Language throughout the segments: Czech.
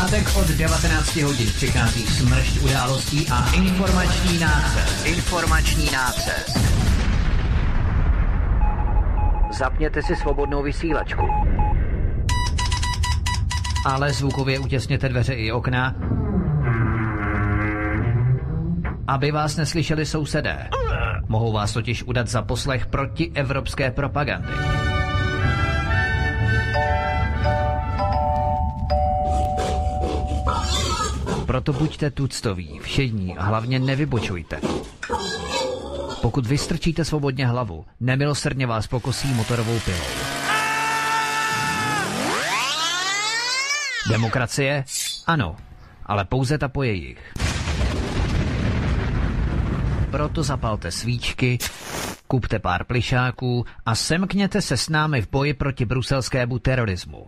pátek od 19 hodin přichází smršť událostí a informační nácest. Zapněte si svobodnou vysílačku. Ale zvukově utěsněte dveře i okna, aby vás neslyšeli sousedé. Mohou vás totiž udat za poslech protievropské propagandy. Proto buďte tuctoví, všední a hlavně nevybočujte. Pokud vystrčíte svobodně hlavu, nemilosrdně vás pokosí motorovou pilou. Demokracie? Ano, ale pouze ta po jejich. Proto zapalte svíčky, kupte pár plišáků a semkněte se s námi v boji proti bruselskému terorismu.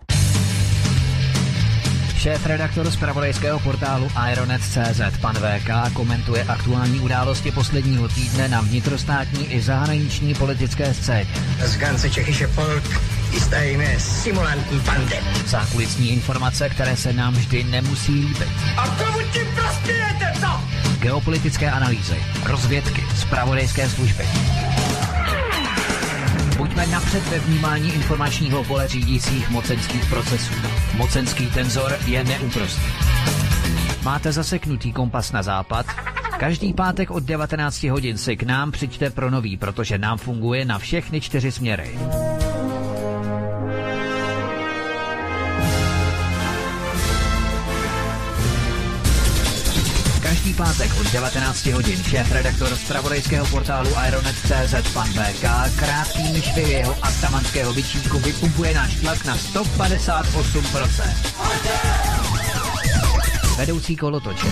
Šéf-redaktor zpravodajského portálu Ironet.cz pan VK komentuje aktuální události posledního týdne na vnitrostátní i zahraniční politické scéně. Das ganze tschechische Volk ist eine Simulantenbande. Zákulisní informace, které se nám vždy nemusí líbit. A komu tím prospějete, co? Geopolitické analýzy, rozvědky, zpravodajské služby. Buďme napřed ve vnímání informačního pole řídících mocenských procesů. Mocenský tenzor je neúprostný. Máte zaseknutý kompas na západ? Každý pátek od 19 hodin si k nám přijďte pro nový, protože nám funguje na všechny 4 směry. Každý pátek od 19 hodin šéf-redaktor zpravodajského portálu Ironet.cz pan VK krátkými švy jeho atamanského bičíku vypumpuje náš tlak na 158%. Vedoucí kolotoče.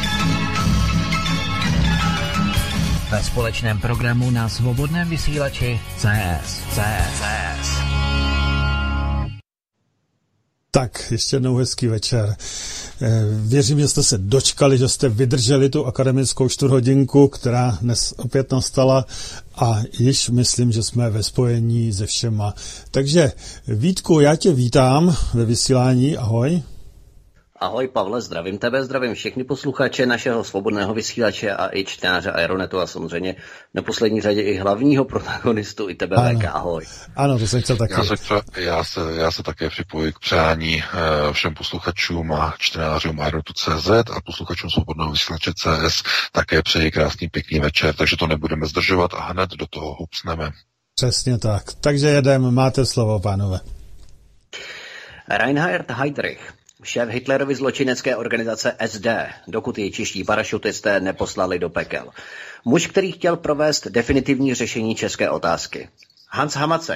Ve společném programu na svobodném vysílači CS. Tak, ještě jednou hezký večer. Věřím, že jste se dočkali, že jste vydrželi tu akademickou 4hodinku, která dnes opět nastala a již myslím, že jsme ve spojení se všema. Takže Vítku, já tě vítám ve vysílání, ahoj. Ahoj Pavle, zdravím tebe, zdravím všechny posluchače našeho svobodného vysílače a i čtenáře Ironetu a samozřejmě v neposlední řadě i hlavního protagonistu, i tebe VK, ahoj. Ano, to jsem chtěl taky. Já se také připojuji k přání všem posluchačům a čtenářům Ironetu.cz a posluchačům svobodného vysílače CS také přeji krásný pěkný večer, takže to nebudeme zdržovat a hned do toho hupsneme. Přesně tak. Takže jedem, máte slovo, pánové. Reinhard Heydrich, šéf Hitlerovy zločinecké organizace SD, dokud ji čeští parašutisté neposlali do pekel. Muž, který chtěl provést definitivní řešení české otázky. Hans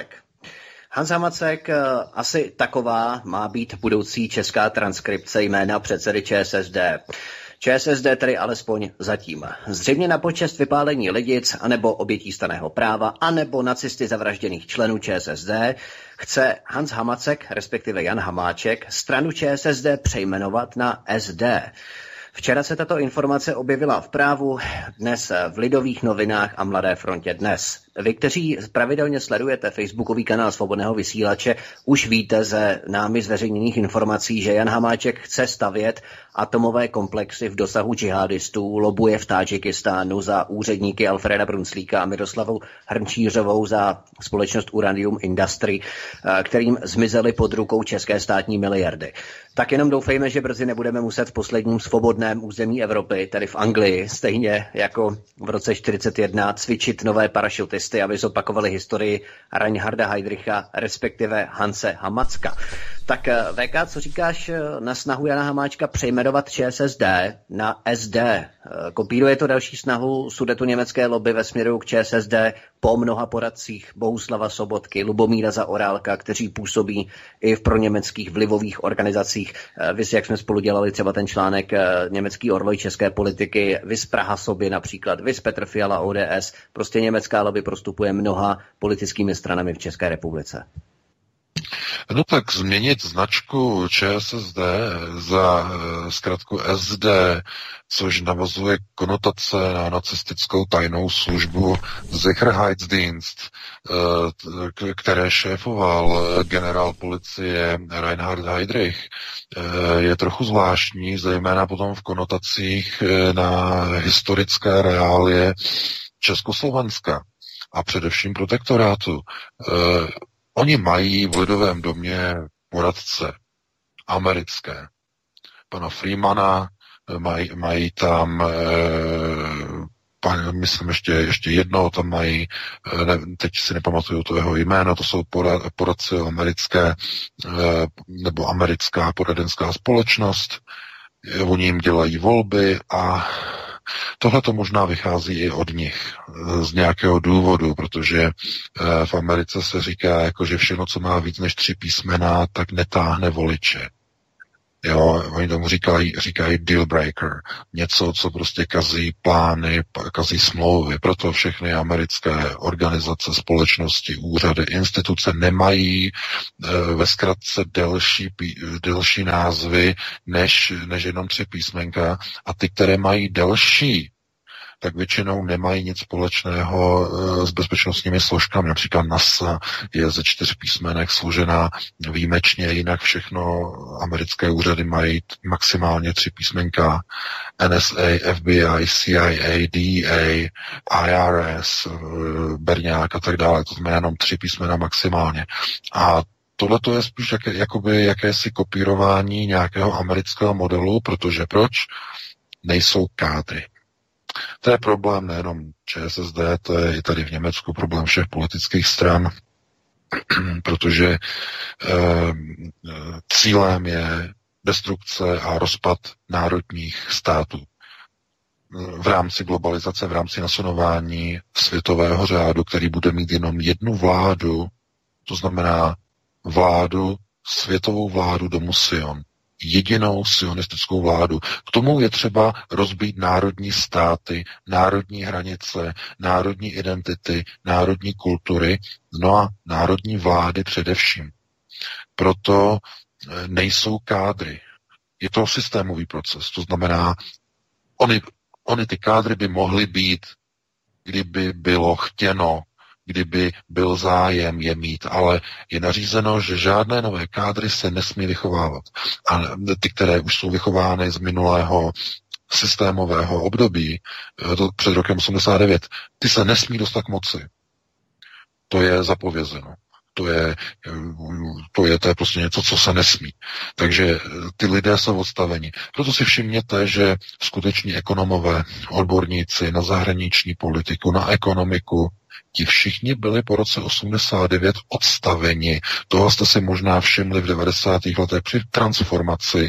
Hamacek, asi taková má být budoucí česká transkripce jména předsedy ČSSD. ČSSD tedy alespoň zatím. Zřejmě na počest vypálení lidic, anebo obětí stanného práva, anebo nacisty zavražděných členů ČSSD, chce Hans Hamacek, respektive Jan Hamáček, stranu ČSSD přejmenovat na SD. Včera se tato informace objevila v Právu, dnes v Lidových novinách a Mladé frontě dnes. Vy, kteří pravidelně sledujete facebookový kanál Svobodného vysílače, už víte ze námi zveřejněných informací, že Jan Hamáček chce stavět atomové komplexy v dosahu džihadistů, lobuje v Tádžikistánu za úředníky Alfreda Brunclíka a Miroslavu Hrnčířovou za společnost Uranium Industry, kterým zmizely pod rukou české státní miliardy. Tak jenom doufejme, že brzy nebudeme muset v posledním svobodném území Evropy, tedy v Anglii, stejně jako v roce 1941, cvičit nové parašutisty, aby zopakovali historii Reinharda Heydricha, respektive Hanse Hamacka. Tak VK, co říkáš na snahu Jana Hamáčka přejmenovat ČSSD na SD? Kopíruje to další snahu sudetoněmecké lobby ve směru k ČSSD po mnoha poradcích Bohuslava Sobotky, Lubomíra Zaorálka, kteří působí i v proněmeckých vlivových organizacích. Vys, jak jsme spolu dělali třeba ten článek Německý orloj české politiky, vys Praha sobě například, vys Petr Fiala ODS. Prostě německá lobby prostupuje mnoha politickými stranami v České republice. No tak změnit značku ČSSD za zkratku SD, což navazuje konotace na nacistickou tajnou službu Sicherheitsdienst, které šéfoval generál policie Reinhard Heydrich, je trochu zvláštní, zejména potom v konotacích na historické reálie Československa a především protektorátu. Oni mají v Lidovém domě poradce americké. Pana Freemana, mají tam, myslím ještě jedno, tam mají, teď si nepamatuju to jeho jméno, to jsou poradci americké, nebo americká poradenská společnost. Oni jim dělají volby a tohle to možná vychází i od nich z nějakého důvodu, protože v Americe se říká, jako, že všechno, co má víc než 3 písmena, tak netáhne voliče. Jo, oni tomu říkají deal breaker. Něco, co prostě kazí plány, kazí smlouvy. Proto všechny americké organizace, společnosti, úřady, instituce nemají ve zkratce delší názvy než jenom 3 písmenka. A ty, které mají delší, tak většinou nemají nic společného s bezpečnostními složkami. Například NASA je ze 4 písmenek složená výjimečně, jinak všechno americké úřady mají maximálně 3 písmenka. NSA, FBI, CIA, DEA, IRS, Berňák a tak dále. To znamená jenom 3 písmena maximálně. A tohle to je spíš jakoby jakési kopírování nějakého amerického modelu, protože proč? Nejsou kádry. To je problém nejenom ČSSD, to je i tady v Německu problém všech politických stran, protože cílem je destrukce a rozpad národních států. V rámci globalizace, v rámci nasunování světového řádu, který bude mít jenom jednu vládu, to znamená světovou vládu domu Sion. Jedinou sionistickou vládu. K tomu je třeba rozbít národní státy, národní hranice, národní identity, národní kultury, no a národní vlády především. Proto nejsou kádry. Je to systémový proces. To znamená, oni ty kádry by mohly být, kdyby bylo chtěno, kdyby byl zájem je mít, ale je nařízeno, že žádné nové kádry se nesmí vychovávat. A ty, které už jsou vychovány z minulého systémového období, před rokem 89, ty se nesmí dostat k moci. To je zapovězeno. To je prostě něco, co se nesmí. Takže ty lidé jsou odstaveni. Proto si všimněte, že skuteční ekonomové, odborníci na zahraniční politiku, na ekonomiku, ti všichni byli po roce 89 odstaveni. Toho jste si možná všimli v 90. letech při transformaci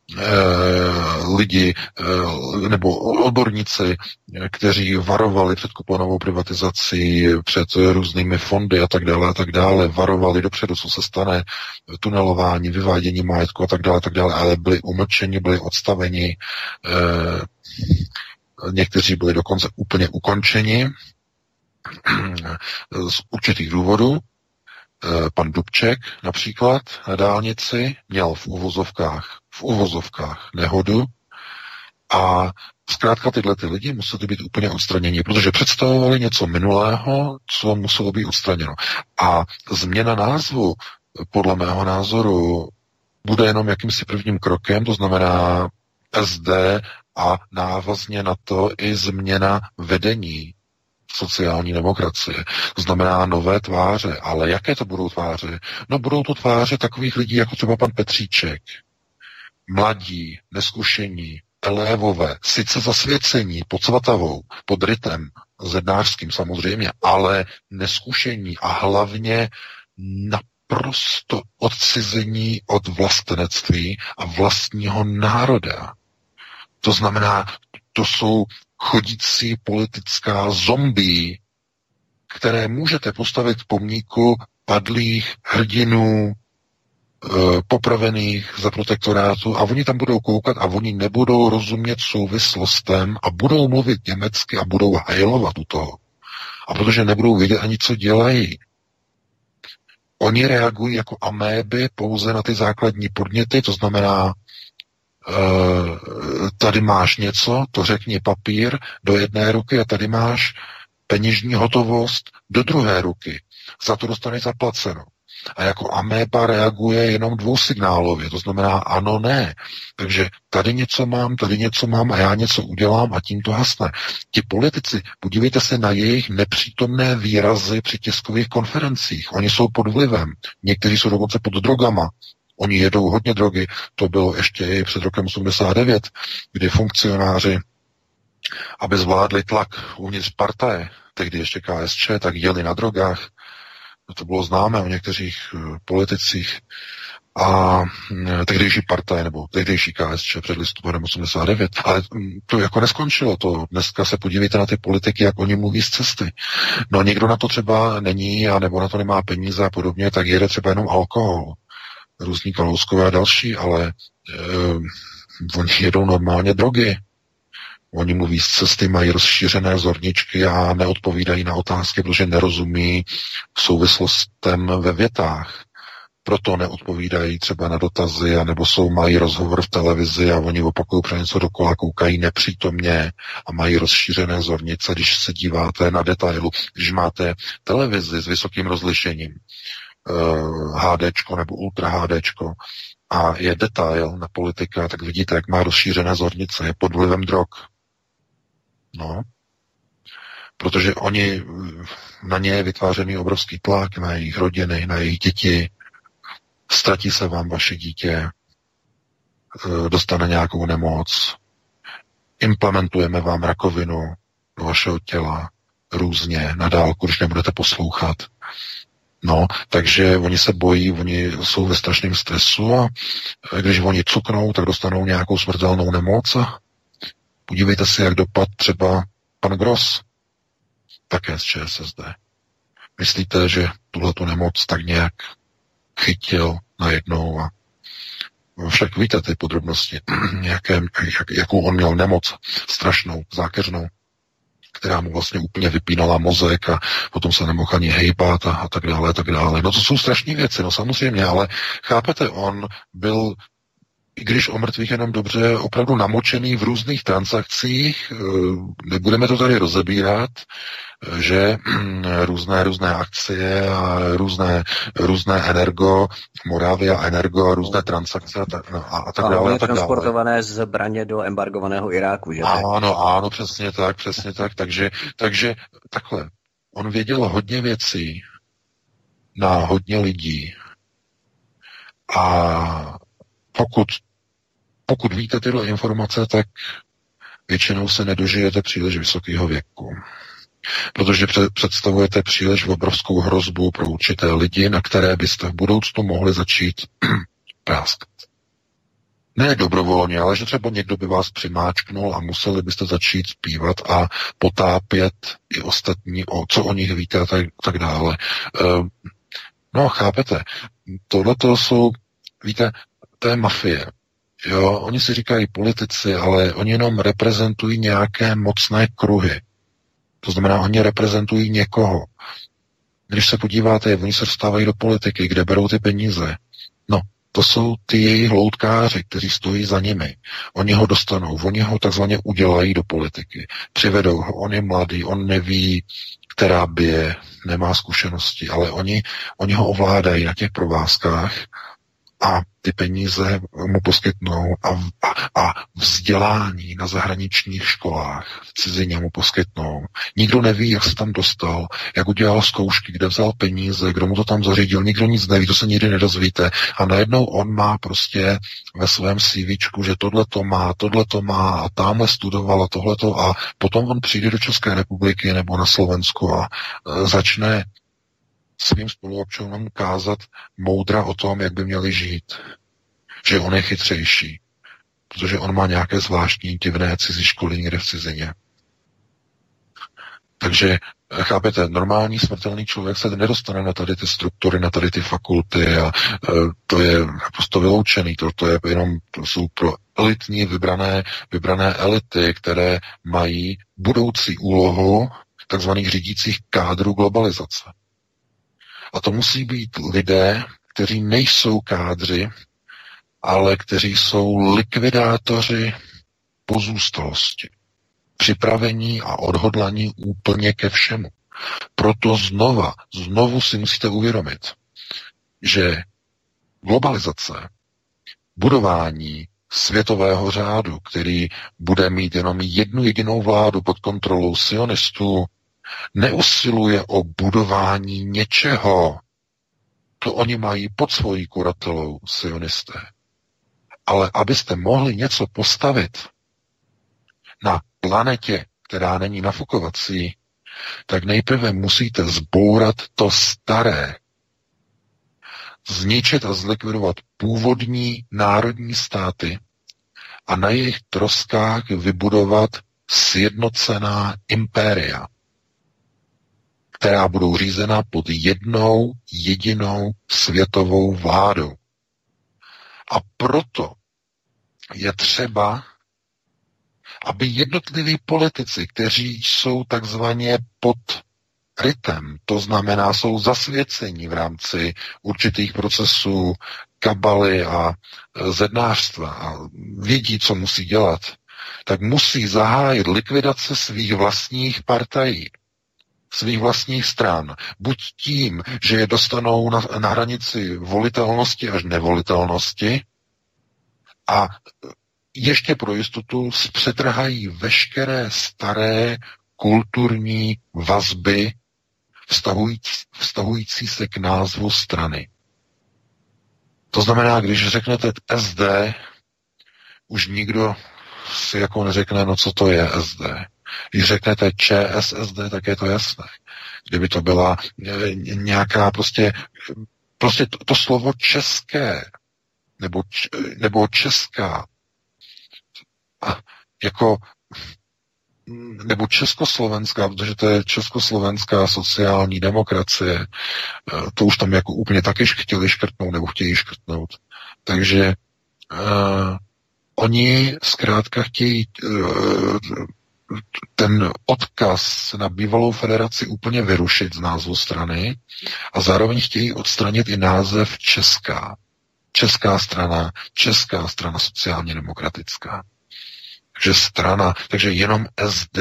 lidi nebo odborníci, kteří varovali před kuponovou privatizací, před různými fondy a tak dále, varovali dopředu, co se stane, tunelování, vyvádění majetku a tak dále, ale byli umlčeni, byli odstaveni, někteří byli dokonce úplně ukončeni, z určitých důvodů. Pan Dubček například na dálnici měl v uvozovkách nehodu a zkrátka tyhle ty lidi museli být úplně odstraněni, protože představovali něco minulého, co muselo být odstraněno. A změna názvu podle mého názoru bude jenom jakýmsi prvním krokem, to znamená SD a návazně na to i změna vedení sociální demokracie. To znamená nové tváře. Ale jaké to budou tváře? No budou to tváře takových lidí, jako třeba pan Petříček. Mladí, neskušení, elévové, sice zasvěcení pod Svatavou, pod rytem zednářským samozřejmě, ale neskušení a hlavně naprosto odcizení od vlastenectví a vlastního národa. To znamená, to jsou chodící politická zombie, které můžete postavit pomníku padlých hrdinů, popravených za protektorátu a oni tam budou koukat a oni nebudou rozumět souvislostem a budou mluvit německy a budou hajlovat u toho. A protože nebudou vědět ani, co dělají. Oni reagují jako améby pouze na ty základní podněty, to znamená, tady máš něco, to řekni papír do jedné ruky a tady máš peněžní hotovost do druhé ruky. Za to dostaneš zaplaceno. A jako améba reaguje jenom dvousignálově, to znamená ano, ne. Takže tady něco mám a já něco udělám a tím to hasne. Ti politici, podívejte se na jejich nepřítomné výrazy při tiskových konferencích. Oni jsou pod vlivem, někteří jsou dokonce pod drogama. Oni jedou hodně drogy, to bylo ještě i před rokem 89, kdy funkcionáři, aby zvládli tlak uvnitř partaje, tehdy ještě KSČ, tak jeli na drogách. To bylo známé o některých politicích. A tehdejší partaj, nebo tehdejší KSČ před listopadem 89. Ale to jako neskončilo to. Dneska se podívejte na ty politiky, jak oni mluví z cesty. No někdo na to třeba není, a nebo na to nemá peníze a podobně, tak jede třeba jenom alkohol. Různí Kalouskové a další, ale oni jedou normálně drogy. Oni mluví z cesty, mají rozšířené zorničky a neodpovídají na otázky, protože nerozumí souvislostem ve větách. Proto neodpovídají třeba na dotazy, anebo mají rozhovor v televizi a oni opakují pro něco dokola, koukají nepřítomně a mají rozšířené zornice, když se díváte na detailu. Když máte televizi s vysokým rozlišením, HDčko nebo Ultra HDčko, a je detail na politika, tak vidíte, jak má rozšířené zornice, je pod vlivem drog. No, protože oni, na ně je vytvářený obrovský tlak, na jejich rodiny, na jejich děti, ztratí se vám vaše dítě, dostane nějakou nemoc, implementujeme vám rakovinu do vašeho těla různě, na dálku, když nebudete poslouchat. No, takže oni se bojí, oni jsou ve strašném stresu a když oni cuknou, tak dostanou nějakou smrtelnou nemoc a podívejte si, jak dopad třeba pan Gross, také z ČSSD. Myslíte, že tuhletu nemoc tak nějak chytil najednou a však víte ty podrobnosti, jakou on měl nemoc, strašnou, zákeřnou, která mu vlastně úplně vypínala mozek a potom se nemohl ani hejbat a tak dále, tak dále. No to jsou strašné věci, no samozřejmě, ale chápete, on byl, i když o mrtvých jenom dobře, opravdu namočený v různých transakcích, nebudeme to tady rozebírat, že různé akcie a různé Energo, Moravia Energo a různé transakce a tak dále. A transportované zbraně do embargovaného Iráku, že? Ano, přesně tak. Takže takhle. On věděl hodně věcí na hodně lidí a pokud víte tyhle informace, tak většinou se nedožijete příliš vysokého věku. Protože představujete příliš obrovskou hrozbu pro určité lidi, na které byste v budoucnu mohli začít práskat. Ne dobrovolně, ale že třeba někdo by vás přimáčknul a museli byste začít zpívat a potápět i ostatní, co o nich víte a tak dále. No, chápete, tohleto jsou, víte, to je mafie. Jo, oni si říkají politici, ale oni jenom reprezentují nějaké mocné kruhy. To znamená, oni reprezentují někoho. Když se podíváte, oni se dostávají do politiky, kde berou ty peníze. No, to jsou ty jejich loutkáři, kteří stojí za nimi. Oni ho dostanou, oni ho takzvaně udělají do politiky. Přivedou ho, on je mladý, on neví, která bije, nemá zkušenosti, ale oni ho ovládají na těch provázkách a ty peníze mu poskytnou a vzdělání na zahraničních školách v cizině mu poskytnou. Nikdo neví, jak se tam dostal, jak udělal zkoušky, kde vzal peníze, kdo mu to tam zařídil, nikdo nic neví, to se nikdy nedozvíte. A najednou on má prostě ve svém CVčku, že tohle to má a tamhle studoval a tohleto a potom on přijde do České republiky nebo na Slovensku a začne svým spoluobčanům kázat moudra o tom, jak by měli žít. Že on je chytřejší, protože on má nějaké zvláštní divné cizí školy někde v cizině. Takže, chápete, normální smrtelný člověk se nedostane na tady ty struktury, na tady ty fakulty a to je prostě vyloučený. To jsou pro elitní vybrané elity, které mají budoucí úlohu takzvaných řídících kádrů globalizace. A to musí být lidé, kteří nejsou kádři, ale kteří jsou likvidátoři pozůstalosti. Připravení a odhodlaní úplně ke všemu. Proto znovu si musíte uvědomit, že globalizace, budování světového řádu, který bude mít jenom jednu jedinou vládu pod kontrolou sionistů, neusiluje o budování něčeho. To oni mají pod svojí kuratelou sionisté. Ale abyste mohli něco postavit na planetě, která není nafukovací, tak nejprve musíte zbourat to staré. Zničit a zlikvidovat původní národní státy a na jejich troskách vybudovat sjednocená impéria, která budou řízena pod jednou jedinou světovou vládou. A proto je třeba, aby jednotliví politici, kteří jsou takzvaně pod ritem, to znamená, jsou zasvěcení v rámci určitých procesů kabaly a zednářstva a vědí, co musí dělat, tak musí zahájit likvidace svých vlastních partají, svých vlastních stran. Buď tím, že je dostanou na hranici volitelnosti až nevolitelnosti a ještě pro jistotu zpřetrhají veškeré staré kulturní vazby vztahující se k názvu strany. To znamená, když řeknete SD, už nikdo si jako neřekne, no co to je SD. Když řeknete ČSSD, tak je to jasné. Kdyby to byla nějaká prostě to slovo české, nebo česká, jako nebo československá, protože to je československá sociální demokracie, to už tam jako úplně taky chtěli škrtnout, nebo chtějí škrtnout. Takže oni zkrátka chtějí ten odkaz na bývalou federaci úplně vyrušit z názvu strany a zároveň chtějí odstranit i název Česká. Česká strana sociálně demokratická. Takže jenom SD.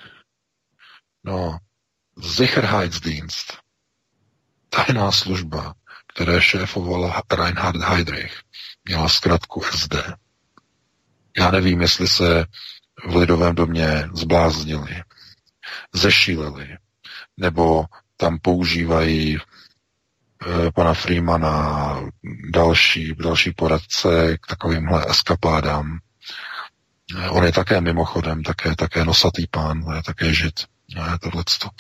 No, Sicherheitsdienst, tajná služba, které šéfovala Reinhard Heydrich, měla zkratku SD. Já nevím, jestli se v Lidovém domě zbláznili, zešíleli, nebo tam používají pana Freemana další poradce k takovýmhle eskapádám. On je také mimochodem, také nosatý pán, je také žid, tohleto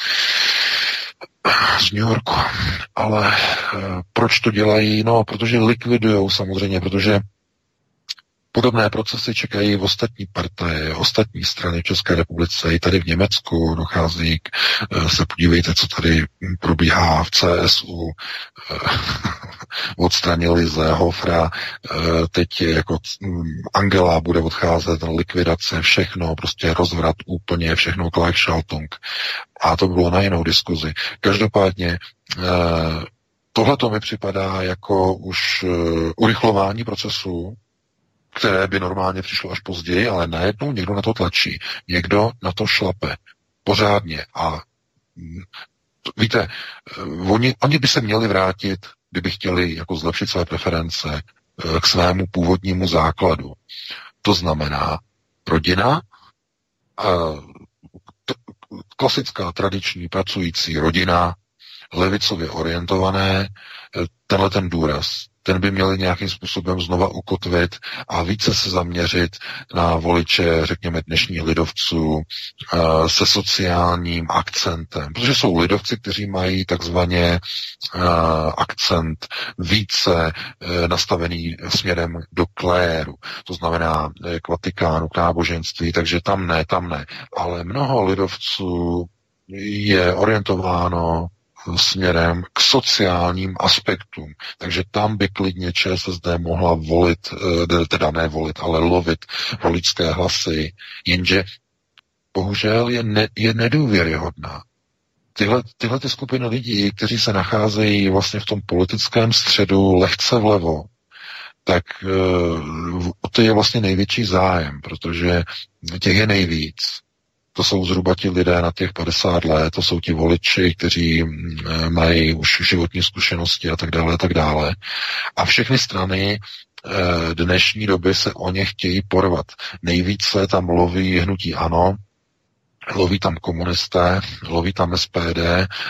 z New Yorku. Ale proč to dělají? No, protože likvidujou samozřejmě, protože podobné procesy čekají v ostatní partaje, ostatní strany v České republice. I tady v Německu dochází se podívejte, co tady probíhá v CSU. Odstranili Seehofera, teď jako Angela bude odcházet, likvidace, všechno, prostě rozvrat úplně, všechno Gleichschaltung. A to bylo na jinou diskuzi. Každopádně tohleto mi připadá jako už urychlování procesu, které by normálně přišlo až později, ale najednou někdo na to tlačí. Někdo na to šlape. Pořádně. A víte, oni by se měli vrátit, kdyby chtěli jako zlepšit své preference k svému původnímu základu. To znamená rodina, klasická tradiční pracující rodina, levicově orientované, tenhle ten důraz, ten by měli nějakým způsobem znova ukotvit a více se zaměřit na voliče, řekněme, dnešních lidovců se sociálním akcentem. Protože jsou lidovci, kteří mají takzvaně akcent více nastavený směrem do kléru. To znamená k Vatikánu, k náboženství, takže tam ne. Ale mnoho lidovců je orientováno směrem k sociálním aspektům. Takže tam by klidně ČSSD mohla volit, teda ne volit, ale lovit voličské hlasy, jenže bohužel je nedůvěryhodná. tyhle ty skupiny lidí, kteří se nacházejí vlastně v tom politickém středu lehce vlevo, tak o to je vlastně největší zájem, protože těch je nejvíc. To jsou zhruba ti lidé na těch 50 let, to jsou ti voliči, kteří mají už životní zkušenosti a tak dále, a tak dále. A všechny strany dnešní doby se o ně chtějí porvat. Nejvíce tam loví hnutí ANO, loví tam komunisté, loví tam SPD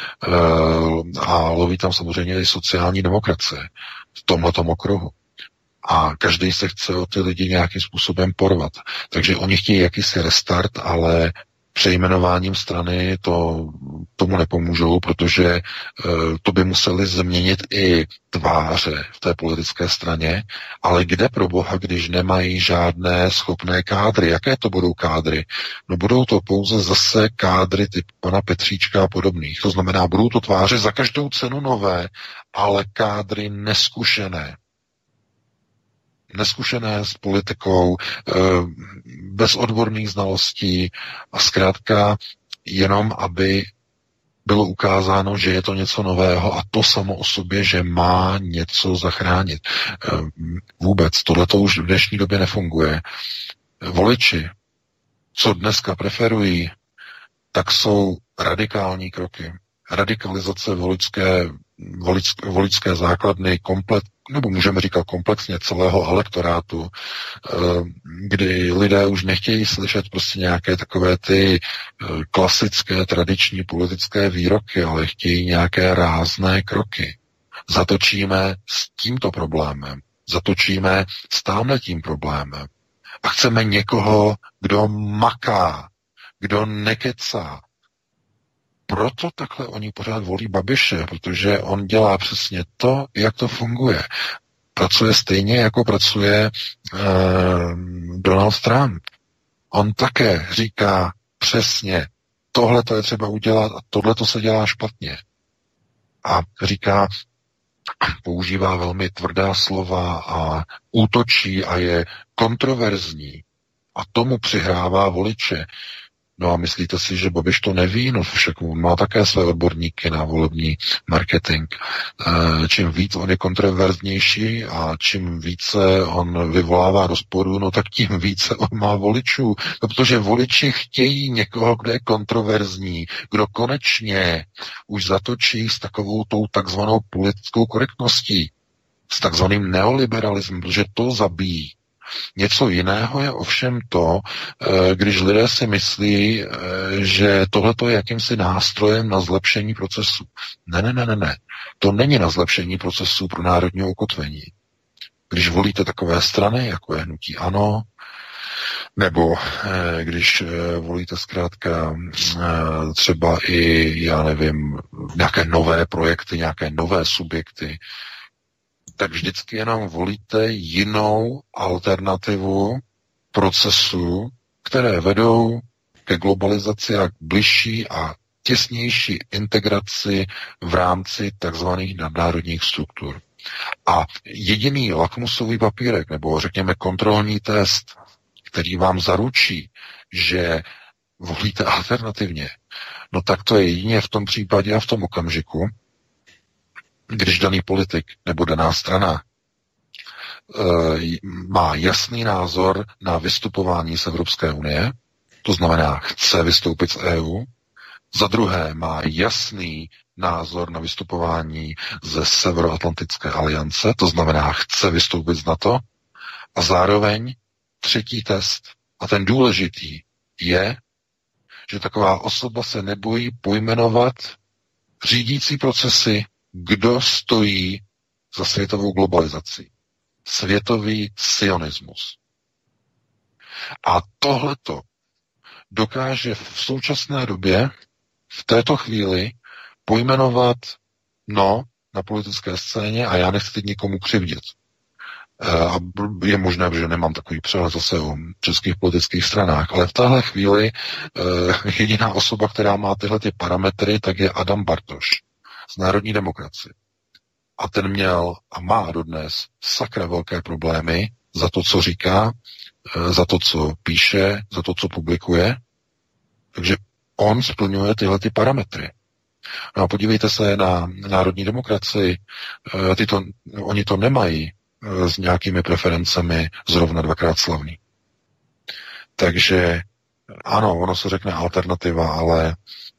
a loví tam samozřejmě i sociální demokracie v tomhletom okruhu. A každý se chce o ty lidi nějakým způsobem porvat. Takže oni chtějí jakýsi restart, ale přejmenováním strany tomu nepomůžou, protože to by museli změnit i tváře v té politické straně, ale kde pro boha, když nemají žádné schopné kádry? Jaké to budou kádry? No budou to pouze zase kádry typu pana Petříčka a podobných. To znamená, budou to tváře za každou cenu nové, ale kádry neskušené s politikou, bez odborných znalostí a zkrátka jenom, aby bylo ukázáno, že je to něco nového a to samo o sobě, že má něco zachránit. Vůbec, tohleto už v dnešní době nefunguje. Voliči, co dneska preferují, tak jsou radikální kroky. Radikalizace voličské základny nebo můžeme říkat komplexně celého elektorátu, kdy lidé už nechtějí slyšet prostě nějaké takové ty klasické, tradiční politické výroky, ale chtějí nějaké rázné kroky. Zatočíme s tímto problémem, zatočíme s támhletím problémem a chceme někoho, kdo maká, kdo nekecá. Proto takhle oni pořád volí Babiše, protože on dělá přesně to, jak to funguje. Pracuje stejně, jako pracuje Donald Trump. On také říká přesně, tohle to je třeba udělat a tohle to se dělá špatně. A říká, používá velmi tvrdá slova a útočí a je kontroverzní. A tomu přihrává voliče. No a myslíte si, že Babiš to neví? No však má také své odborníky na volební marketing. Čím víc on je kontroverznější a čím více on vyvolává rozporu, no tak tím více on má voličů. No, protože voliči chtějí někoho, kdo je kontroverzní, kdo konečně už zatočí s takovou tou takzvanou politickou korektností, s takzvaným neoliberalismem, protože to zabíjí. Něco jiného je ovšem to, když lidé si myslí, že tohleto je jakýmsi nástrojem na zlepšení procesu. Ne. To není na zlepšení procesu pro národního ukotvení. Když volíte takové strany, jako je hnutí ANO, nebo když volíte zkrátka třeba i, já nevím, nějaké nové projekty, nějaké nové subjekty, tak vždycky jenom volíte jinou alternativu procesů, které vedou ke globalizaci a k bližší a těsnější integraci v rámci takzvaných nadnárodních struktur. A jediný lakmusový papírek, nebo řekněme kontrolní test, který vám zaručí, že volíte alternativně, no tak to je jedině v tom případě a v tom okamžiku, když daný politik nebo daná strana má jasný názor na vystupování z Evropské unie, to znamená, chce vystoupit z EU, za druhé má jasný názor na vystupování ze Severoatlantické aliance, to znamená, chce vystoupit z NATO, a zároveň třetí test, a ten důležitý je, že taková osoba se nebojí pojmenovat řídící procesy, kdo stojí za světovou globalizací. Světový sionismus. A tohleto dokáže v současné době, v této chvíli, pojmenovat na politické scéně, a já nechci teď nikomu křivdit. A je možné, že nemám takový přehled zase o českých politických stranách, ale v téhle chvíli jediná osoba, která má tyhle ty parametry, tak je Adam Bartoš z Národní demokracie. A ten měl a má dodnes sakra velké problémy za to, co říká, za to, co píše, za to, co publikuje. Takže on splňuje tyhle ty parametry. No a podívejte se na národní demokracii. Oni to nemají s nějakými preferencemi zrovna dvakrát slavný. Takže ano, ono se řekne alternativa, ale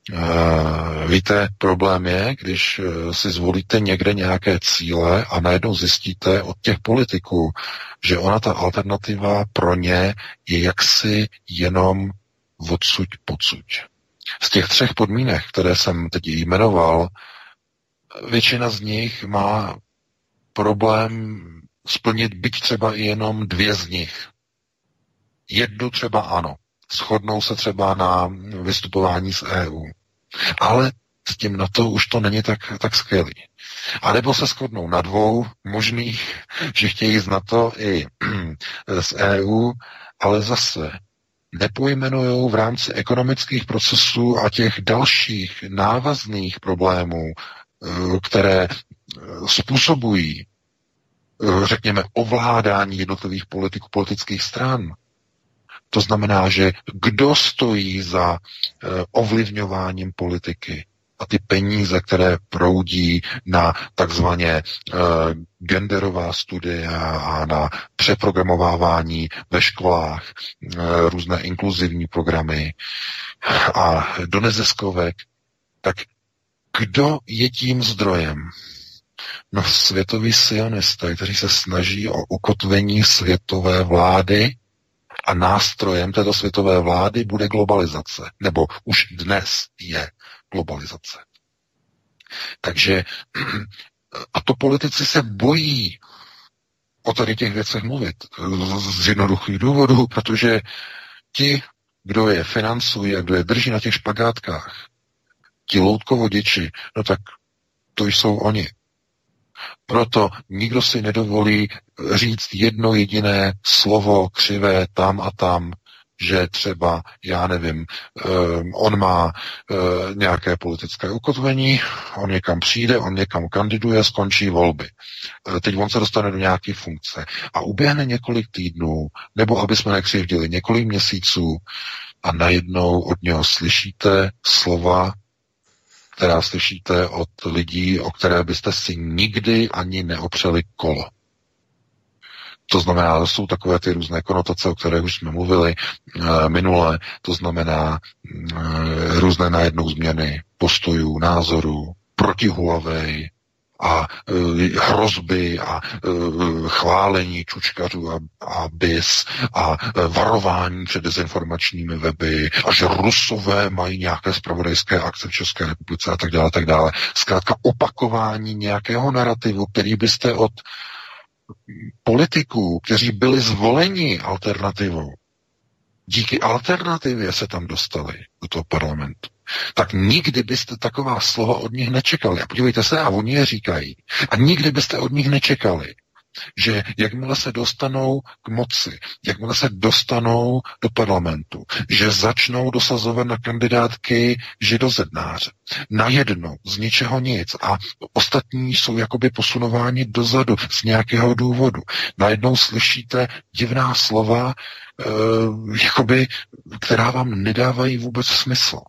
víte, problém je, když si zvolíte někde nějaké cíle a najednou zjistíte od těch politiků, že ona ta alternativa pro ně je jaksi jenom odsuť pocud. Z těch 3 podmínek, které jsem teď jmenoval, většina z nich má problém splnit byť třeba i jenom 2 z nich. Jednu třeba ano. Shodnou se třeba na vystupování z EU. Ale s tím na to už to není tak skvělý. A nebo se shodnou na 2 možných, že chtějí z NATO i z EU, ale zase nepojmenujou v rámci ekonomických procesů a těch dalších návazných problémů, které způsobují, řekněme, ovládání jednotlivých politických stran. To znamená, že kdo stojí za ovlivňováním politiky a ty peníze, které proudí na takzvaně genderová studia a na přeprogramovávání ve školách, různé inkluzivní programy a do neziskovek, tak kdo je tím zdrojem? No světoví sionisté, kteří se snaží o ukotvení světové vlády, a nástrojem této světové vlády bude globalizace. Nebo už dnes je globalizace. Takže a to politici se bojí o tady těch věcech mluvit. Z jednoduchých důvodů, protože ti, kdo je financují a kdo je drží na těch špagátkách, ti loutkovodiči, no tak to jsou oni. Proto nikdo si nedovolí říct jedno jediné slovo křivé tam a tam, že třeba, já nevím, on má nějaké politické ukotvení, on někam přijde, on někam kandiduje, skončí volby. Teď on se dostane do nějaké funkce a uběhne několik týdnů, nebo aby jsme nekřivdili několik měsíců a najednou od něho slyšíte slova, která slyšíte od lidí, o které byste si nikdy ani neopřeli kolo. To znamená, to jsou takové ty různé konotace, o kterých už jsme mluvili minule, to znamená různé najednou změny postojů, názorů, proti Huawei a hrozby a chválení čučkařů a BIS a varování před dezinformačními weby a že Rusové mají nějaké zpravodajské akce v České republice a tak dále, tak dále. Zkrátka opakování nějakého narrativu, který byste od politiků, kteří byli zvoleni alternativou, díky alternativě se tam dostali do toho parlamentu, tak nikdy byste taková slova od nich nečekali. A podívejte se, a oni je říkají. A nikdy byste od nich nečekali, že jakmile se dostanou k moci, jakmile se dostanou do parlamentu, že začnou dosazovat na kandidátky židozednáře. Najednou, z ničeho nic. A ostatní jsou jakoby posunováni dozadu z nějakého důvodu. Najednou slyšíte divná slova, jakoby, která vám nedávají vůbec smysl.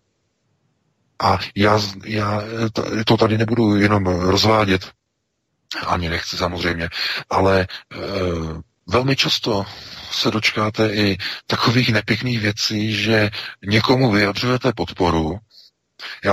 A já to tady nebudu jenom rozvádět, ani nechci samozřejmě, ale velmi často se dočkáte i takových nepěkných věcí, že někomu vyjadřujete podporu. Já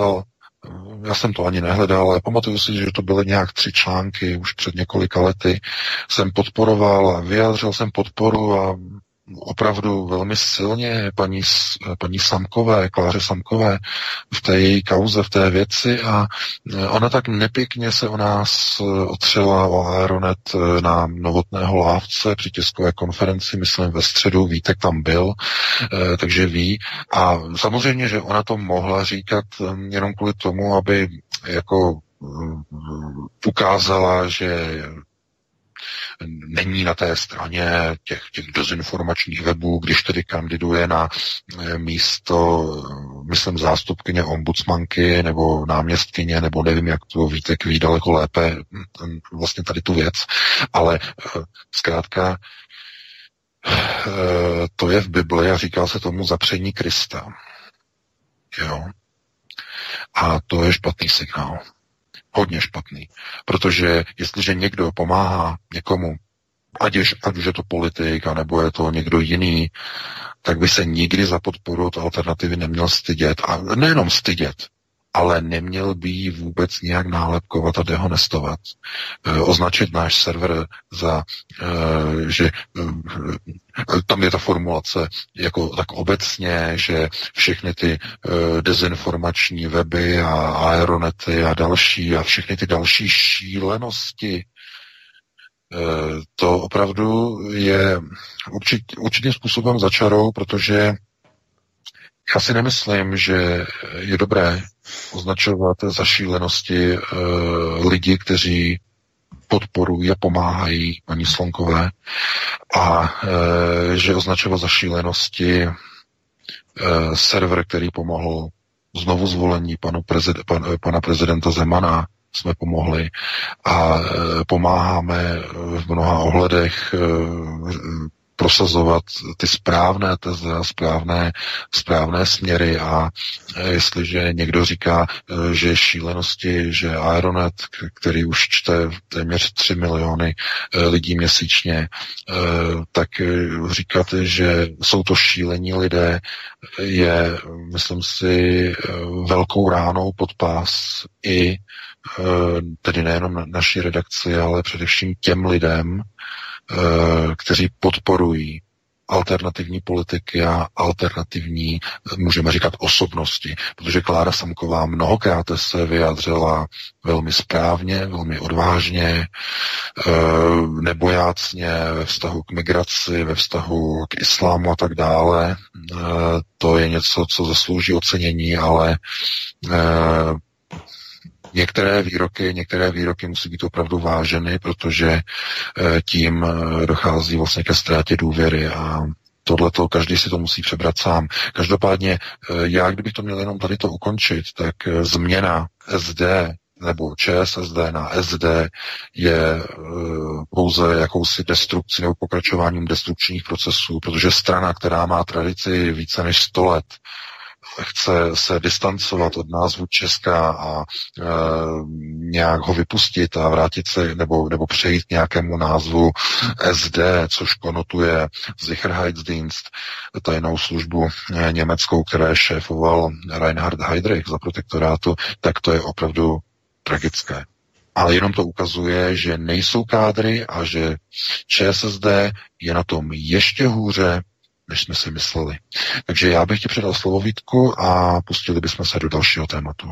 jsem to ani nehledal, ale pamatuju si, že to byly nějak 3 články už před několika lety. Jsem podporoval a vyjádřil jsem podporu a opravdu velmi silně paní Samkové, Kláře Samkové v té její kauze, v té věci a ona tak nepěkně se o nás otřela o Aeronet na Novotného Lávce při tiskové konferenci, myslím ve středu, Vítek tam byl, takže ví. A samozřejmě, že ona to mohla říkat jenom kvůli tomu, aby jako ukázala, že není na té straně těch dezinformačních webů, když tedy kandiduje na místo, myslím, zástupkyně ombudsmanky nebo náměstkyně, nebo nevím, jak to Vítek ví daleko lépe vlastně tady tu věc, ale zkrátka to je v Bibli a říká se tomu zapření Krista. Jo. A to je špatný signál. Hodně špatný. Protože jestliže někdo pomáhá někomu, ať už je to politik, anebo je to někdo jiný, tak by se nikdy za podporu od alternativy neměl stydět. A nejenom stydět, ale neměl by ji vůbec nějak nálepkovat a dehonestovat. Označit náš server za, že tam je ta formulace jako tak obecně, že všechny ty dezinformační weby a aeronety a další a všechny ty další šílenosti, to opravdu je určitým způsobem začarou, protože já si nemyslím, že je dobré označovat za šílenosti lidi, kteří podporují a pomáhají paní Slonkové a že označovat za šílenosti server, který pomohl znovu zvolení pana prezidenta Zemana, jsme pomohli a pomáháme v mnoha ohledech prosazovat ty správné teze, správné směry a jestliže někdo říká, že šílenosti, že Aeronet, který už čte téměř 3 miliony lidí měsíčně, tak říkáte, že jsou to šílení lidé, je, myslím si, velkou ránou pod pás i tedy nejenom naší redakci, ale především těm lidem, kteří podporují alternativní politiky a alternativní, můžeme říkat, osobnosti. Protože Klára Samková mnohokrát se vyjádřila velmi správně, velmi odvážně, nebojácně ve vztahu k migraci, ve vztahu k islámu a tak dále. To je něco, co zaslouží ocenění, ale některé výroky musí být opravdu váženy, protože tím dochází vlastně ke ztrátě důvěry a tohleto, každý si to musí přebrat sám. Každopádně, já kdybych to měl jenom tady to ukončit, tak změna SD nebo ČSSD na SD je pouze jakousi destrukcí nebo pokračováním destrukčních procesů, protože strana, která má tradici více než 100 let, chce se distancovat od názvu Česka a nějak ho vypustit a vrátit se nebo přejít k nějakému názvu SD, což konotuje Sicherheitsdienst, tajnou službu německou, které šéfoval Reinhard Heydrich za protektorátu, tak to je opravdu tragické. Ale jenom to ukazuje, že nejsou kádry a že ČSSD je na tom ještě hůře, než jsme si mysleli. Takže já bych ti předal slovo, Vítku, a pustili bychom se do dalšího tématu.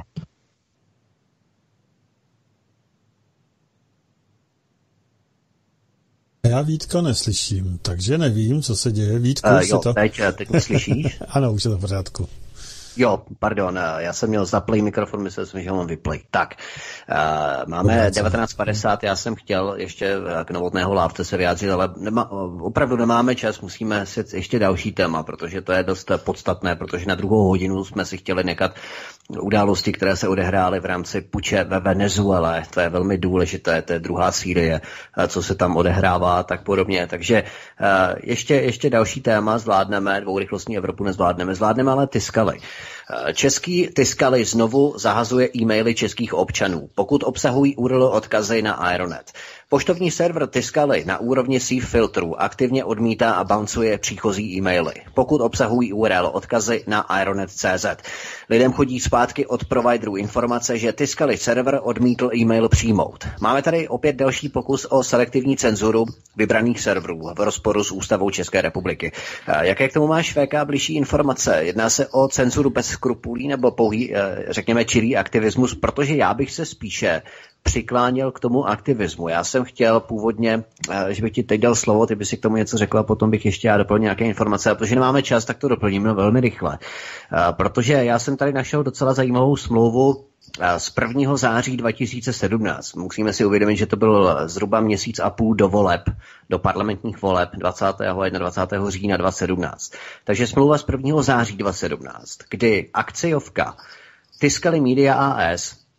Já Vítka neslyším, takže nevím, co se děje. Vítku, teď mě slyšíš? Ano, už je to v pořádku. Jo, pardon, já jsem měl zaplej mikrofon, myslel jsem, že ho mám vyplej. Tak, máme 19:50, já jsem chtěl ještě k Novotného Lávce se vyjádřit, ale opravdu nemáme čas, musíme si ještě další téma, protože to je dost podstatné, protože na 2. hodinu jsme si chtěli nechat události, které se odehrály v rámci puče ve Venezuele. To je velmi důležité, to je druhá Sýrie, co se tam odehrává a tak podobně. Takže ještě další téma zvládneme, dvourychlostní Evropu zvládneme ale Tiscali. Český Tiscali znovu zahazuje e-maily českých občanů, pokud obsahují URL odkazy na Aeronet. Poštovní server Tiscali na úrovni SIF filtrů aktivně odmítá a bouncuje příchozí e-maily, pokud obsahují URL odkazy na Aeronet.cz. Lidem chodí zpátky od providerů informace, že Tiscali server odmítl e-mail přijmout. Máme tady opět další pokus o selektivní cenzuru vybraných serverů v rozporu s ústavou České republiky. Jaké k tomu máš, VK, bližší informace? Jedná se o cenzuru bez skrupulí nebo pouhý, řekněme, čirý aktivismus, protože já bych se spíše přikláněl k tomu aktivismu. Já jsem chtěl původně, že bych ti teď dal slovo, ty by si k tomu něco řekl a potom bych ještě já doplnil nějaké informace, a protože nemáme čas, tak to doplníme velmi rychle. Protože já jsem tady našel docela zajímavou smlouvu z 1. září 2017. Musíme si uvědomit, že to byl zhruba měsíc a půl do voleb, do parlamentních voleb 20. a 21. října 2017. Takže smlouva z 1. září 2017, kdy akciovka Tiscali Media AS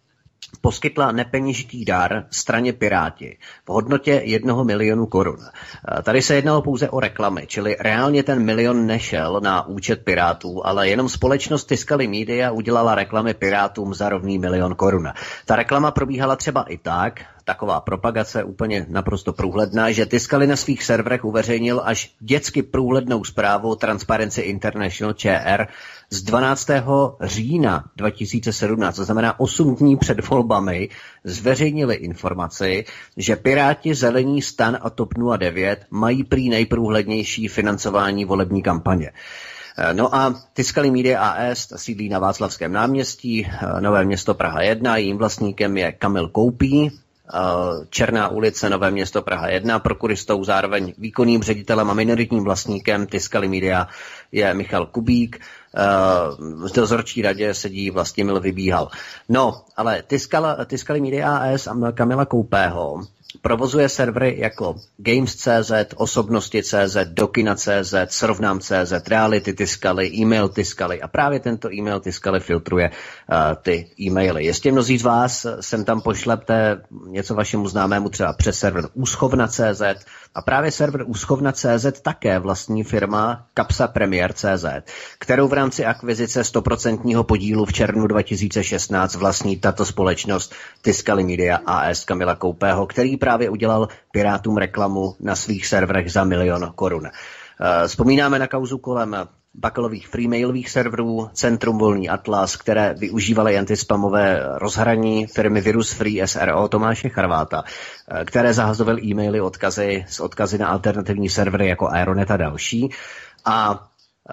poskytla nepeněžitý dar straně Piráti v hodnotě 1 milionu korun. Tady se jednalo pouze o reklamy, čili reálně ten milion nešel na účet Pirátů, ale jenom společnost Tiscali Media udělala reklamy Pirátům za rovný 1 milion korun. Ta reklama probíhala třeba i tak, taková propagace úplně naprosto průhledná, že Tiscali na svých serverech uveřejnil až dětsky průhlednou zprávu Transparency International ČR z 12. října 2017, to znamená 8 dní před volbami, zveřejnili informaci, že Piráti, Zelení, STAN a TOP 09 mají prý nejprůhlednější financování volební kampaně. No a Tiscali Media AS sídlí na Václavském náměstí, Nové Město Praha 1, jejím vlastníkem je Kamil Koupí, Černá ulice, Nové Město Praha 1, prokuristou zároveň výkonným ředitelem a minoritním vlastníkem Tiscali Media je Michal Kubík, v dozorčí radě sedí Vlastimil Vybíhal. No, ale Tiscali Media AS a Kamila Koupého provozuje servery jako Games.cz, Osobnosti.cz, Dokina.cz, Srovnám.cz, Reality Tiscali, e-mail Tiscali a právě tento e-mail Tiscali filtruje ty e-maily. Jestli mnozí z vás sem tam pošlepte něco vašemu známému třeba přes server Úschovna.cz a právě server Úschovna.cz také vlastní firma Kapsa Premier.cz, kterou v rámci akvizice 100% podílu v červnu 2016 vlastní tato společnost Tiscali Media AS Kamila Koupého, který právě udělal Pirátům reklamu na svých serverech za 1 milion korun. Vzpomínáme na kauzu kolem Bakalových freemailových serverů, Centrum Volný Atlas, které využívaly antispamové rozhraní firmy Virus Free SRO Tomáše Charváta, které zahazovaly e-maily s odkazy na alternativní servery jako Aeronet a další. A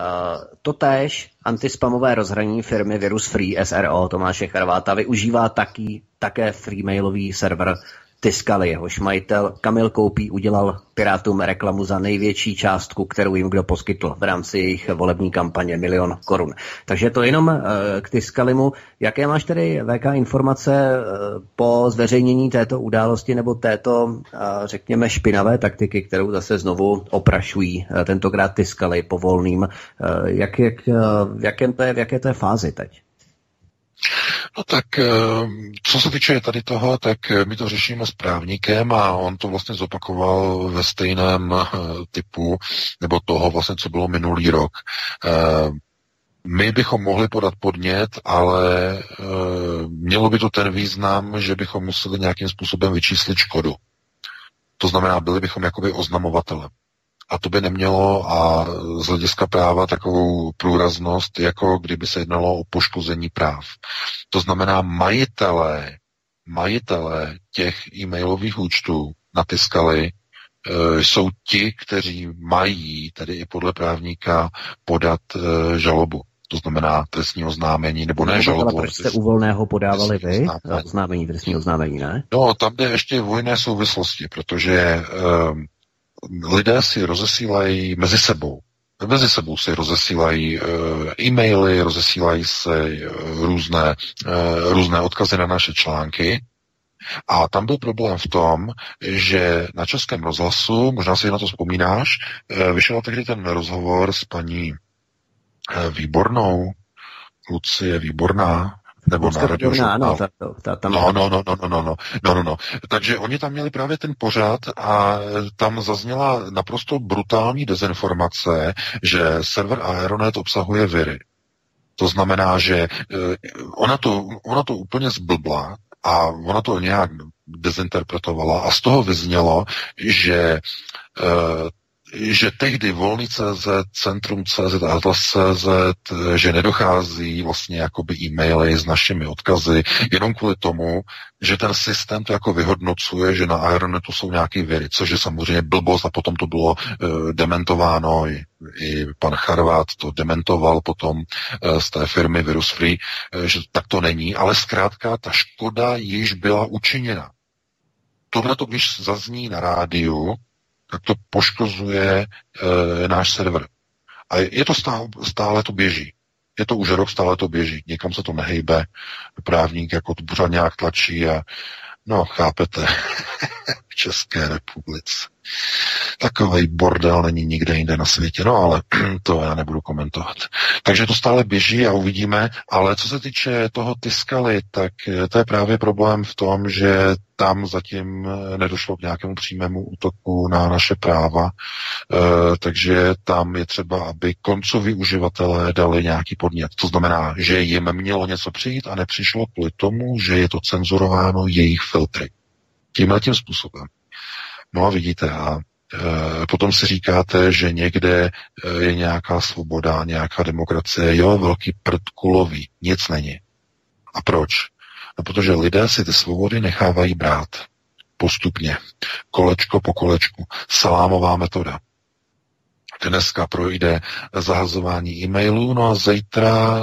totéž antispamové rozhraní firmy Virus Free SRO Tomáše Charváta využívá také freemailový server Tiscali, jehož majitel Kamil Koupí udělal Pirátům reklamu za největší částku, kterou jim kdo poskytl v rámci jejich volební kampaně 1 milion korun. Takže to jenom k Tiscalimu. Jaké máš tedy VK informace po zveřejnění této události nebo této, řekněme, špinavé taktiky, kterou zase znovu oprašují tentokrát Tiscali po volným? V jaké to je fázi teď? No tak, co se týče tady toho, tak my to řešíme s právníkem a on to vlastně zopakoval ve stejném typu, nebo toho vlastně, co bylo minulý rok. My bychom mohli podat podnět, ale mělo by to ten význam, že bychom museli nějakým způsobem vyčíslit škodu. To znamená, byli bychom jakoby oznamovatelem. A to by nemělo a z hlediska práva takovou průraznost, jako kdyby se jednalo o poškození práv. To znamená, majitelé těch e-mailových účtů na Tiscali jsou ti, kteří mají, tedy i podle právníka, podat žalobu. To znamená trestní oznámení, nebo ne žalobu. Ale proč jste u Volného podávali vy? Trestní oznámení, ne? No, tam jde ještě o jiné souvislosti, protože lidé si rozesílají mezi sebou. Mezi sebou si rozesílají e-maily, rozesílají se různé odkazy na naše články. A tam byl problém v tom, že na Českém rozhlasu, možná si na to vzpomínáš, vyšel tehdy ten rozhovor s paní Výbornou, Lucie Výborná, nebo na radiožurnálu. No. Takže oni tam měli právě ten pořad a tam zazněla naprosto brutální dezinformace, že server Aeronet obsahuje viry. To znamená, že ona to úplně zblbla a ona to nějak dezinterpretovala a z toho vyznělo, že tehdy Volný.cz, Centrum.cz, Atlas.cz, že nedochází vlastně jakoby e-maily s našimi odkazy, jenom kvůli tomu, že ten systém to jako vyhodnocuje, že na Aeronetu jsou nějaké viry, což je samozřejmě blbost a potom to bylo dementováno, i pan Charvát to dementoval potom z té firmy Virus Free, že tak to není, ale zkrátka ta škoda již byla učiněna. Tohle to, když zazní na rádiu, tak to poškozuje náš server. A je to stále to běží. Je to už rok, stále to běží. Někam se to nehejbe. Právník jako to pořád nějak tlačí a no, chápete. České republice. Takovej bordel není nikde jinde na světě, no ale to já nebudu komentovat. Takže to stále běží a uvidíme, ale co se týče toho Tiskaly, tak to je právě problém v tom, že tam zatím nedošlo k nějakému přímému útoku na naše práva, takže tam je třeba, aby koncoví uživatelé dali nějaký podnět. To znamená, že jim mělo něco přijít a nepřišlo kvůli tomu, že je to cenzurováno jejich filtry. Tímhletím způsobem. No a vidíte, a potom si říkáte, že někde je nějaká svoboda, nějaká demokracie. Jo, velký prd kulový. Nic není. A proč? No, protože lidé si ty svobody nechávají brát. Postupně. Kolečko po kolečku. Salámová metoda. Dneska projde zahazování e-mailů, no a zítra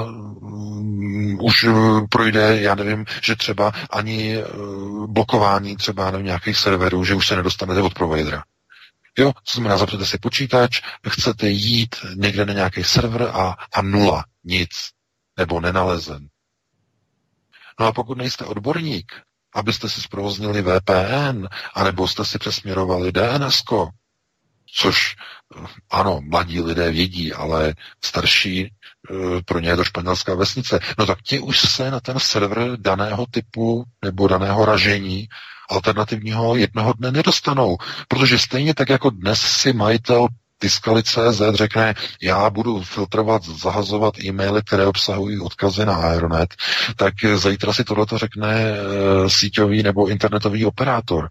už projde, já nevím, že třeba ani blokování třeba nevím, nějakých serverů, že už se nedostanete od providera. Jo, to znamená, zapřete si počítač, chcete jít někde na nějaký server a nula, nic, nebo nenalezen. No a pokud nejste odborník, abyste si zprovoznili VPN, anebo jste si přesměrovali DNS-ko, což ano, mladí lidé vědí, ale starší, pro ně je to španělská vesnice, no tak ti už se na ten server daného typu nebo daného ražení alternativního jednoho dne nedostanou, protože stejně tak jako dnes si majitel Tiskaly.cz řekne, já budu filtrovat, zahazovat e-maily, které obsahují odkazy na Aeronet, tak zítra si tohleto řekne síťový nebo internetový operátor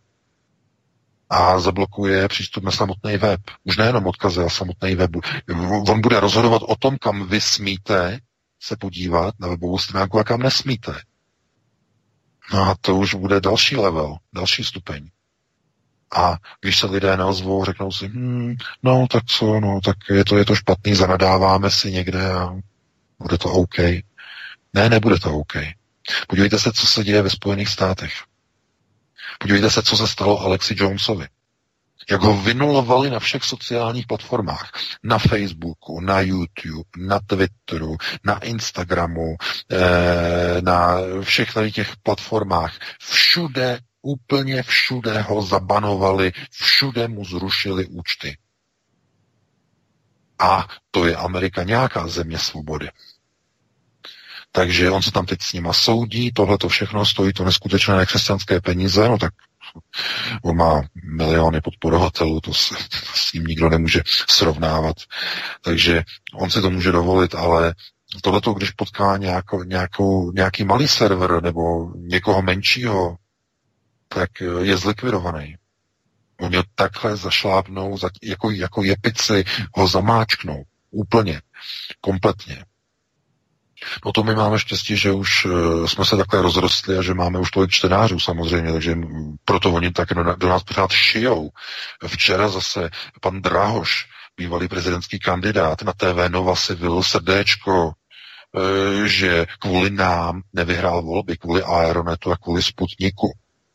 a zablokuje přístup na samotný web. Už nejenom odkazy, ale samotný web. On bude rozhodovat o tom, kam vy smíte se podívat na webovou stránku a kam nesmíte. No a to už bude další level, další stupeň. A když se lidé neozvou, řeknou si, no tak co, no tak je to špatný, zanadáváme si někde a bude to OK. Ne, nebude to OK. Podívejte se, co se děje ve Spojených státech. Podívejte se, co se stalo Alexi Jonesovi. Jak ho vynulovali na všech sociálních platformách. Na Facebooku, na YouTube, na Twitteru, na Instagramu, na všech tady těch platformách. Všude, úplně všude ho zabanovali, všude mu zrušili účty. A to je Amerika, nějaká země svobody. Takže on se tam teď s nima soudí, tohle to všechno stojí to neskutečné nekřesťanské peníze, no tak on má miliony podporovatelů, to se s ním nikdo nemůže srovnávat. Takže on si to může dovolit, ale tohleto, když potká nějaký malý server nebo někoho menšího, tak je zlikvidovaný. Oni ho takhle zašlápnou, jako jepici ho zamáčknou. Úplně. Kompletně. No to my máme štěstí, že už jsme se takhle rozrostli a že máme už tolik čtenářů samozřejmě, takže proto oni tak do nás pořád šijou. Včera zase pan Drahoš, bývalý prezidentský kandidát, na TV Nova si vylil srdéčko, že kvůli nám nevyhrál volby, kvůli Aeronetu a kvůli Sputniku.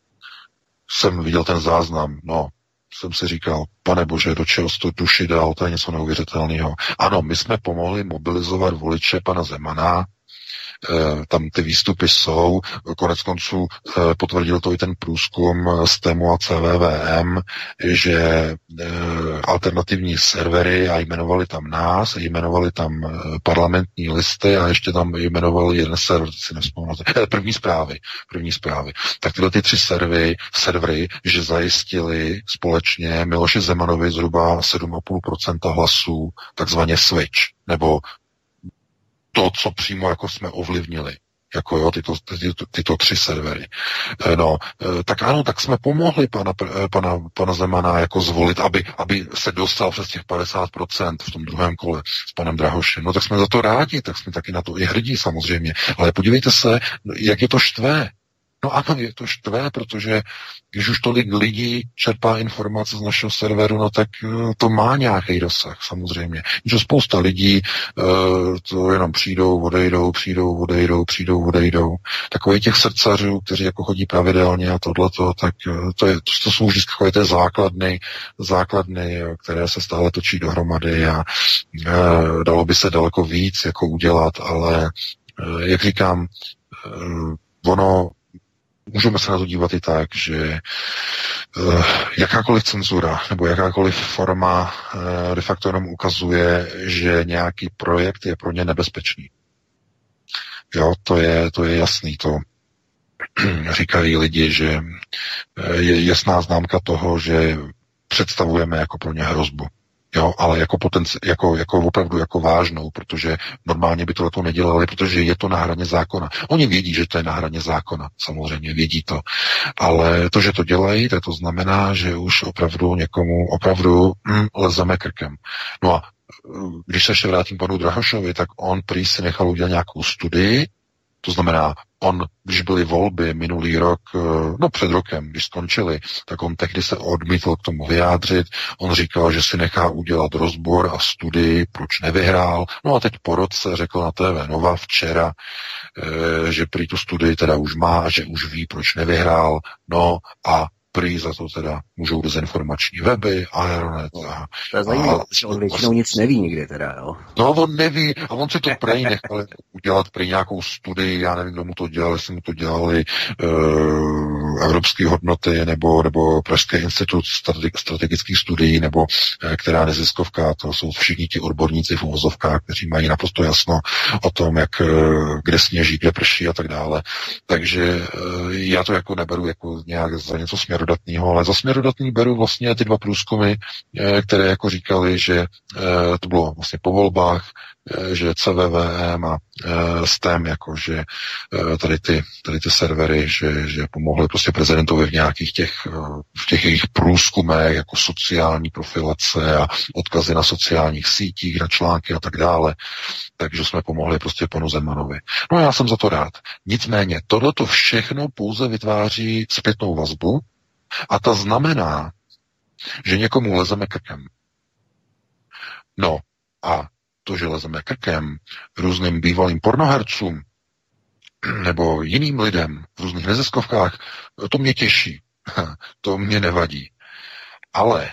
Jsem viděl ten záznam, no, jsem si říkal, pane bože, do čeho jsi to duši dal, to je něco neuvěřitelného. Ano, my jsme pomohli mobilizovat voliče pana Zemana, tam ty výstupy jsou, konec konců potvrdil to i ten průzkum z TEMu a CVVM, že alternativní servery a jmenovali tam nás, jmenovali tam parlamentní listy a ještě tam jmenovali jeden server, si nevzpomínám, první zprávy. Tak tyhle ty 3 servery, že zajistili společně Miloši Zemanovi zhruba 7,5% hlasů, takzvaně switch, nebo to, co přímo jako jsme ovlivnili, jako jo, tyto 3 servery. No, tak ano, tak jsme pomohli pana Zemana jako zvolit, aby se dostal přes těch 50% v tom druhém kole s panem Drahošem. No tak jsme za to rádi, tak jsme taky na to i hrdí samozřejmě. Ale podívejte se, jak je to štvé. No ano, je to štvé, protože když už tolik lidí čerpá informace z našeho serveru, no tak to má nějaký dosah, samozřejmě. Že spousta lidí to jenom přijdou, odejdou. Takových těch srdcařů, kteří jako chodí pravidelně a tohleto, tak to jsou vždycky takové té základny, které se stále točí dohromady a dalo by se daleko víc jako udělat, ale jak říkám, ono můžeme se na to dívat i tak, že jakákoliv cenzura nebo jakákoliv forma de facto jenom ukazuje, že nějaký projekt je pro ně nebezpečný. Jo, to je jasný, to říkají lidi, že je jasná známka toho, že představujeme jako pro ně hrozbu. Jo, ale jako opravdu jako vážnou, protože normálně by tohleto nedělali, protože je to na hraně zákona. Oni vědí, že to je na hraně zákona, samozřejmě vědí to. Ale to, že to dělají, to znamená, že už opravdu někomu lezeme krkem. No a když se ještě vrátím panu Drahošovi, tak on prý si nechal udělat nějakou studii, to znamená, když byly volby minulý rok, před rokem, když skončily, tak on tehdy se odmítl k tomu vyjádřit. On říkal, že si nechá udělat rozbor a studii, proč nevyhrál. No a teď po roce řekl na TV Nova včera, že prý tu studii teda už má a že už ví, proč nevyhrál. No a prý za to teda můžou dezinformační weby, Aeronet. To je zajímavé, že on většinou nic neví nikdy teda, jo. No, on neví a on si to prej nechal udělat prý nějakou studii, já nevím, kdo mu to dělal, jestli mu to dělali evropské hodnoty nebo Pražský institut strategických studií, nebo která neziskovka, to jsou všichni ti odborníci v uvozovkách, kteří mají naprosto jasno o tom, kde sněží, kde prší a tak dále. Takže já to jako neberu jako nějak za něco směrodatného, ale za směrodatný beru vlastně ty dva průzkumy, které jako říkali, že to bylo vlastně po volbách, že CVVM a STEM, jakože tady ty servery, že pomohly prostě prezidentovi v nějakých v těch jejich průzkumech, jako sociální profilace a odkazy na sociálních sítích, na články a tak dále. Takže jsme pomohli prostě panu Zemanovi. No a já jsem za to rád. Nicméně, tohleto všechno pouze vytváří zpětnou vazbu a ta znamená, že někomu lezeme krkem. No a to, že lezeme krkem různým bývalým pornohercům nebo jiným lidem v různých neziskovkách, to mě těší. To mě nevadí. Ale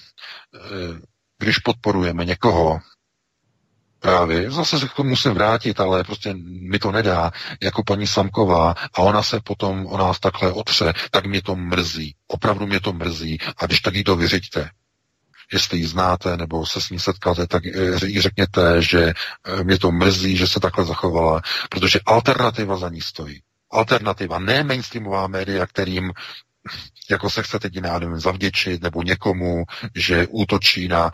když podporujeme někoho, právě, zase se k tomu musím vrátit, ale prostě mi to nedá, jako paní Samková, a ona se potom o nás takhle otře, tak mě to mrzí. Opravdu mě to mrzí. A když tak jí to vyřiďte. Jestli ji znáte, nebo se s ní setkáte, tak jí řekněte, že mě to mrzí, že se takhle zachovala, protože alternativa za ní stojí. Alternativa, ne mainstreamová média, kterým jako se chcete zavděčit, nebo někomu, že útočí na,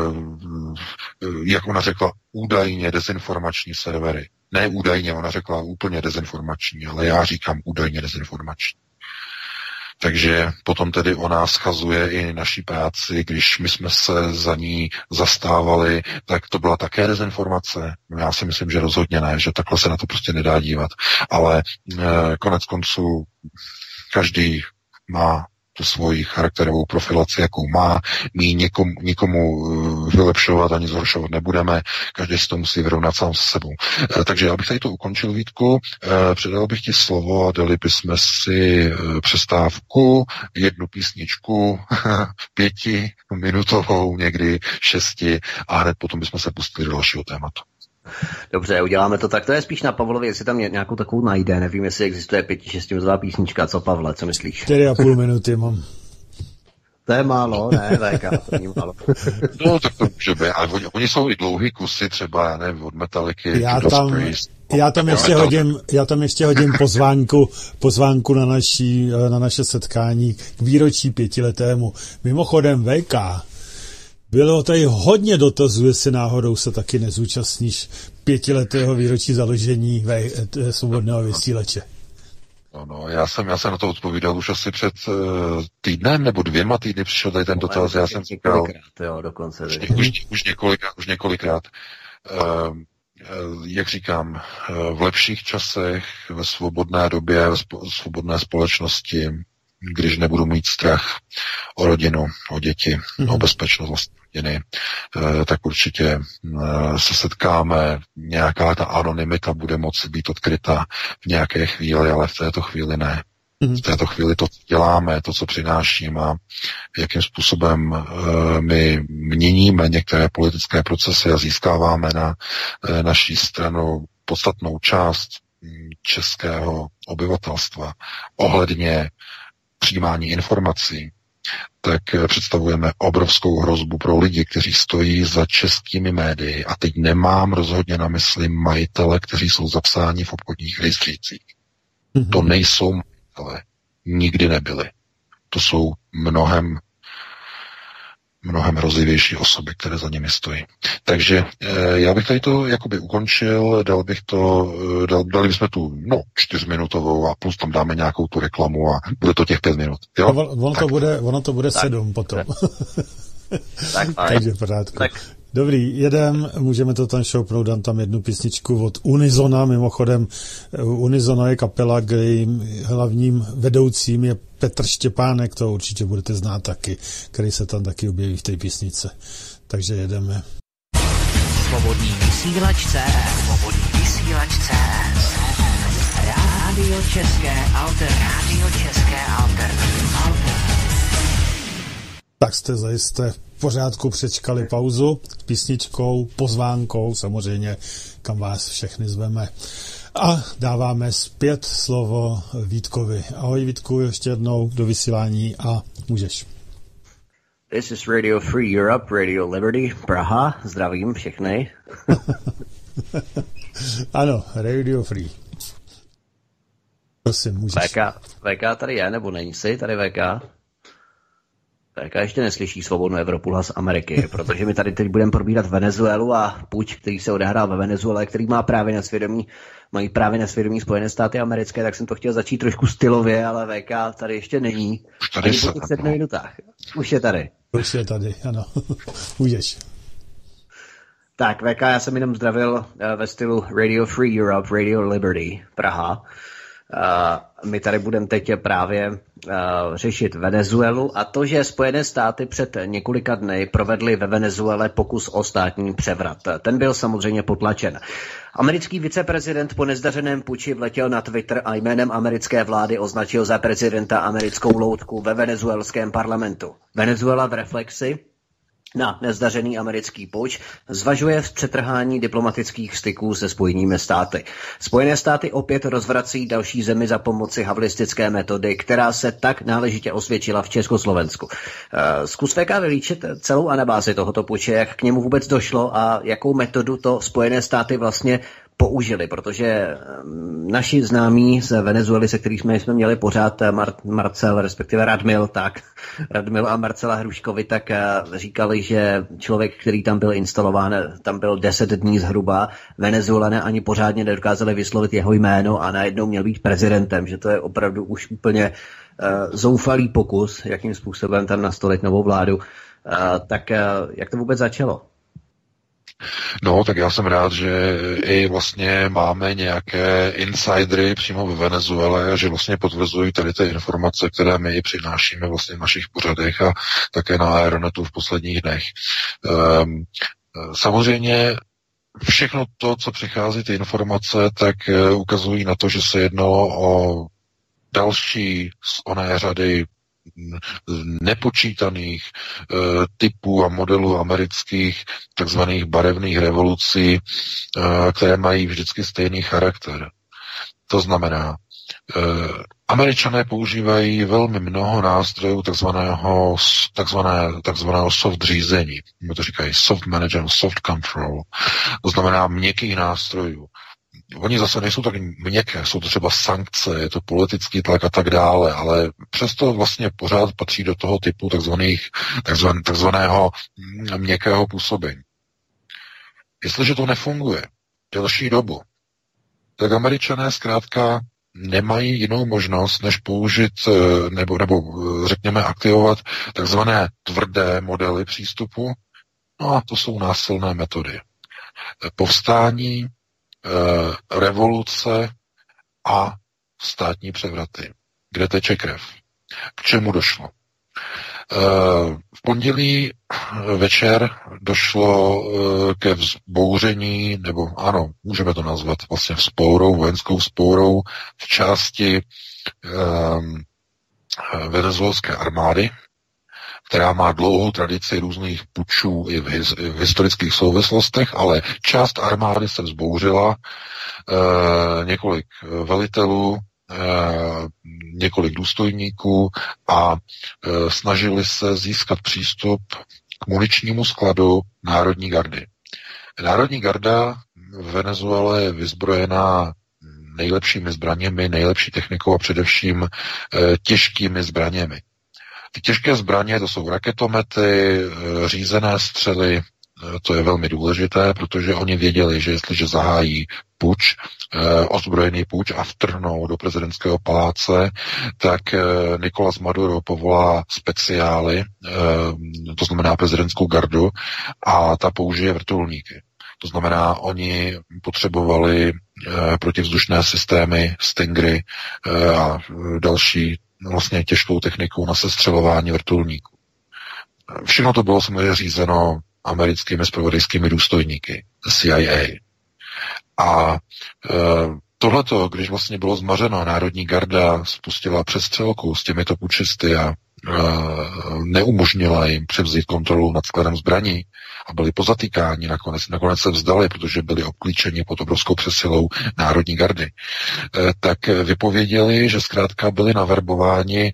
jak ona řekla, údajně dezinformační servery. Ne údajně, ona řekla úplně dezinformační, ale já říkám údajně dezinformační. Takže potom tedy ona schazuje i naší práci, když my jsme se za ní zastávali, tak to byla také dezinformace. Já si myslím, že rozhodně ne, že takhle se na to prostě nedá dívat. Ale konec konců každý má tu svoji charakterovou profilaci, jakou má. My nikomu vylepšovat ani zhoršovat nebudeme. Každý si to musí vyrovnat sám se sebou. Takže abych tady to ukončil, Vítku, předal bych ti slovo a dali bychom si přestávku, jednu písničku, 5minutovou, někdy 6, a hned potom bychom se pustili do dalšího tématu. Dobře, uděláme to tak. To je spíš na Pavlovi, jestli tam nějakou takovou najde. Nevím, jestli existuje 5-6 minutová písnička. Co, Pavle, co myslíš? 4,5 minuty mám. To je málo, ne? To není málo. No, tak to může být. Ale oni jsou i dlouhý kusy, třeba, já nevím, od Metalliky. Já tam ještě hodím pozvánku na naše setkání k výročí 5letému. Mimochodem VK, bylo tady hodně dotazů, jestli náhodou se taky nezúčastníš 5letého výročí založení Svobodného vysílače. No, já jsem na to odpovídal už asi před týdnem nebo 2 týdny přišel tady ten dotaz. Já jsem říkal už několikrát. Jak říkám, v lepších časech, ve svobodné době, ve svobodné společnosti, když nebudu mít strach o rodinu, o děti, o bezpečnost vlastní rodiny, tak určitě se setkáme, nějaká ta anonymita bude moci být odkryta v nějaké chvíli, ale v této chvíli ne. V této chvíli to děláme, to, co přináším a jakým způsobem my měníme některé politické procesy a získáváme na naší stranu podstatnou část českého obyvatelstva ohledně přijímání informací, tak představujeme obrovskou hrozbu pro lidi, kteří stojí za českými médii. A teď nemám rozhodně na mysli majitele, kteří jsou zapsáni v obchodních rejstřících. To nejsou majitele. Nikdy nebyli. To jsou mnohem hrozivější osoby, které za nimi stojí. Takže já bych tady to jakoby ukončil, dali bychom tu 4minutovou a plus tam dáme nějakou tu reklamu a bude to těch 5 minut. Jo? Ono to bude 7 potom. Tak. Takže pořádku. Dobrý, můžeme to tam šoupnout, dám tam jednu písničku od Unizona, mimochodem Unizono je kapela, kde jejím hlavním vedoucím je Petr Štěpánek, to určitě budete znát taky, který se tam taky objeví v té písničce. Takže jedeme. Svobodný vysílač CS. Svobodný vysílač CS. Rádio České alternativy. Tak jste zajisté v pořádku přečkali pauzu s písničkou, pozvánkou, samozřejmě, kam vás všechny zveme. A dáváme zpět slovo Vítkovi. Ahoj Vítku, ještě jednou do vysílání a můžeš. This is Radio Free Europe, Radio Liberty, Praha. Zdravím všechny. Ano, Radio Free. Prosím, můžeš. VK tady je, nebo není si tady VK? VK ještě neslyší Svobodnou Evropu, hlas Ameriky, protože my tady teď budeme probírat Venezuelu a puč, který se odehrál ve Venezuele, který mají právě na svědomí Spojené státy americké, tak jsem to chtěl začít trošku stylově, ale VK tady ještě není. Ani po těch 7 minutách. Už je tady. Už je tady, ano. Můžeš. Tak, VK, já jsem jenom zdravil ve stylu Radio Free Europe, Radio Liberty, Praha. My tady budeme teď právě řešit Venezuelu a to, že Spojené státy před několika dny provedly ve Venezuele pokus o státní převrat. Ten byl samozřejmě potlačen. Americký viceprezident po nezdařeném puči vletěl na Twitter a jménem americké vlády označil za prezidenta americkou loutku ve venezuelském parlamentu. Venezuela v reflexi na nezdařený americký puč zvažuje přetrhání diplomatických styků se Spojenými státy. Spojené státy opět rozvrací další zemi za pomoci havlistické metody, která se tak náležitě osvědčila v Československu. Zkus VK vylíčit celou anabázi tohoto puče, jak k němu vůbec došlo a jakou metodu to Spojené státy vlastně použili, protože naši známí z Venezuely, se kterými jsme měli pořád Marcel, respektive Radmil a Marcela Hruškovi, tak říkali, že člověk, který tam byl instalován, tam byl 10 dní zhruba, Venezuelané ani pořádně nedokázali vyslovit jeho jméno a najednou měl být prezidentem, že to je opravdu už úplně zoufalý pokus, jakým způsobem tam nastolit novou vládu. Tak jak to vůbec začalo? No, tak já jsem rád, že i vlastně máme nějaké insidery přímo ve Venezuele, že vlastně potvrzují tady ty informace, které my přinášíme vlastně v našich pořadech a také na Aeronetu v posledních dnech. Samozřejmě všechno to, co přichází, ty informace, tak ukazují na to, že se jednalo o další z oné řady nepočítaných typů a modelů amerických takzvaných barevných revolucí, které mají vždycky stejný charakter. To znamená, Američané používají velmi mnoho nástrojů takzvaného soft řízení. My to říkají soft management, soft control. To znamená měkkých nástrojů. Oni zase nejsou tak měkké, jsou to třeba sankce, je to politický tlak a tak dále, ale přesto vlastně pořád patří do toho typu takzvaného měkkého působení. Jestliže to nefunguje delší dobu, tak Američané zkrátka nemají jinou možnost, než použít nebo řekněme aktivovat takzvané tvrdé modely přístupu. No a to jsou násilné metody. Povstání, revoluce a státní převraty. Kde teče krev? K čemu došlo? V pondělí večer došlo ke vzbouření, nebo ano, můžeme to nazvat vlastně vzpourou, vojenskou vzpourou v části venezuelské armády, která má dlouhou tradici různých pučů i v historických souvislostech, ale část armády se vzbouřila, několik velitelů, několik důstojníků a snažili se získat přístup k muničnímu skladu Národní gardy. Národní garda v Venezuele je vyzbrojená nejlepšími zbraněmi, nejlepší technikou a především těžkými zbraněmi. Ty těžké zbraně, to jsou raketomety, řízené střely, to je velmi důležité, protože oni věděli, že jestliže zahájí puč, ozbrojený puč a vtrhnou do prezidentského paláce, tak Nicolás Maduro povolá speciály, to znamená prezidentskou gardu, a ta použije vrtulníky. To znamená, oni potřebovali protivzdušné systémy, Stingry a další vlastně těžkou techniku na sestřelování vrtulníků. Všechno to bylo samozřejmě řízeno americkými zpravodajskými důstojníky CIA. A tohleto, když vlastně bylo zmařeno, Národní garda spustila přestřelku s těmito pučisty a neumožnila jim převzít kontrolu nad skladem zbraní a byli pozatýkáni, nakonec se vzdali, protože byli obklíčeni pod obrovskou přesilou Národní gardy, tak vypověděli, že zkrátka byli naverbováni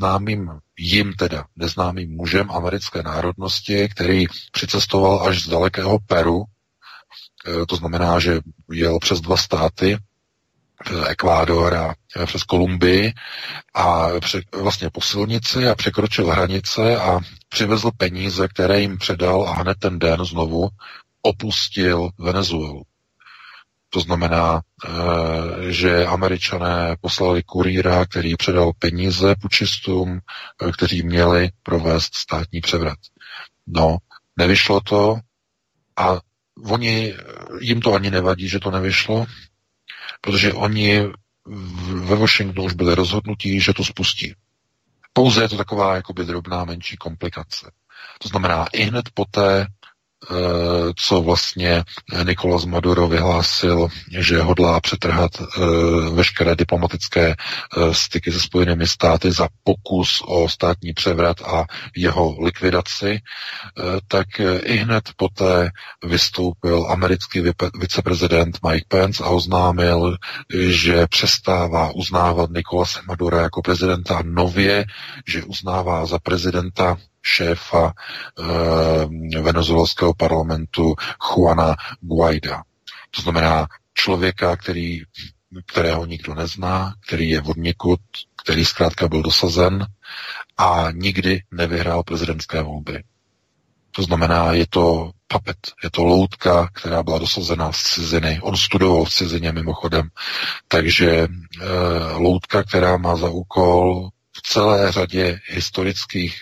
neznámým mužem americké národnosti, který přicestoval až z dalekého Peru, to znamená, že jel přes 2 státy, Ekvádor a přes Kolumbii a vlastně po silnici a překročil hranice a přivezl peníze, které jim předal a hned ten den znovu opustil Venezuelu. To znamená, že Američané poslali kurýra, který předal peníze pučistům, kteří měli provést státní převrat. No, nevyšlo to a jim to ani nevadí, že to nevyšlo, protože oni ve Washingtonu už byli rozhodnutí, že to spustí. Pouze je to taková jakoby drobná menší komplikace. To znamená, i hned poté, co vlastně Nicolás Maduro vyhlásil, že hodlá přetrhat veškeré diplomatické styky se Spojenými státy za pokus o státní převrat a jeho likvidaci, tak i hned poté vystoupil americký viceprezident Mike Pence a oznámil, že přestává uznávat Nicolase Madura jako prezidenta nově, že uznává za prezidenta šéfa venezuelského parlamentu Juana Guaida. To znamená člověka, kterého nikdo nezná, který je odněkud, který zkrátka byl dosazen a nikdy nevyhrál prezidentské volby. To znamená, je to puppet, je to loutka, která byla dosazená z ciziny. On studoval v cizině mimochodem. Takže loutka, která má za úkol v celé řadě historických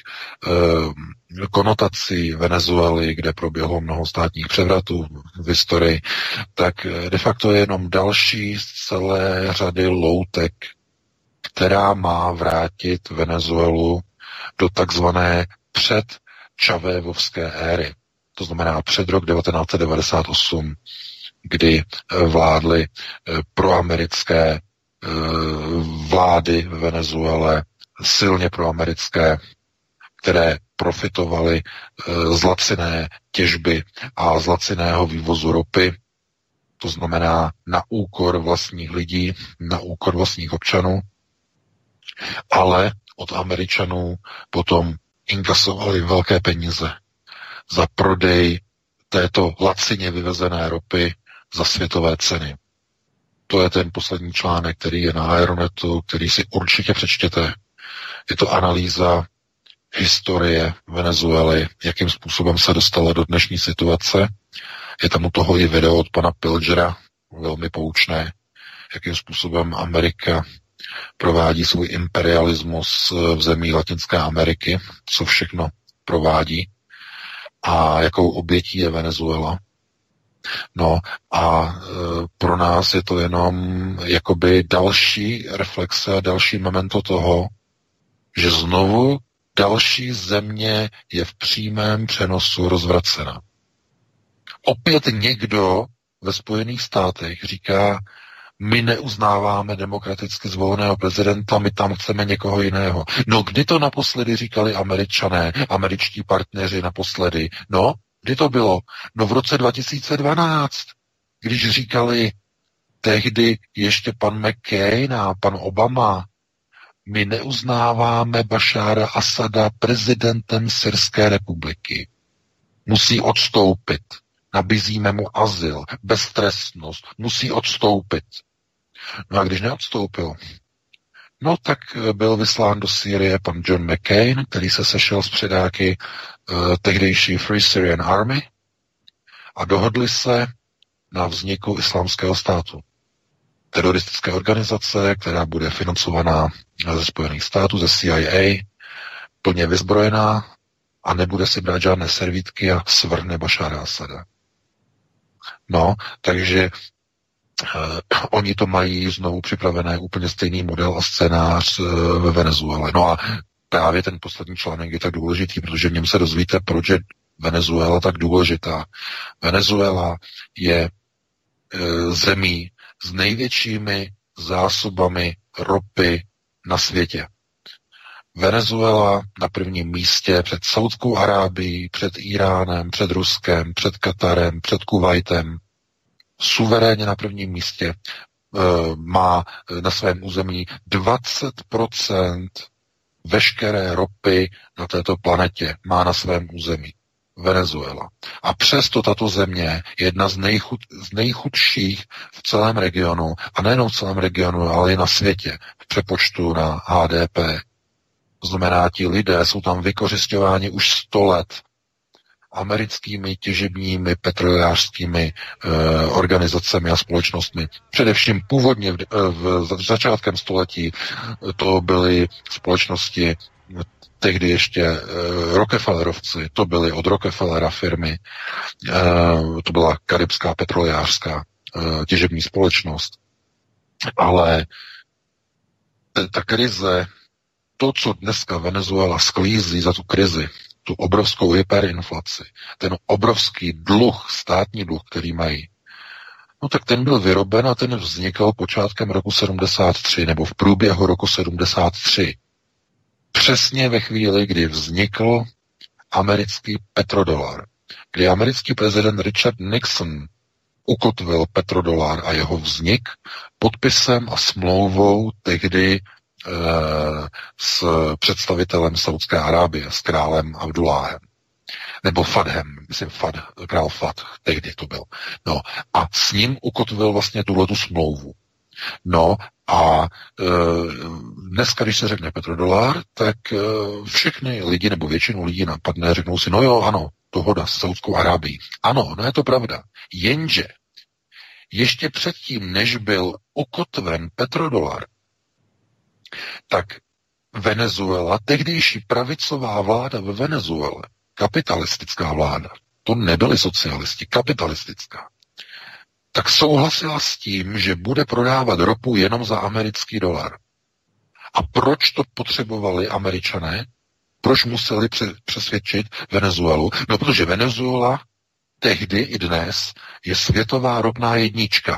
konotací Venezuely, kde proběhlo mnoho státních převratů v historii, tak de facto je jenom další z celé řady loutek, která má vrátit Venezuelu do takzvané předčavévovské éry. To znamená před rok 1998, kdy vládly proamerické vlády v Venezuele, silně proamerické, které profitovaly z laciné těžby a z laciného vývozu ropy, to znamená na úkor vlastních lidí, na úkor vlastních občanů, ale od Američanů potom inkasovali velké peníze za prodej této lacině vyvezené ropy za světové ceny. To je ten poslední článek, který je na Aeronetu, který si určitě přečtěte. Je to analýza historie Venezuely, jakým způsobem se dostala do dnešní situace. Je tam u toho i video od pana Pilgera, velmi poučné, jakým způsobem Amerika provádí svůj imperialismus v zemí Latinské Ameriky, co všechno provádí a jakou obětí je Venezuela. No a pro nás je to jenom jakoby další reflexe, další memento toho, že znovu další země je v přímém přenosu rozvracena. Opět někdo ve Spojených státech říká, My neuznáváme demokraticky zvoleného prezidenta, my tam chceme někoho jiného. No kdy to naposledy říkali Američané, američtí partneři naposledy? No, kdy to bylo? No v roce 2012, když říkali tehdy ještě pan McCain a pan Obama, my neuznáváme Bašára Asada prezidentem Syrské republiky. Musí odstoupit. Nabízíme mu azyl, beztrestnost, musí odstoupit. No a když neodstoupil, no tak byl vyslán do Sýrie pan John McCain, který se sešel s předáky tehdejší Free Syrian Army a dohodli se na vzniku islámského státu. Teroristické organizace, která bude financovaná ze Spojených států, ze CIA, plně vyzbrojená a nebude si brát žádné servítky a svrhne Bašára Asada. No, takže oni to mají znovu připravené úplně stejný model a scénář ve Venezuele. No a právě ten poslední článek je tak důležitý, protože v něm se dozvíte, proč je Venezuela tak důležitá. Venezuela je zemí s největšími zásobami ropy na světě. Venezuela na prvním místě před Saudskou Arábií, před Iránem, před Ruskem, před Katarem, před Kuvajtem. Suverénně na prvním místě má na svém území 20% veškeré ropy na této planetě má na svém území. Venezuela. A přesto tato země je jedna z nejchudších v celém regionu, a nejenom v celém regionu, ale i na světě, v přepočtu na HDP. To znamená, ti lidé jsou tam vykořisťováni už 100 let americkými těžebními petrolejářskými organizacemi a společnostmi. Především původně v začátkem století to byly společnosti tehdy ještě Rockefellerovci, to byly od Rockefellera firmy, to byla karibská petrolejářská těžební společnost. Ale ta krize, to, co dneska Venezuela sklízí za tu krizi, tu obrovskou hyperinflaci, ten obrovský dluh, státní dluh, který mají, no tak ten byl vyroben a ten vznikl počátkem roku 73, nebo v průběhu roku 73. Přesně ve chvíli, kdy vznikl americký petrodolar, kdy americký prezident Richard Nixon ukotvil petrodolar a jeho vznik podpisem a smlouvou tehdy s představitelem Saudské Arábie, s králem Abdulláhem. Nebo Fadhem, myslím král Fad, tehdy to byl. No a s ním ukotvil vlastně tuhletu smlouvu. No a dneska, když se řekne petrodolar, tak všechny lidi nebo většinu lidí napadne, řeknou si, no jo, ano, dohoda s Saudskou Arábií. Ano, no je to pravda. Jenže ještě předtím, než byl ukotven petrodolar, tak Venezuela, tehdejší pravicová vláda ve Venezuele, kapitalistická vláda, to nebyli socialisti, kapitalistická, tak souhlasila s tím, že bude prodávat ropu jenom za americký dolar. A proč to potřebovali Američané? Proč museli přesvědčit Venezuelu? No, protože Venezuela tehdy i dnes je světová ropná jednička.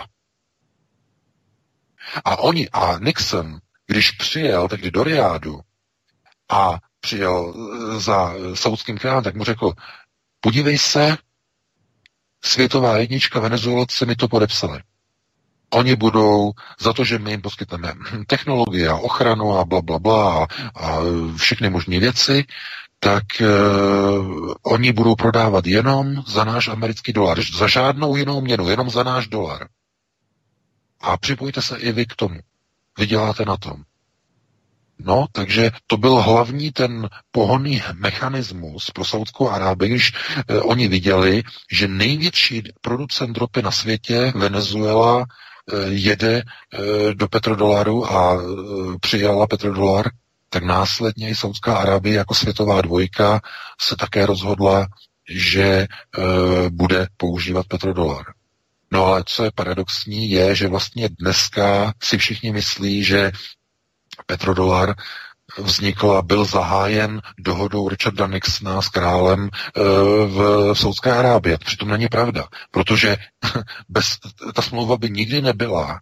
A Nixon, když přijel tehdy do Riádu a přijel za saudským králem, tak mu řekl, podívej se, světová jednička, Venezuelci mi to podepsali. Oni budou za to, že my jim poskytneme technologie a ochranu a blablabla a všechny možné věci, tak oni budou prodávat jenom za náš americký dolar. Za žádnou jinou měnu, jenom za náš dolar. A připojte se i vy k tomu. Vyděláte na tom. No, takže to byl hlavní ten pohonný mechanismus pro Saudskou Arábii, když oni viděli, že největší producent ropy na světě, Venezuela, jede do petrodolaru a přijala petrodolar, tak následně i Saudská Arábie jako světová dvojka se také rozhodla, že bude používat petrodolar. No ale co je paradoxní, je, že vlastně dneska si všichni myslí, že petrodolar vznikl a byl zahájen dohodou Richarda Nixona s králem v Saudské Arábii. Přitom není pravda, protože ta smlouva by nikdy nebyla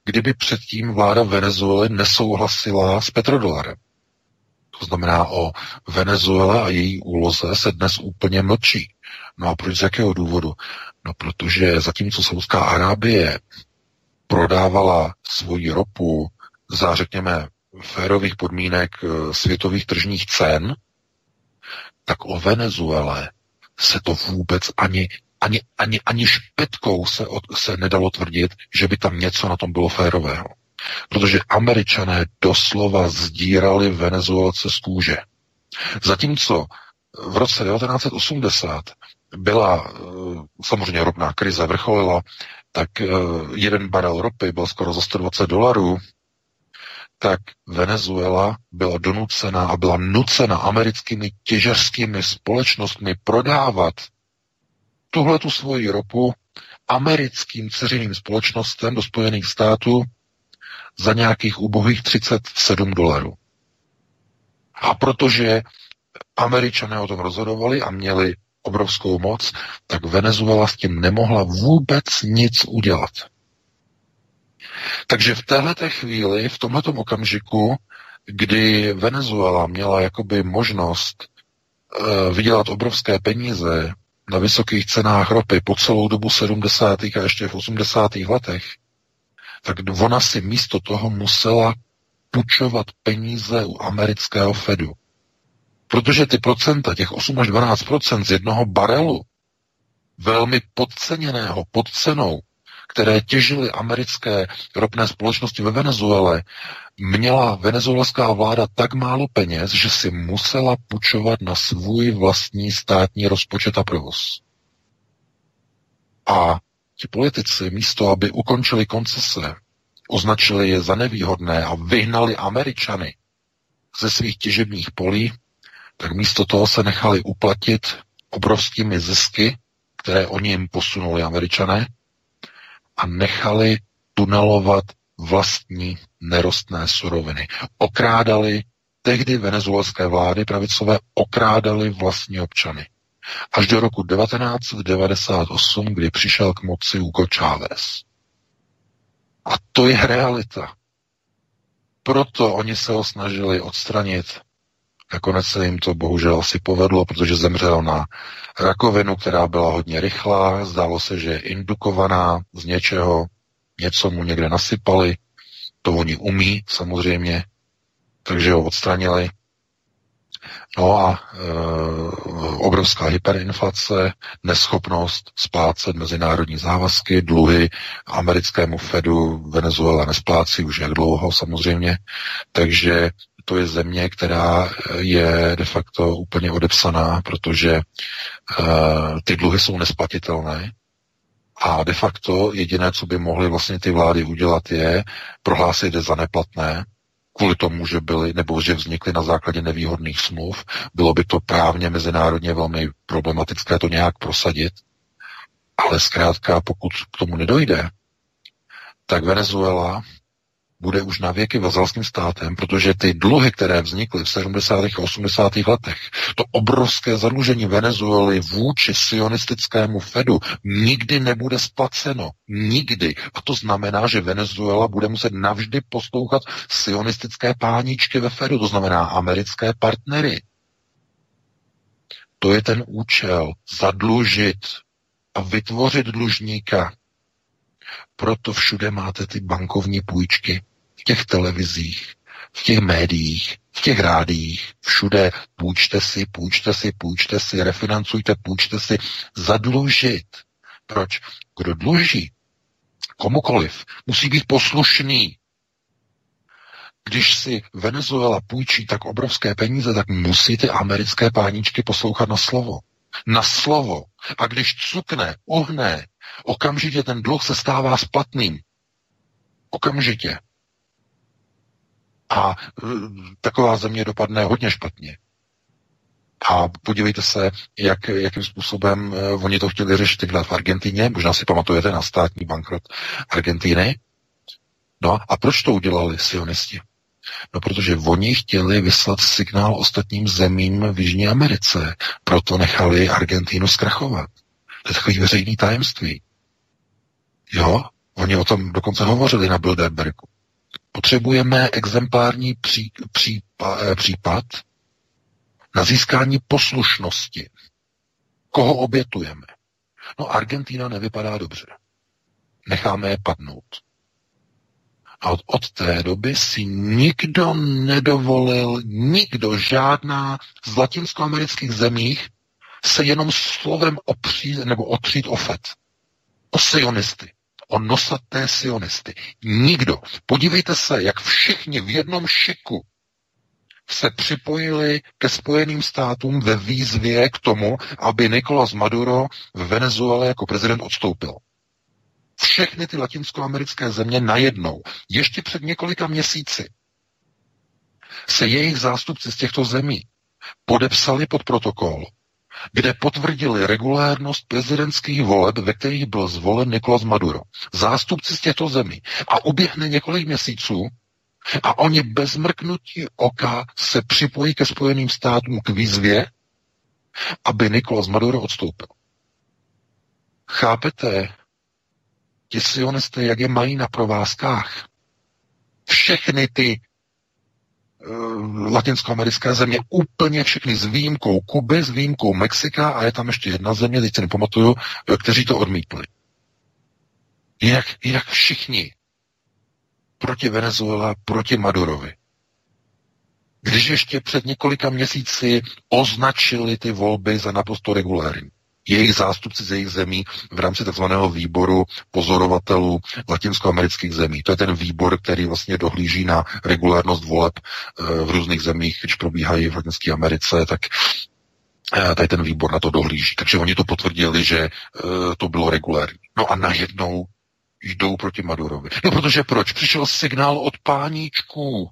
kdyby předtím vláda Venezuely nesouhlasila s petrodolarem. To znamená, o Venezuele a její úloze se dnes úplně mlčí. No a proč, z jakého důvodu? No protože zatímco Saudská Arábie prodávala svoji ropu za, řekněme, férových podmínek světových tržních cen, tak o Venezuele se to vůbec ani špetkou se nedalo tvrdit, že by tam něco na tom bylo férového. Protože Američané doslova sdírali Venezuelce z kůže. Zatímco v roce 1980 byla samozřejmě ropná krize vrcholila, tak jeden barel ropy byl skoro za $120, tak Venezuela byla donucena a byla nucena americkými těžařskými společnostmi prodávat tuhletu svoji ropu americkým dceřiným společnostem do Spojených států za nějakých ubohých $37. A protože Američané o tom rozhodovali a měli obrovskou moc, tak Venezuela s tím nemohla vůbec nic udělat. Takže v téhleté chvíli, v tomhletom okamžiku, kdy Venezuela měla jakoby možnost vydělat obrovské peníze na vysokých cenách ropy po celou dobu 70. a ještě v 80. letech, tak ona si místo toho musela půjčovat peníze u amerického Fedu. Protože ty procenta, těch 8 až 12% z jednoho barelu, velmi podceněného, pod cenou, které těžily americké ropné společnosti ve Venezuele, měla venezuelská vláda tak málo peněz, že si musela půjčovat na svůj vlastní státní rozpočet a provoz. A ti politici místo, aby ukončili koncese, označili je za nevýhodné a vyhnali Američany ze svých těžebních polí, tak místo toho se nechali uplatit obrovskými zisky, které oni jim posunuli Američané, a nechali tunelovat vlastní nerostné suroviny. Okrádali, tehdy venezuelské vlády pravicové okrádali vlastní občany. Až do roku 1998, kdy přišel k moci Hugo Chávez. A to je realita. Proto oni se ho snažili odstranit. Nakonec se jim to bohužel asi povedlo, protože zemřel na rakovinu, která byla hodně rychlá. Zdálo se, že je indukovaná z něčeho, něco mu někde nasypali. To oni umí samozřejmě, takže ho odstranili. No a obrovská hyperinflace, neschopnost splácet mezinárodní závazky, dluhy americkému Fedu Venezuela nesplácí už jak dlouho samozřejmě, takže to je země, která je de facto úplně odepsaná, protože ty dluhy jsou nesplatitelné a de facto jediné, co by mohly vlastně ty vlády udělat, je prohlásit je za neplatné, kvůli tomu, že byly, nebo že vznikly na základě nevýhodných smluv. Bylo by to právně mezinárodně velmi problematické to nějak prosadit, ale zkrátka, pokud k tomu nedojde, tak Venezuela bude už na věky vazalským státem, protože ty dluhy, které vznikly v 70. a 80. letech, to obrovské zadlužení Venezuely vůči sionistickému Fedu nikdy nebude splaceno. Nikdy. A to znamená, že Venezuela bude muset navždy poslouchat sionistické páničky ve Fedu, to znamená americké partnery. To je ten účel. Zadlužit a vytvořit dlužníka. Proto všude máte ty bankovní půjčky. V těch televizích, v těch médiích, v těch rádiích, všude půjčte si, refinancujte, půjčte si, zadlužit. Proč? Kdo dluží komukoliv, musí být poslušný. Když si Venezuela půjčí tak obrovské peníze, tak musí ty americké páničky poslouchat na slovo. Na slovo. A když cukne, uhne, okamžitě ten dluh se stává splatným. Okamžitě. A taková země dopadne hodně špatně. A podívejte se, jakým způsobem oni to chtěli řešit tenkrát v Argentině. Možná si pamatujete na státní bankrot Argentiny. No a proč to udělali sionisti? No, protože oni chtěli vyslat signál ostatním zemím v Jižní Americe. Proto nechali Argentínu zkrachovat. To je takový veřejný tajemství. Jo? Oni o tom dokonce hovořili na Bilderbergu. Potřebujeme exemplární případ na získání poslušnosti. Koho obětujeme? No, Argentina nevypadá dobře. Necháme je padnout. A od té doby si nikdo nedovolil, žádná z latinskoamerických zemích se jenom slovem otřít o FET. O sionisty. O nosaté sionisty. Nikdo. Podívejte se, jak všichni v jednom šiku se připojili ke Spojeným státům ve výzvě k tomu, aby Nicolás Maduro v Venezuele jako prezident odstoupil. Všechny ty latinskoamerické země najednou, ještě před několika měsíci, se jejich zástupci z těchto zemí podepsali pod protokol, kde potvrdili regulérnost prezidentských voleb, ve kterých byl zvolen Nicolás Maduro. Zástupci z těchto zemí. A uběhne několik měsíců a oni bez mrknutí oka se připojí ke Spojeným státům k výzvě, aby Nicolás Maduro odstoupil. Chápete, ti sionisté, jak je mají na provázkách? Všechny ty latinskoamerické země, úplně všechny s výjimkou Kuby, s výjimkou Mexika a je tam ještě jedna země, teď si nepamatuju, kteří to odmítli. Jinak všichni proti Venezuela, proti Madurovi. Když ještě před několika měsíci označili ty volby za naprosto regulérní. Jejich zástupci z jejich zemí v rámci takzvaného výboru pozorovatelů latinskoamerických zemí. To je ten výbor, který vlastně dohlíží na regulérnost voleb v různých zemích, když probíhají v Latinské Americe, tak tady ten výbor na to dohlíží. Takže oni to potvrdili, že to bylo regulérní. No a najednou jdou proti Madurovi. No protože proč? Přišel signál od páníčků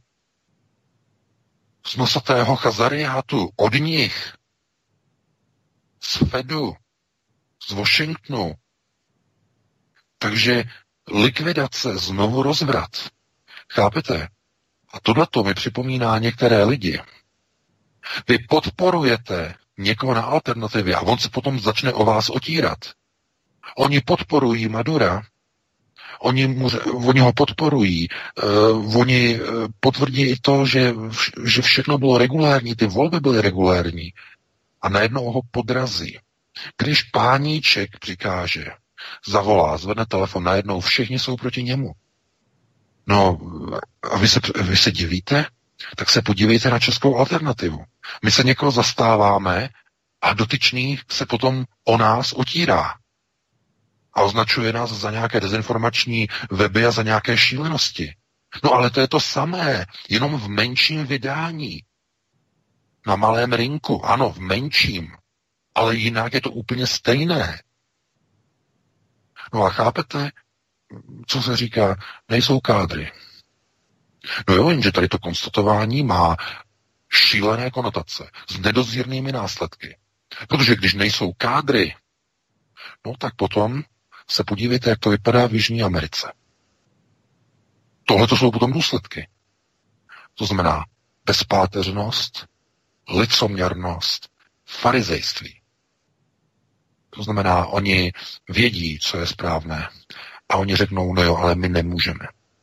z nosatého Chazariátu, od nich, z Fedu, z Washingtonu. Takže likvidace, znovu rozvrat. Chápete? A tohleto mi připomíná některé lidi. Vy podporujete někoho na alternativě a on se potom začne o vás otírat. Oni podporují Madura, oni ho podporují, oni potvrdí i to, že všechno bylo regulární, ty volby byly regulární a najednou ho podrazí. Když páníček přikáže, zavolá, zvedne telefon, najednou všichni jsou proti němu. No a vy se divíte? Tak se podívejte na českou alternativu. My se někoho zastáváme a dotyčný se potom o nás otírá. A označuje nás za nějaké dezinformační weby a za nějaké šílenosti. No ale to je to samé, jenom v menším vydání. Na malém rynku, ano, v menším. Ale jinak je to úplně stejné. No a chápete, co se říká? Nejsou kádry. No jo, jenže tady to konstatování má šílené konotace s nedozírnými následky. Protože když nejsou kádry, no tak potom se podívejte, jak to vypadá v Jižní Americe. Tohle to jsou potom důsledky. To znamená bezpáteřnost, licoměrnost, farizejství. To znamená, oni vědí, co je správné a oni řeknou, no jo, ale my nemůžeme.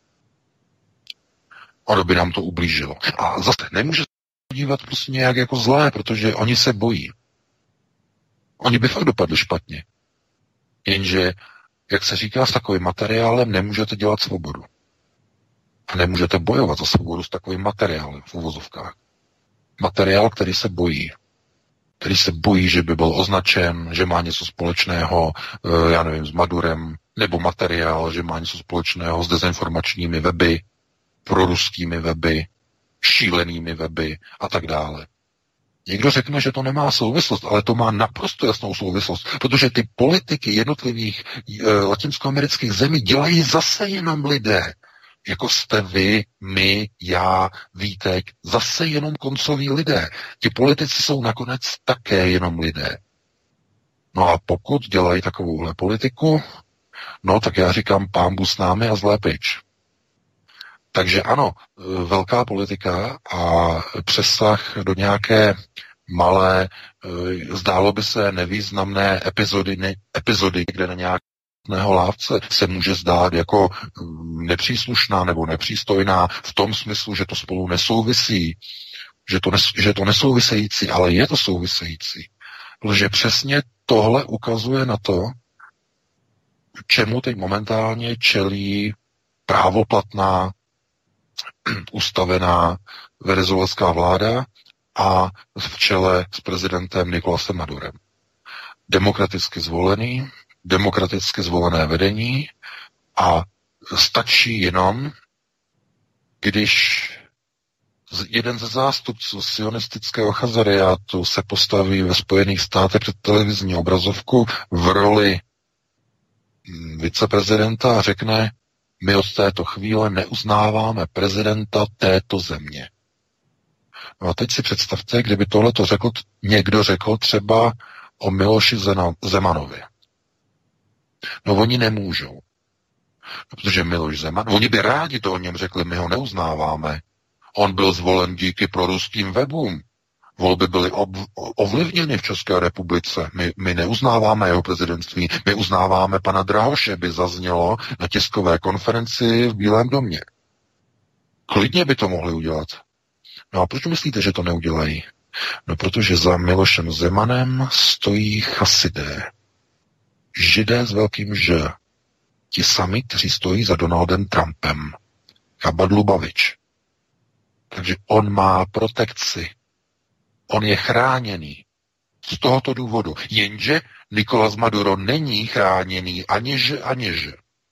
Ono by nám to ublížilo. A zase nemůže se podívat prostě nějak jako zlé, protože oni se bojí. Oni by fakt dopadli špatně. Jenže, jak se říká, s takovým materiálem nemůžete dělat svobodu. A nemůžete bojovat za svobodu s takovým materiálem v uvozovkách. Materiál, který se bojí. Který se bojí, že by byl označen, že má něco společného, já nevím, s Madurem, nebo materiál, že má něco společného s dezinformačními weby, proruskými weby, šílenými weby a tak dále. Někdo řekne, že to nemá souvislost, ale to má naprosto jasnou souvislost, protože ty politiky jednotlivých latinskoamerických zemí dělají zase jenom lidé. Jako jste vy, my, já, Vítek, zase jenom koncoví lidé. Ti politici jsou nakonec také jenom lidé. No a pokud dělají takovouhle politiku, no tak já říkám pánbůh s námi a zlé pryč. Takže ano, velká politika a přesah do nějaké malé, zdálo by se nevýznamné epizody, kde na nějaké špatného lávce se může zdát jako nepříslušná nebo nepřístojná v tom smyslu, že to spolu nesouvisí, že to nesouvisející, ale je to související. Protože přesně tohle ukazuje na to, čemu teď momentálně čelí právoplatná, ustavená venezuelská vláda a v čele s prezidentem Nicolásem Madurem. Demokraticky zvolený, demokraticky zvolené vedení a stačí jenom, když jeden ze zástupců sionistického chazariátu se postaví ve Spojených státech před televizní obrazovku v roli viceprezidenta a řekne, my od této chvíle neuznáváme prezidenta této země. No a teď si představte, kdyby tohleto někdo řekl třeba o Miloši Zemanovi. No oni nemůžou. Protože Miloš Zeman, oni by rádi to o něm řekli, my ho neuznáváme. On byl zvolen díky proruským webům. Volby byly ovlivněny v České republice. My neuznáváme jeho prezidentství, my uznáváme pana Drahoše, by zaznělo na tiskové konferenci v Bílém domě. Klidně by to mohli udělat. No a proč myslíte, že to neudělají? No protože za Milošem Zemanem stojí chasidé. Židé s velkým Ž. Ti sami, kteří stojí za Donaldem Trumpem. Chabad Lubavič. Takže on má protekci. On je chráněný. Z tohoto důvodu. Jenže Nicolás Maduro není chráněný aniž.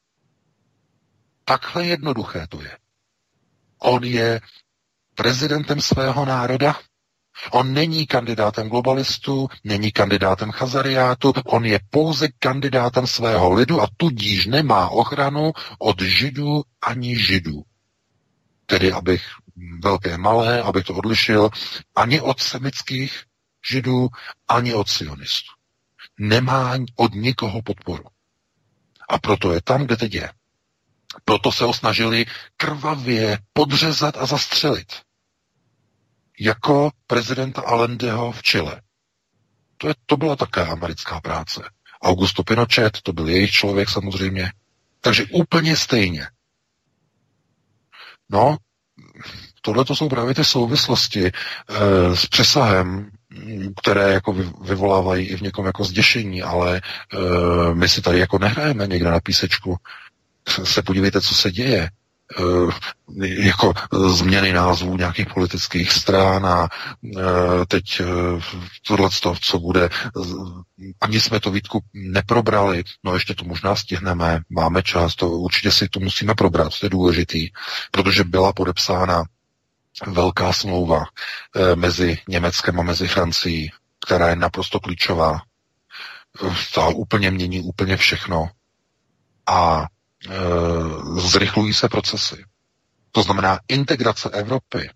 Takhle jednoduché to je. On je prezidentem svého národa. On není kandidátem globalistů, není kandidátem chazariátu, on je pouze kandidátem svého lidu a tudíž nemá ochranu od židů ani židů. Tedy, abych velké malé, abych to odlišil, ani od semických židů, ani od sionistů. Nemá od nikoho podporu. A proto je tam, kde teď je. Proto se ho snažili krvavě podřezat a zastřelit. Jako prezidenta Allendeho v Chile. To byla také americká práce. Augusto Pinochet, to byl jejich člověk samozřejmě. Takže úplně stejně. No, tohle to jsou právě ty souvislosti s přesahem, které jako vyvolávají i v někom jako zděšení, ale my si tady jako nehrajeme někde na písečku. Se podívejte, co se děje. Jako změny názvů nějakých politických stran a teď tohleto, co bude, ani jsme to, Vítku, neprobrali, no ještě to možná stihneme, máme čas, to určitě si to musíme probrat, to je důležitý, protože byla podepsána velká smlouva mezi Německem a mezi Francií, která je naprosto klíčová, ta úplně mění úplně všechno a zrychlují se procesy. To znamená, integrace Evropy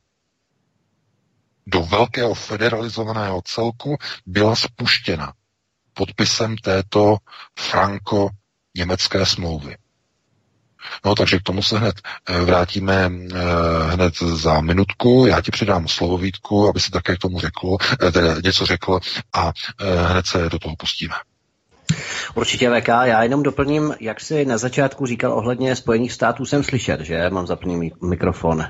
do velkého federalizovaného celku byla spuštěna podpisem této franko-německé smlouvy. No, takže k tomu se hned vrátíme hned za minutku. Já ti předám slovo, Vítku, aby si také k tomu něco řekl a hned se do toho pustíme. Určitě, VK, já jenom doplním, jak jsi na začátku říkal ohledně Spojených států, jsem slyšet, že? Mám zapnutý mikrofon.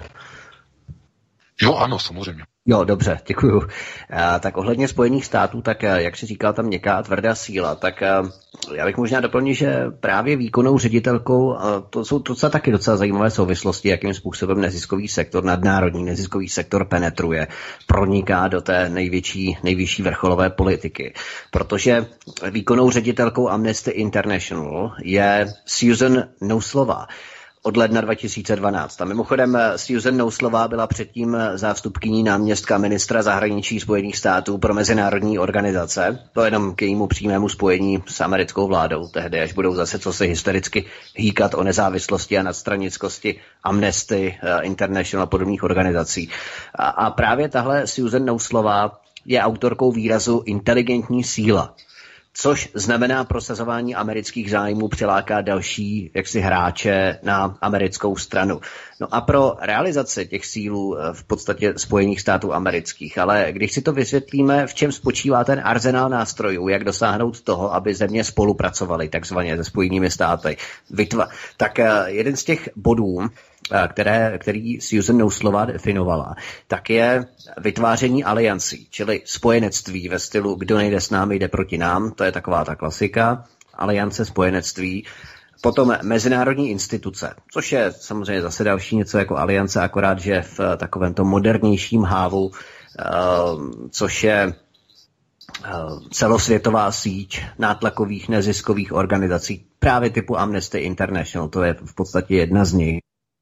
Jo, ano, samozřejmě. Jo, dobře, děkuju. Tak ohledně Spojených států, tak jak jsi říkal, tam měkká tvrdá síla, tak já bych možná doplnil, že právě výkonnou ředitelkou, to jsou docela zajímavé souvislosti, jakým způsobem neziskový sektor, nadnárodní neziskový sektor penetruje, proniká do té nejvyšší vrcholové politiky. Protože výkonnou ředitelkou Amnesty International je Susan Nouslová. Od ledna 2012. A mimochodem Susan Nouslová byla předtím zástupkyní náměstka ministra zahraničí Spojených států pro mezinárodní organizace. To jenom k jejímu přímému spojení s americkou vládou. Tehdy, až budou zase co se hystericky hýkat o nezávislosti a nadstranickosti Amnesty International a podobných organizací. A právě tahle Susan Nouslová je autorkou výrazu inteligentní síla, což znamená prosazování amerických zájmů, přiláká další jaksi hráče na americkou stranu. No a pro realizaci těch cílů v podstatě Spojených států amerických, ale když si to vysvětlíme, v čem spočívá ten arzenál nástrojů, jak dosáhnout toho, aby země spolupracovaly takzvaně se Spojenými státy, tak jeden z těch bodů, který Susan Nouslová definovala, tak je vytváření aliancí, čili spojenectví ve stylu kdo nejde s námi, jde proti nám, to je taková ta klasika, aliance, spojenectví. Potom mezinárodní instituce, což je samozřejmě zase další něco jako aliance, akorát, že v takovém tom modernějším hávu, což je celosvětová síť nátlakových neziskových organizací, právě typu Amnesty International, to je v podstatě jedna z nich.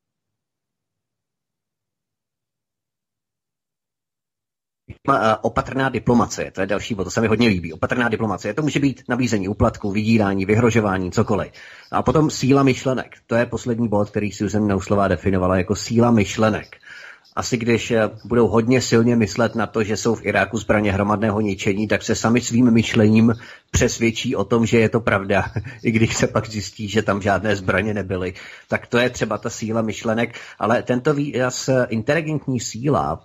Opatrná diplomacie, to je další bod, to se mi hodně líbí. Opatrná diplomacie, to může být nabízení úplatku, vydírání, vyhrožování, cokoliv. A potom síla myšlenek, to je poslední bod, který Susan Nouslová definovala jako síla myšlenek. Asi když budou hodně silně myslet na to, že jsou v Iráku zbraně hromadného ničení, tak se sami svým myšlením přesvědčí o tom, že je to pravda, i když se pak zjistí, že tam žádné zbraně nebyly. Tak to je třeba ta síla myšlenek, ale tento výraz inteligentní síla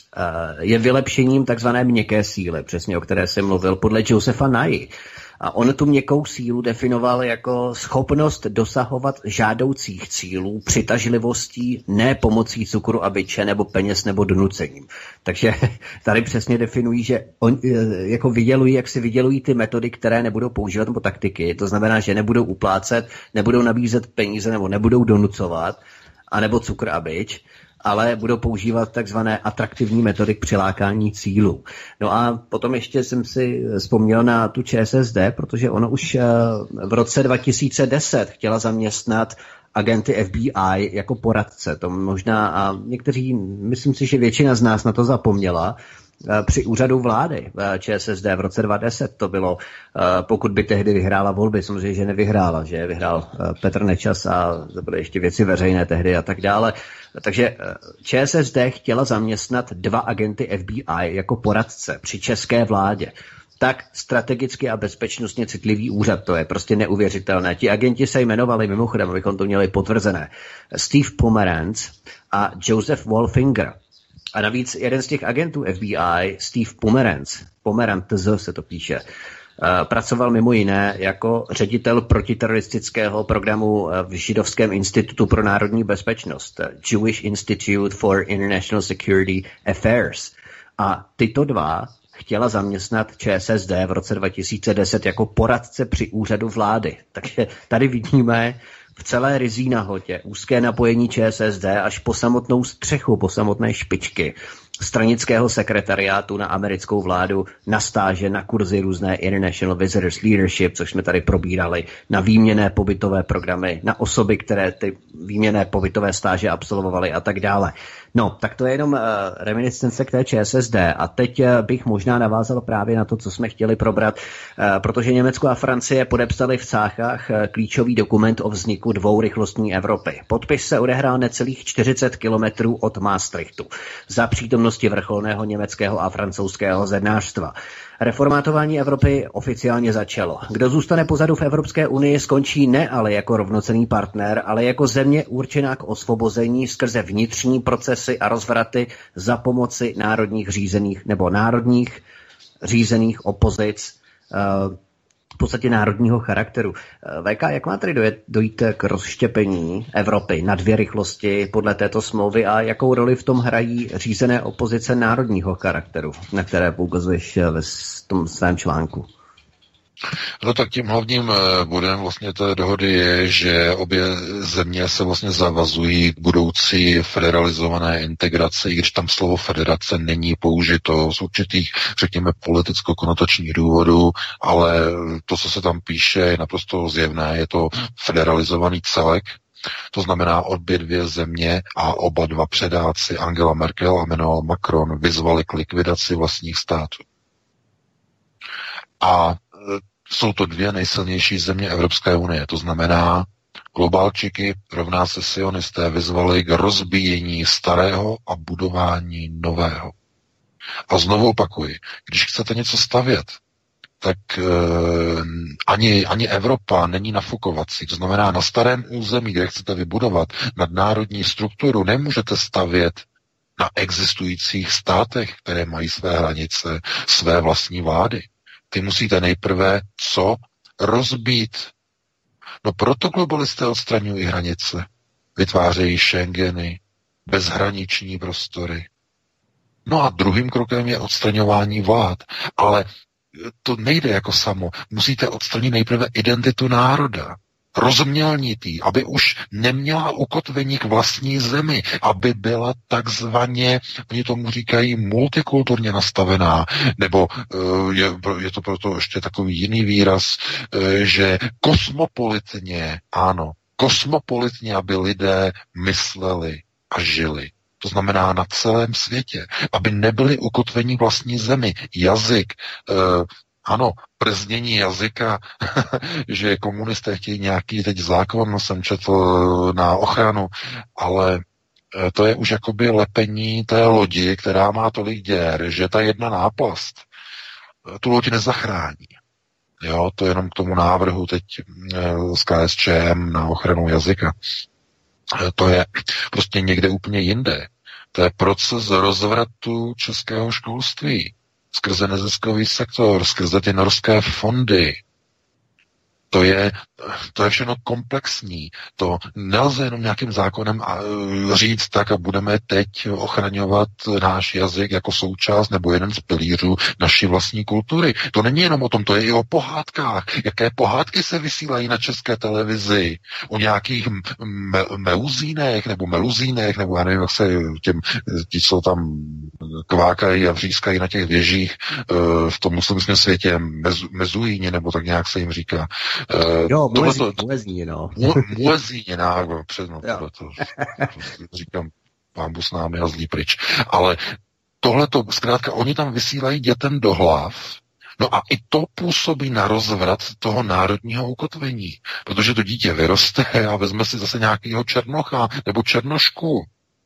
je vylepšením takzvané měkké síly, přesně o které jsem mluvil, podle Josepha Nye. A on tu měkkou sílu definoval jako schopnost dosahovat žádoucích cílů přitažlivostí, ne pomocí cukru a biče nebo peněz nebo donucením. Takže tady přesně definují, že jako vydělují, jak si vydělují ty metody, které nebudou používat nebo taktiky. To znamená, že nebudou uplácet, nebudou nabízet peníze nebo nebudou donucovat, anebo cukr a bič, ale budou používat takzvané atraktivní metody k přilákání cílů. No a potom ještě jsem si vzpomněl na tu ČSSD, protože ono už v roce 2010 chtěla zaměstnat agenty FBI jako poradce. To možná, a někteří, myslím si, že většina z nás na to zapomněla, při úřadu vlády ČSSD v roce 2010 to bylo, pokud by tehdy vyhrála volby, samozřejmě, že nevyhrála, že vyhrál Petr Nečas a to byly ještě věci veřejné tehdy a tak dále. Takže ČSSD chtěla zaměstnat 2 agenty FBI jako poradce při české vládě. Tak strategicky a bezpečnostně citlivý úřad, to je prostě neuvěřitelné. Ti agenti se jmenovali, mimochodem, abychom to měli potvrzené, Steve Pomeranz a Joseph Wolfinger. A navíc jeden z těch agentů FBI, Steve Pomeranz se to píše, pracoval mimo jiné jako ředitel protiteroristického programu v Židovském institutu pro národní bezpečnost, Jewish Institute for International Security Affairs. A tyto 2 chtěla zaměstnat ČSSD v roce 2010 jako poradce při úřadu vlády. Takže tady vidíme v celé ryzí nahotě úzké napojení ČSSD až po samotnou střechu, po samotné špičky stranického sekretariátu na americkou vládu, na stáže, na kurzy různé International Visitors Leadership, což jsme tady probírali, na výměnné pobytové programy, na osoby, které ty výměnné pobytové stáže absolvovaly a tak dále. No, tak to je jenom reminiscence k té ČSSD a teď bych možná navázal právě na to, co jsme chtěli probrat, protože Německo a Francie podepsali v Cáchách klíčový dokument o vzniku dvourychlostní Evropy. Podpis se odehrál necelých 40 kilometrů od Maastrichtu za přítomnosti vrcholného německého a francouzského zednářstva. Reformátování Evropy oficiálně začalo. Kdo zůstane pozadu v Evropské unii, skončí ne ale jako rovnocenný partner, ale jako země určená k osvobození skrze vnitřní procesy a rozvraty za pomoci národních řízených nebo národních řízených opozic, v podstatě národního charakteru. VK, jak má tady dojít k rozštěpení Evropy na 2 rychlosti podle této smlouvy a jakou roli v tom hrají řízené opozice národního charakteru, na které poukazuješ ve tom svém článku? No tak tím hlavním bodem vlastně té dohody je, že obě země se vlastně zavazují k budoucí federalizované integraci, i když tam slovo federace není použito z určitých, řekněme, politicko-konotačních důvodů, ale to, co se tam píše, je naprosto zjevné, je to federalizovaný celek. To znamená, obě 2 země a oba 2 předáci, Angela Merkel a Emmanuel Macron, vyzvali k likvidaci vlastních států. A jsou to 2 nejsilnější země Evropské unie. To znamená, globálčiky rovná se sionisté vyzvali k rozbíjení starého a budování nového. A znovu opakuji, když chcete něco stavět, tak ani Evropa není nafukovací. To znamená, na starém území, kde chcete vybudovat nadnárodní strukturu, nemůžete stavět na existujících státech, které mají své hranice, své vlastní vlády. Ty musíte nejprve co? Rozbít. No proto globalisté odstraňují hranice. Vytvářejí Schengeny, bezhraniční prostory. No a druhým krokem je odstraňování vlád. Ale to nejde jako samo. Musíte odstranit nejprve identitu národa. Rozmělnit ji, aby už neměla ukotvení k vlastní zemi, aby byla takzvaně, oni tomu říkají, multikulturně nastavená, nebo je to proto ještě takový jiný výraz, že kosmopolitně, ano, kosmopolitně, aby lidé mysleli a žili. To znamená na celém světě, aby nebyli ukotvení vlastní zemi. Jazyk, ano, prznění jazyka, že komunisté chtějí nějaký teď zákon, jsem četl na ochranu, ale to je už jakoby lepení té lodi, která má tolik děr, že ta jedna náplast tu loď nezachrání. Jo, to je jenom k tomu návrhu teď z KSČM na ochranu jazyka. To je prostě někde úplně jinde. To je proces rozvratu českého školství skrze neziskový sektor, skrze ty norské fondy. To je všechno komplexní. To nelze jenom nějakým zákonem říct tak a budeme teď ochraňovat náš jazyk jako součást nebo jeden z pilířů naší vlastní kultury. To není jenom o tom, to je i o pohádkách. Jaké pohádky se vysílají na české televizi? O nějakých meuzínech nebo meluzínech, nebo já nevím, jak se ti jsou tam kvákají a vřískají na těch věžích v tom muslimském světě mezuíně, nebo tak nějak se jim říká. Jo, muezíně, no. Muezíně, to říkám, pánbu s námi a zlý pryč. Ale tohleto, zkrátka, oni tam vysílají dětem do hlav, no a i to působí na rozvrat toho národního ukotvení, protože to dítě vyroste a vezme si zase nějakého černocha nebo černošku.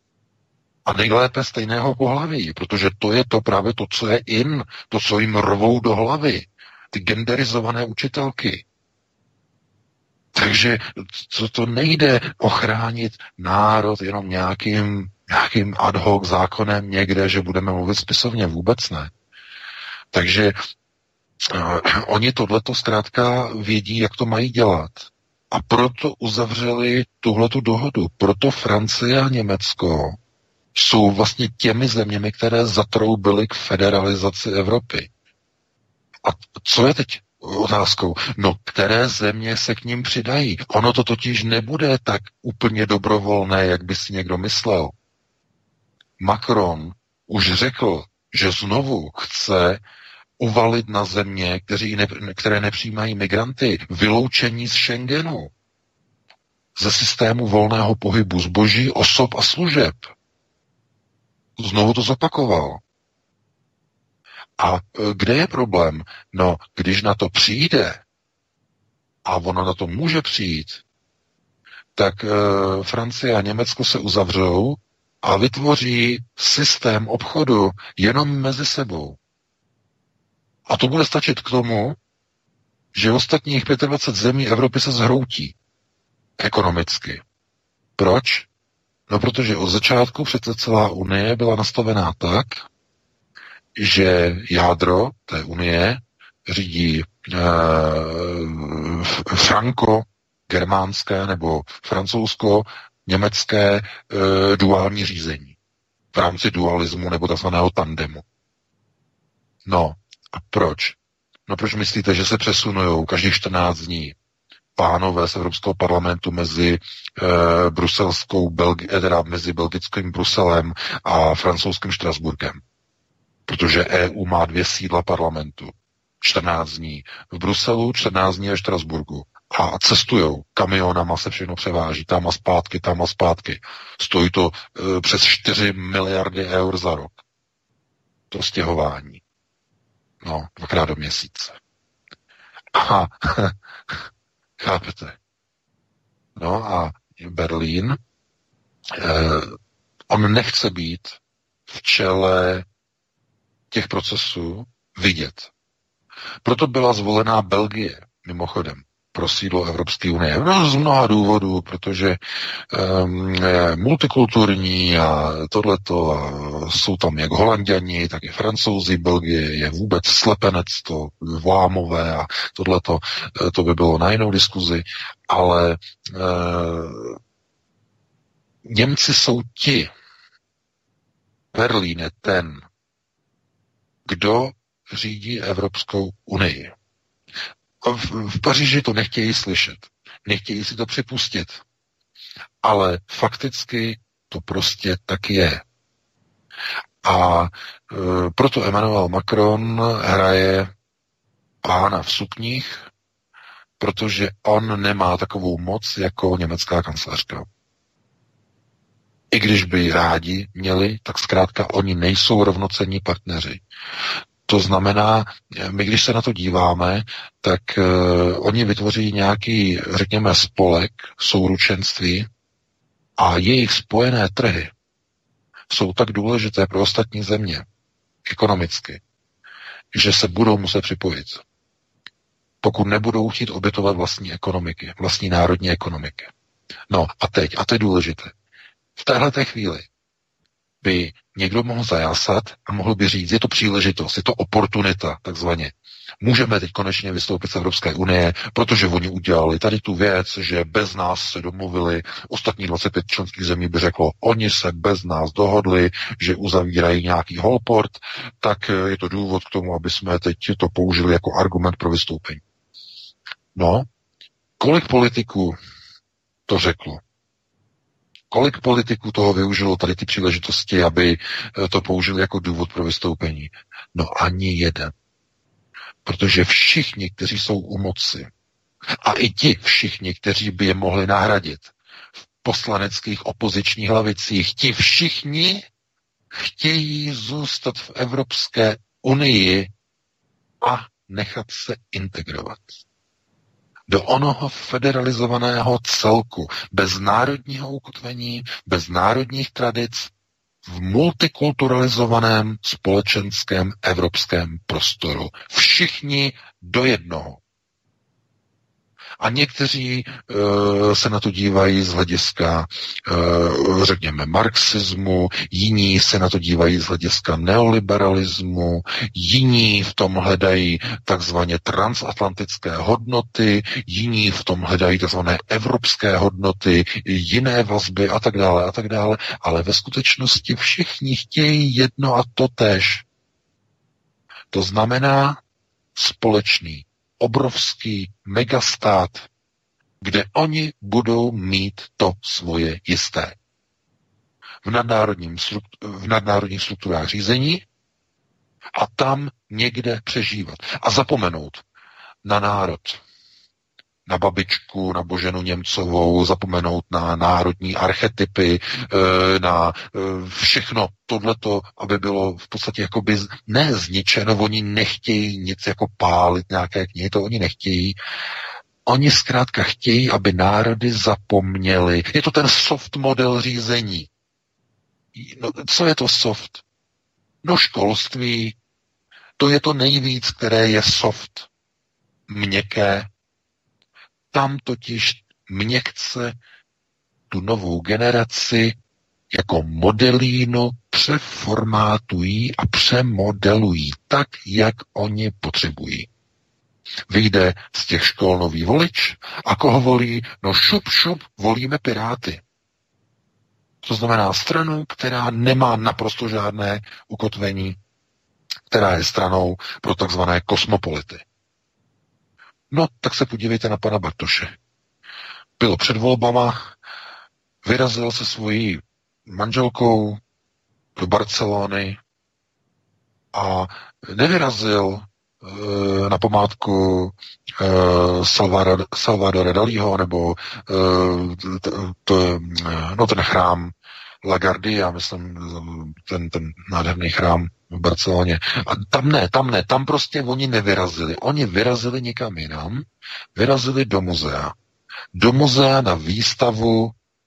A nejlépe stejného pohlaví, protože to je to právě to, co je in, to, co jim rvou do hlavy. Ty genderizované učitelky. Takže to nejde ochránit národ jenom nějakým ad hoc zákonem někde, že budeme mluvit spisovně, vůbec ne. Takže oni tohleto zkrátka vědí, jak to mají dělat. A proto uzavřeli tuhletu dohodu. Proto Francie a Německo jsou vlastně těmi zeměmi, které zatroubily k federalizaci Evropy. A co je teď otázkou? No, které země se k ním přidají? Ono to totiž nebude tak úplně dobrovolné, jak by si někdo myslel. Macron už řekl, že znovu chce uvalit na země, které nepřijímají migranty, vyloučení z Schengenu, ze systému volného pohybu zboží, osob a služeb. Znovu to zopakoval. A kde je problém? No, když na to přijde, a ono na to může přijít, tak Francie a Německo se uzavřou a vytvoří systém obchodu jenom mezi sebou. A to bude stačit k tomu, že ostatních 25 zemí Evropy se zhroutí ekonomicky. Proč? No, protože od začátku přece celá Unie byla nastavená tak, že jádro té Unie řídí franko-germánské nebo francouzsko-německé duální řízení v rámci dualismu nebo takzvaného tandemu. No a proč? No proč myslíte, že se přesunujou každých 14 dní pánové z Evropského parlamentu mezi mezi belgickým Bruselem a francouzským Štrasburkem? Protože EU má 2 sídla parlamentu. 14 dní v Bruselu, 14 dní ve Štrasburgu. A cestujou. Kamionama se všechno převáží. Tam a zpátky. Stojí to přes 4 miliardy eur za rok. To stěhování. No, 2krát do měsíce. A chápete? No a Berlín, on nechce být v čele těch procesů vidět. Proto byla zvolená Belgie, mimochodem, pro sídlo Evropské unie. No, z mnoha důvodů, protože je multikulturní a tohleto, a jsou tam jak Holanďani, tak i Francouzi. Belgie je vůbec slepenectvo, vlámové a tohleto, to by bylo na jinou diskuzi, ale Němci jsou ti, Berlín je ten, kdo řídí Evropskou unii. V Paříži to nechtějí slyšet. Nechtějí si to připustit. Ale fakticky to prostě tak je. A proto Emmanuel Macron hraje pána v sukních, protože on nemá takovou moc jako německá kancléřka. I když by rádi měli, tak zkrátka oni nejsou rovnocenní partneři. To znamená, my když se na to díváme, tak oni vytvoří nějaký, řekněme, spolek, souručenství a jejich spojené trhy jsou tak důležité pro ostatní země, ekonomicky, že se budou muset připojit. Pokud nebudou chtít obětovat vlastní ekonomiky, vlastní národní ekonomiky. No a teď, a to je důležité, v téhleté chvíli by někdo mohl zajásat a mohl by říct, je to příležitost, je to oportunita, takzvaně. Můžeme teď konečně vystoupit z Evropské unie, protože oni udělali tady tu věc, že bez nás se domluvili, ostatní 25 členských zemí by řeklo, oni se bez nás dohodli, že uzavírají nějaký holport, tak je to důvod k tomu, aby jsme teď to použili jako argument pro vystoupení. No, kolik politiků to řeklo? Kolik politiků toho využilo tady ty příležitosti, aby to použili jako důvod pro vystoupení? No ani jeden. Protože všichni, kteří jsou u moci, a i ti všichni, kteří by je mohli nahradit v poslaneckých opozičních lavicích, ti všichni chtějí zůstat v Evropské unii a nechat se integrovat do onoho federalizovaného celku, bez národního ukotvení, bez národních tradic, v multikulturalizovaném společenském evropském prostoru. Všichni do jednoho. A někteří se na to dívají z hlediska, řekněme, marxismu, jiní se na to dívají z hlediska neoliberalismu, jiní v tom hledají takzvaně transatlantické hodnoty, jiní v tom hledají takzvané evropské hodnoty, jiné vazby a tak dále, ale ve skutečnosti všichni chtějí jedno a totéž. To znamená společný obrovský megastát, kde oni budou mít to svoje jisté. V nadnárodních strukturách řízení a tam někde přežívat. A zapomenout na národ, na babičku, na Boženu Němcovou, zapomenout na národní archetypy, na všechno tohleto, aby bylo v podstatě jakoby ne zničeno, oni nechtějí nic jako pálit, nějaké knihy, to oni nechtějí. Oni zkrátka chtějí, aby národy zapomněli. Je to ten soft model řízení. No, co je to soft? No školství, to je to nejvíc, které je soft. Měkké. Tam totiž měkce tu novou generaci jako modelínu přeformátují a přemodelují tak, jak oni potřebují. Vyjde z těch škol nový volič a koho volí? No šup, volíme Piráty. To znamená stranu, která nemá naprosto žádné ukotvení, která je stranou pro takzvané kosmopolity. No, tak se podívejte na pana Bartoše. Byl před volbama, vyrazil se svojí manželkou do Barcelony a nevyrazil na památku Salvadora Dalího nebo ten chrám La Guardia, myslím, ten nádherný chrám v Barceloně. A tam prostě oni nevyrazili. Oni vyrazili někam jinam, vyrazili do muzea. Do muzea na výstavu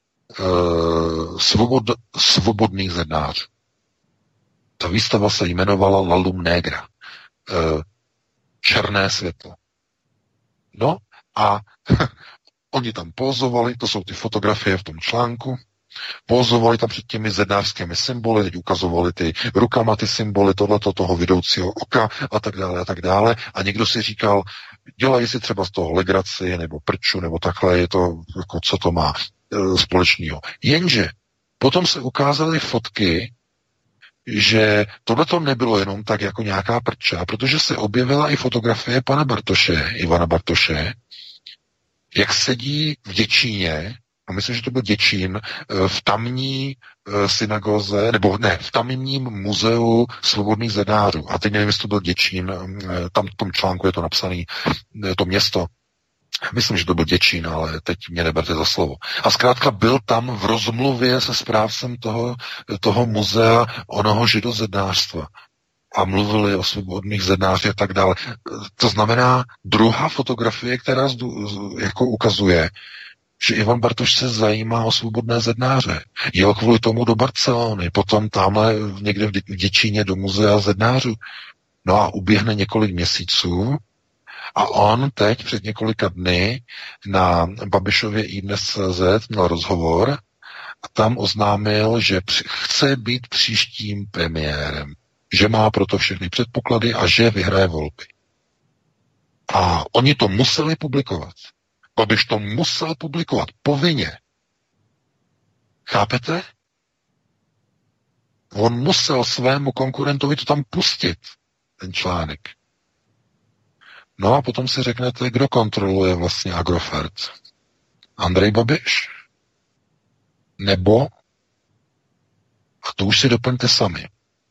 svobodných zednářů. Ta výstava se jmenovala La Lum Negra. černé světlo. No a oni tam pózovali, to jsou ty fotografie v tom článku, pózovali tam před těmi zednářskými symboly, teď ukazovali ty rukama ty symboly, tohleto, toho vidoucího oka a tak dále a tak dále. A někdo si říkal, dělají si třeba z toho legraci nebo prču nebo takhle, je to, jako, co to má společného. Jenže potom se ukázaly fotky, že tohleto nebylo jenom tak jako nějaká prča, protože se objevila i fotografie pana Bartoše, Ivana Bartoše, jak sedí v Děčíně, a myslím, že to byl Děčín, v tamní synagoze, nebo ne, v tamním muzeu svobodných zednářů. A teď nevím, jestli to byl Děčín, tam v tom článku je to napsané, to město. Myslím, že to byl Děčín, ale teď mě neberte za slovo. A zkrátka byl tam v rozmluvě se správcem toho muzea onoho židozednářstva. A mluvili o svobodných zednářích a tak dále. To znamená, druhá fotografie, která jako ukazuje, že Ivan Bartoš se zajímá o svobodné zednáře. Jel kvůli tomu do Barcelony, potom tamhle někde v Děčíně do muzea zednářů. No a uběhne několik měsíců a on teď před několika dny na Babišově iDnes.cz měl rozhovor a tam oznámil, že chce být příštím premiérem, že má proto všechny předpoklady a že vyhraje volby. A oni to museli publikovat. Babiš to musel publikovat povinně. Chápete? On musel svému konkurentovi to tam pustit, ten článek. No a potom si řeknete, kdo kontroluje vlastně Agrofert. Andrej Babiš? Nebo, a to už si doplňte sami.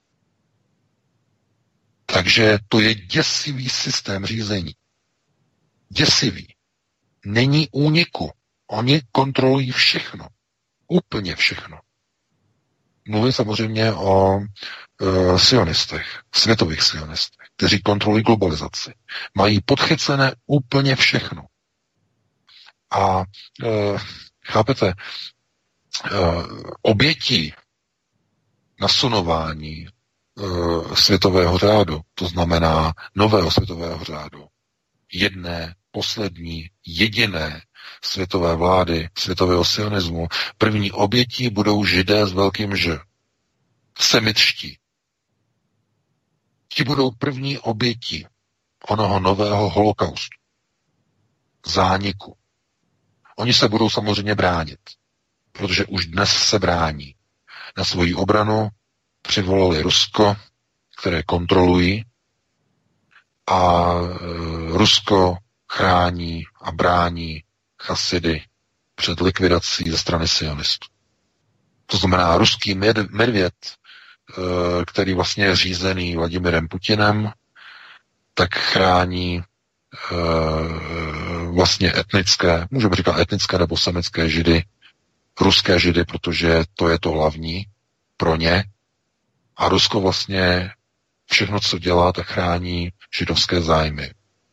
Takže to je děsivý systém řízení. Děsivý. Není úniku. Oni kontrolují všechno. Úplně všechno. Mluvím samozřejmě o sionistech, světových sionistech, kteří kontrolují globalizaci. Mají podchycené úplně všechno. A chápete, obětí nasunování světového řádu, to znamená nového světového řádu, jedné, poslední, jediné světové vlády, světového sionismu, první obětí budou Židé s velkým Ž. Semitští. Ti budou první oběti onoho nového holokaustu. Zániku. Oni se budou samozřejmě bránit, protože už dnes se brání. Na svoji obranu přivolali Rusko, které kontrolují, a Rusko chrání a brání chasidy před likvidací ze strany sionistů. To znamená, ruský medvěd, který vlastně je řízený Vladimirem Putinem, tak chrání vlastně etnické, můžeme říkat etnické nebo semitské Židy, ruské Židy, protože to je to hlavní pro ně. A Rusko vlastně všechno, co dělá, tak chrání židovské zájmy.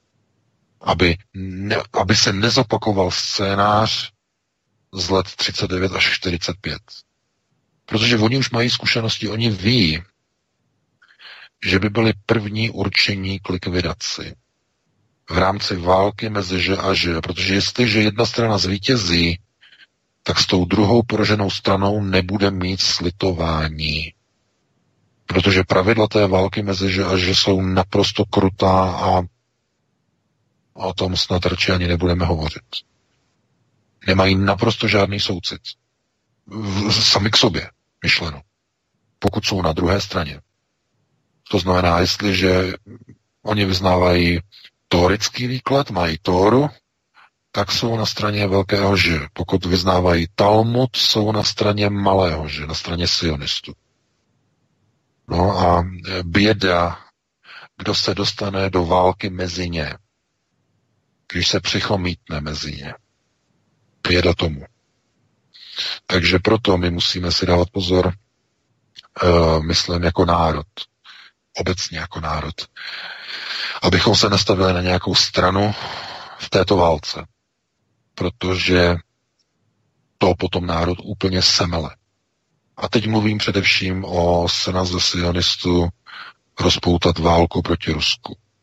Aby se nezopakoval scénář z let 39 až 45. Protože oni už mají zkušenosti, oni ví, že by byli první určení k likvidaci v rámci války mezi Ž a Ž. Protože jestliže jedna strana zvítězí, tak s tou druhou poraženou stranou nebude mít slitování. Protože pravidla té války mezi Ž a Ž jsou naprosto krutá a o tom snad radši ani nebudeme hovořit. Nemají naprosto žádný soucit. Sami k sobě, myšleno. Pokud jsou na druhé straně. To znamená, jestliže oni vyznávají tórický výklad, mají Tóru, tak jsou na straně velkého Ž. Pokud vyznávají Talmud, jsou na straně malého Ž, na straně sionistů. No a běda, kdo se dostane do války mezi ně, když se přichomítne mezi ně. Běda tomu. Takže proto my musíme si dávat pozor, myslím, jako národ, obecně jako národ, abychom se nastavili na nějakou stranu v této válce, protože to potom národ úplně semele. A teď mluvím především o snaze sionistů rozpoutat válku proti Rusku.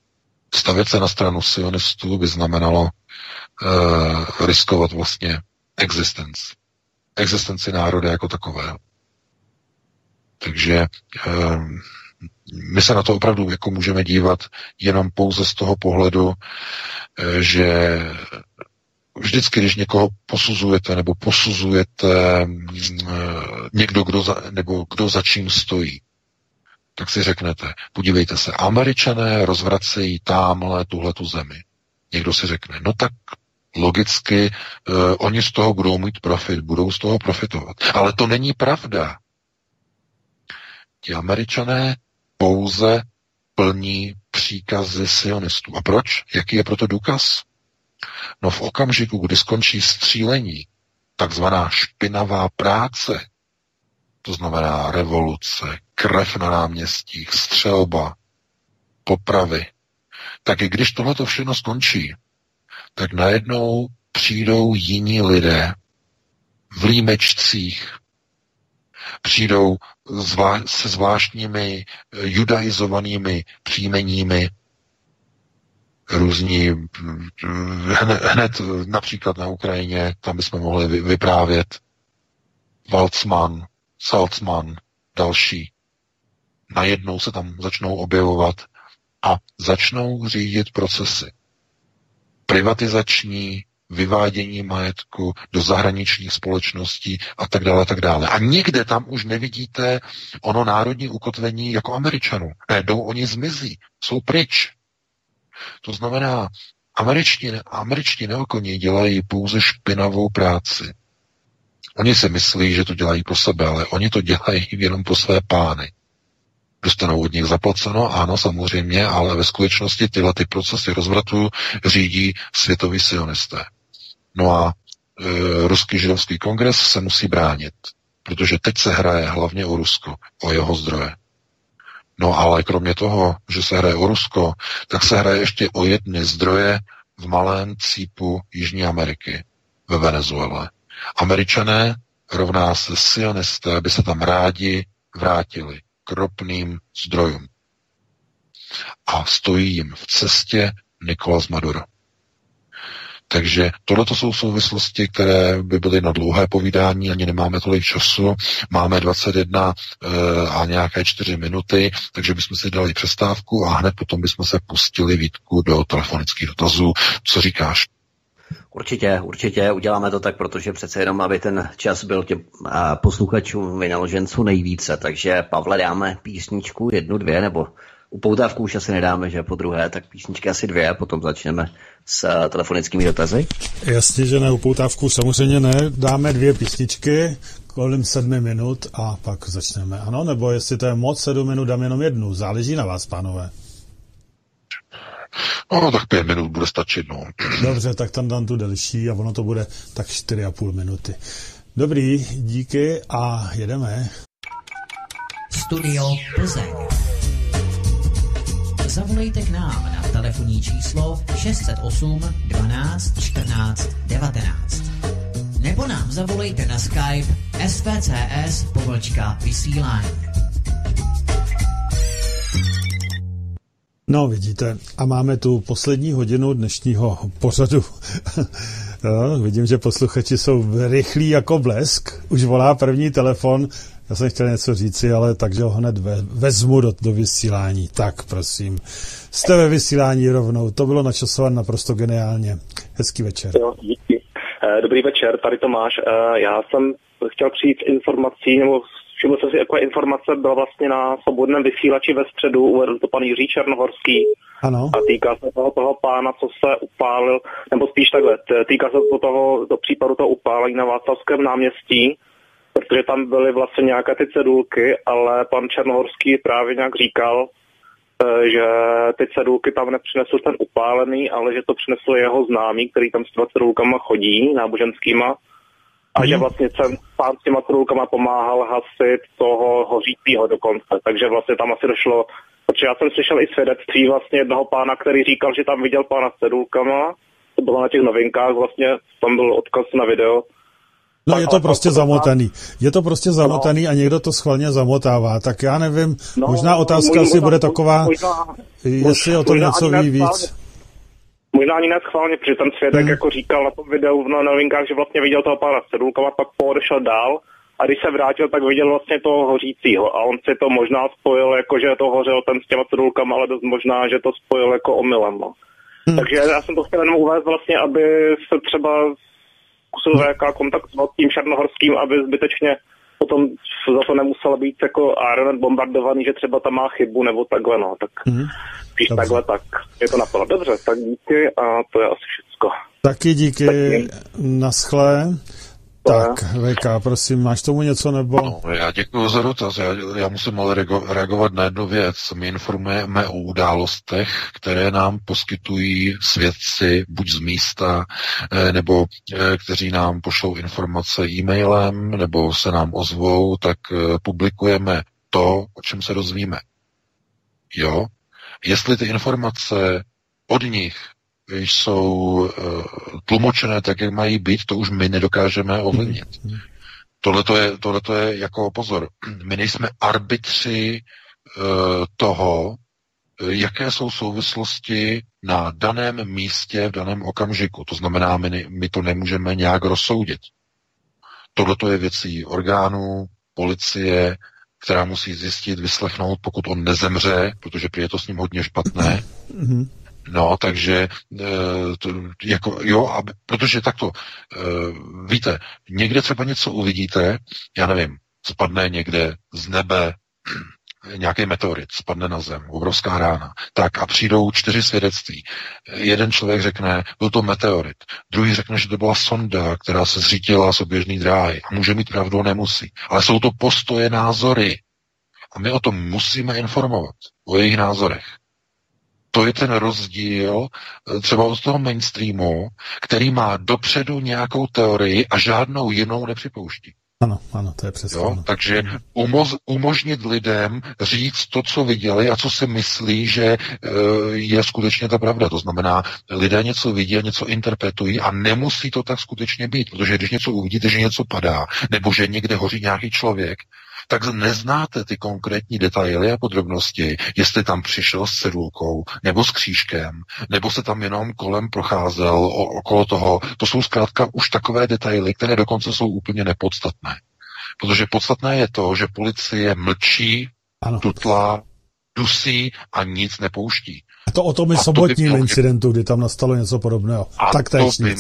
Stavět se na stranu sionistů by znamenalo riskovat vlastně existenci národa jako takového. Takže my se na to opravdu jako můžeme dívat jenom pouze z toho pohledu, že vždycky, když někoho posuzujete nebo posuzujete někdo, kdo za čím stojí, tak si řeknete, podívejte se, Američané rozvracejí támhle tuhletu zemi. Někdo si řekne, no tak logicky oni z toho budou mít profit, budou z toho profitovat. Ale to není pravda. Ti Američané pouze plní příkazy sionistů. A proč? Jaký je proto důkaz? No v okamžiku, kdy skončí střílení, takzvaná špinavá práce, to znamená revoluce, krev na náměstích, střelba, popravy, tak i když tohleto všechno skončí, tak najednou přijdou jiní lidé v límečcích, přijdou se zvláštními judaizovanými příjmeními, různí, hned například na Ukrajině, tam bychom mohli vyprávět Waltzman, Salzman, další. Najednou se tam začnou objevovat a začnou řídit procesy. Privatizační, vyvádění majetku do zahraničních společností a tak dále, tak dále. A nikde tam už nevidíte ono národní ukotvení jako Američanů. Najednou oni zmizí, jsou pryč. To znamená, američtí neokoní dělají pouze špinavou práci. Oni si myslí, že to dělají pro sebe, ale oni to dělají jenom pro své pány. Dostanou od nich zaplaceno, ano, samozřejmě, ale ve skutečnosti tyhle ty procesy rozvratu řídí světoví sionisté. No a ruský židovský kongres se musí bránit, protože teď se hraje hlavně o Rusko, o jeho zdroje. No ale kromě toho, že se hraje o Rusko, tak se hraje ještě o jedny zdroje v malém cípu Jižní Ameriky, ve Venezuele. Američané rovná se sionisté by se tam rádi vrátili k ropným zdrojům. A stojí jim v cestě Nicolás Maduro. Takže tohleto jsou souvislosti, které by byly na dlouhé povídání, ani nemáme tolik času, máme 21 a nějaké 4 minuty, takže bychom si dali přestávku a hned potom bychom se pustili, Vítku, do telefonických dotazů. Co říkáš? Určitě uděláme to tak, protože přece jenom, aby ten čas byl těm posluchačům vynaložen co nejvíce. Takže, Pavle, dáme písničku 1, 2, nebo upoutávku už asi nedáme, že po druhé, tak písničky asi 2, potom začneme s telefonickými dotazy. Jasně, že ne, upoutávku samozřejmě ne, dáme 2 písničky kolem 7 minut a pak začneme. Ano, nebo jestli to je moc 7 minut, dám jenom 1, záleží na vás, pánové. No, tak 5 minut bude stačit, no. Dobře, tak tam dám tu delší a ono to bude tak 4,5 minuty. Dobrý, díky a jedeme. Studio Plzeň. Zavolejte k nám na telefonní číslo 608 12 14 19. Nebo nám zavolejte na Skype svcs_vysílání. No, vidíte, a máme tu poslední hodinu dnešního pořadu. No, vidím, že posluchači jsou rychlí jako blesk. Už volá první telefon. Já jsem chtěl něco říci, ale takže ho hned vezmu do vysílání. Tak, prosím. Jste ve vysílání rovnou. To bylo načasované naprosto geniálně. Hezký večer. Jo, díky. Dobrý večer, tady Tomáš. Já jsem chtěl přijít s informací, nebo všiml jsem si, jaká informace byla vlastně na svobodném vysílači ve středu, uvedl to pan Jiří Černohorský. Ano. A týká se toho pána, co se upálil, nebo spíš takhle, týká se do případu toho upálení na Václavském náměstí, protože tam byly vlastně nějaké ty cedulky, ale pan Černohorský právě nějak říkal, že ty cedulky tam nepřinesl ten upálený, ale že to přinesl jeho známý, který tam s těma cedulkama chodí, náboženskýma, a že vlastně ten pán s těma cedulkama pomáhal hasit toho hořícího dokonce. Takže vlastně tam asi došlo, protože já jsem slyšel i svědectví vlastně jednoho pána, který říkal, že tam viděl pána s cedulkama, to bylo na těch novinkách vlastně, tam byl odkaz na video. No je to prostě zamotaný. Je to prostě zamotaný a někdo to schválně zamotává. Tak já nevím, možná otázka asi bude taková, jestli o tom něco ví víc. Možná ani neschválně, protože ten svědek jako říkal na tom videu na novinkách, že vlastně viděl toho pána s cedulkama, pak odešel dál a když se vrátil, tak viděl vlastně toho hořícího a on si to možná spojil, jako že to hořel ten s těma cedulkama, ale dost možná, že to spojil jako omylem. No. Takže já jsem to chtěl jenom uvést vlastně, aby se třeba zkusil jaká kontakt s tím Černohorským, aby zbytečně potom za to nemuselo být jako Ironet bombardovaný, že třeba tam má chybu nebo takhle, no, tak spíš takhle, tak je to napadlo. Dobře, tak díky a to je asi všecko. Taky díky, naschle. Tak, VK, prosím, máš tomu něco nebo? No, já děkuji za dotaz. Já musím ale reagovat na jednu věc. My informujeme o událostech, které nám poskytují svědci, buď z místa, nebo kteří nám pošlou informace e-mailem, nebo se nám ozvou, tak publikujeme to, o čem se dozvíme. Jo? Jestli ty informace od nich jsou tlumočené tak, jak mají být, to už my nedokážeme ovlivnit. Tohleto je jako pozor. My nejsme arbitři toho, jaké jsou souvislosti na daném místě v daném okamžiku. To znamená, my to nemůžeme nějak rozsoudit. Tohleto je věcí orgánů, policie, která musí zjistit, vyslechnout, pokud on nezemře, protože je to s ním hodně špatné. No, takže protože takto, víte, někde třeba něco uvidíte, já nevím, spadne někde z nebe nějaký meteorit, spadne na zem, obrovská rána, tak a přijdou 4 svědectví. Jeden člověk řekne, byl to meteorit, druhý řekne, že to byla sonda, která se zřítila z oběžný dráhy a může mít pravdu, nemusí. Ale jsou to postoje, názory a my o tom musíme informovat, o jejich názorech. To je ten rozdíl třeba od toho mainstreamu, který má dopředu nějakou teorii a žádnou jinou nepřipouští. Ano, to je přesně. Takže umožnit lidem říct to, co viděli a co si myslí, že je skutečně ta pravda. To znamená, lidé něco vidí a něco interpretují a nemusí to tak skutečně být, protože když něco uvidíte, že něco padá, nebo že někde hoří nějaký člověk, tak neznáte ty konkrétní detaily a podrobnosti, jestli tam přišel s cedulkou, nebo s křížkem, nebo se tam jenom kolem procházel okolo toho. To jsou zkrátka už takové detaily, které dokonce jsou úplně nepodstatné. Protože podstatné je to, že policie mlčí, tutlá, dusí a nic nepouští. To o tom i sobotním incidentu, kdy tam nastalo něco podobného. A tak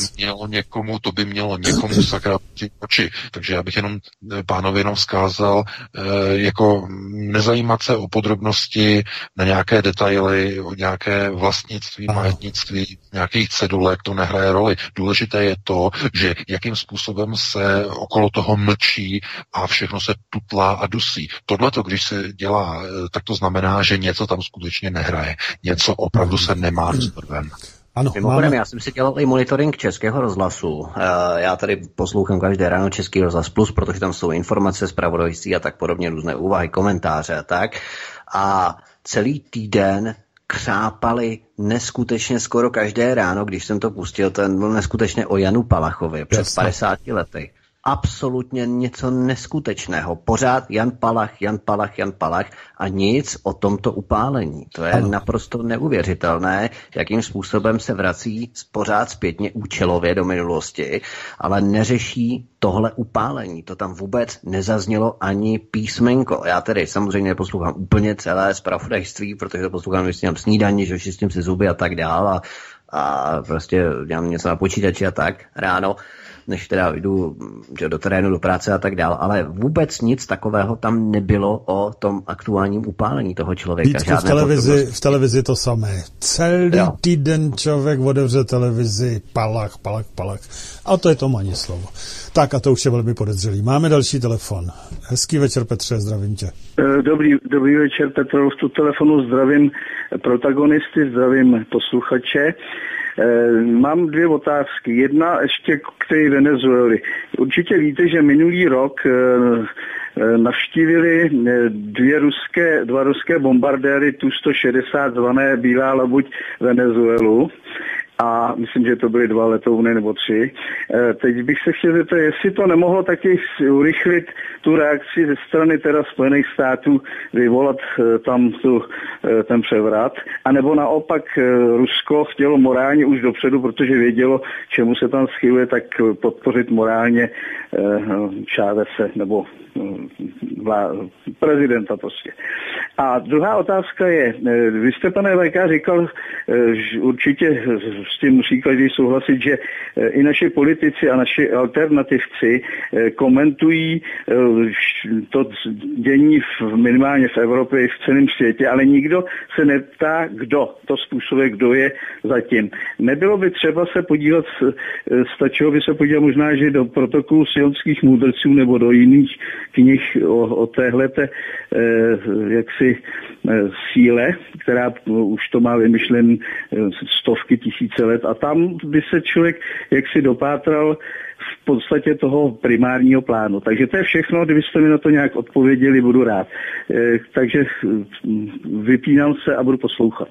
to by mělo někomu sakra oči. Takže já bych jenom pánovi jenom vzkázal, jako nezajímat se o podrobnosti, na nějaké detaily, o nějaké vlastnictví, majetnictví, nějakých cedulek, to nehraje roli. Důležité je to, že jakým způsobem se okolo toho mlčí a všechno se tutlá a dusí. Tohleto, když se dělá, tak to znamená, že něco tam skutečně nehraje. Něco opravdu se nemá dostat ven. Mimochodem, já jsem si dělal i monitoring Českého rozhlasu. Já tady poslouchám každé ráno Český rozhlas Plus, protože tam jsou informace, zpravodajství a tak podobně, různé úvahy, komentáře a tak. A celý týden křápali neskutečně skoro každé ráno, když jsem to pustil, ten byl neskutečně o Janu Palachovi před 50 lety. Absolutně něco neskutečného. Pořád Jan Palach a nic o tomto upálení. To je naprosto neuvěřitelné, jakým způsobem se vrací pořád zpětně účelově do minulosti, ale neřeší tohle upálení. To tam vůbec nezaznělo ani písmenko. Já tedy samozřejmě poslouchám úplně celé zpravodajství, protože to poslouchám, když mám snídaní, že čistím si zuby a tak dál a prostě dělám něco na počítači a tak ráno, než teda jdu do terénu, do práce a tak dál, ale vůbec nic takového tam nebylo o tom aktuálním upálení toho člověka. Vítku, v televizi to samé. Celý týden člověk otevře televizi, Palach. A to je to ani slovo. Tak a to už je velmi podezřelý. Máme další telefon. Hezký večer, Petře, zdravím tě. Dobrý večer, Petr, z telefonu zdravím protagonisty, zdravím posluchače. Mám 2 otázky. Jedna ještě k té Venezueli. Určitě víte, že minulý rok navštívili 2 ruské bombardéry Tu-160 zvané Bílá labuť Venezuelu a myslím, že to byly 2 letouny nebo 3. Teď bych se chtěl zeptat, jestli to nemohlo taky urychlit tu reakci ze strany teda Spojených států, vyvolat tam ten převrat, anebo naopak Rusko chtělo morálně už dopředu, protože vědělo, čemu se tam schyluje, tak podpořit morálně Chávese nebo prezidenta prostě. A druhá otázka je, vy jste, pane VK, říkal, že určitě s tím musí každý souhlasit, že i naši politici a naši alternativci komentují to dění minimálně v Evropě i v celém světě, ale nikdo se neptá, kdo to způsobuje, kdo je zatím. Nebylo by třeba se podívat, stačilo by se podívat možná, že do protokolu sionských mudrců nebo do jiných knih o téhleté jaksi síle, která už to má vymyšlen stovky tisíce let a tam by se člověk jaksi dopátral v podstatě toho primárního plánu. Takže to je všechno, kdybyste mi na to nějak odpověděli, budu rád. Takže vypínám se a budu poslouchat.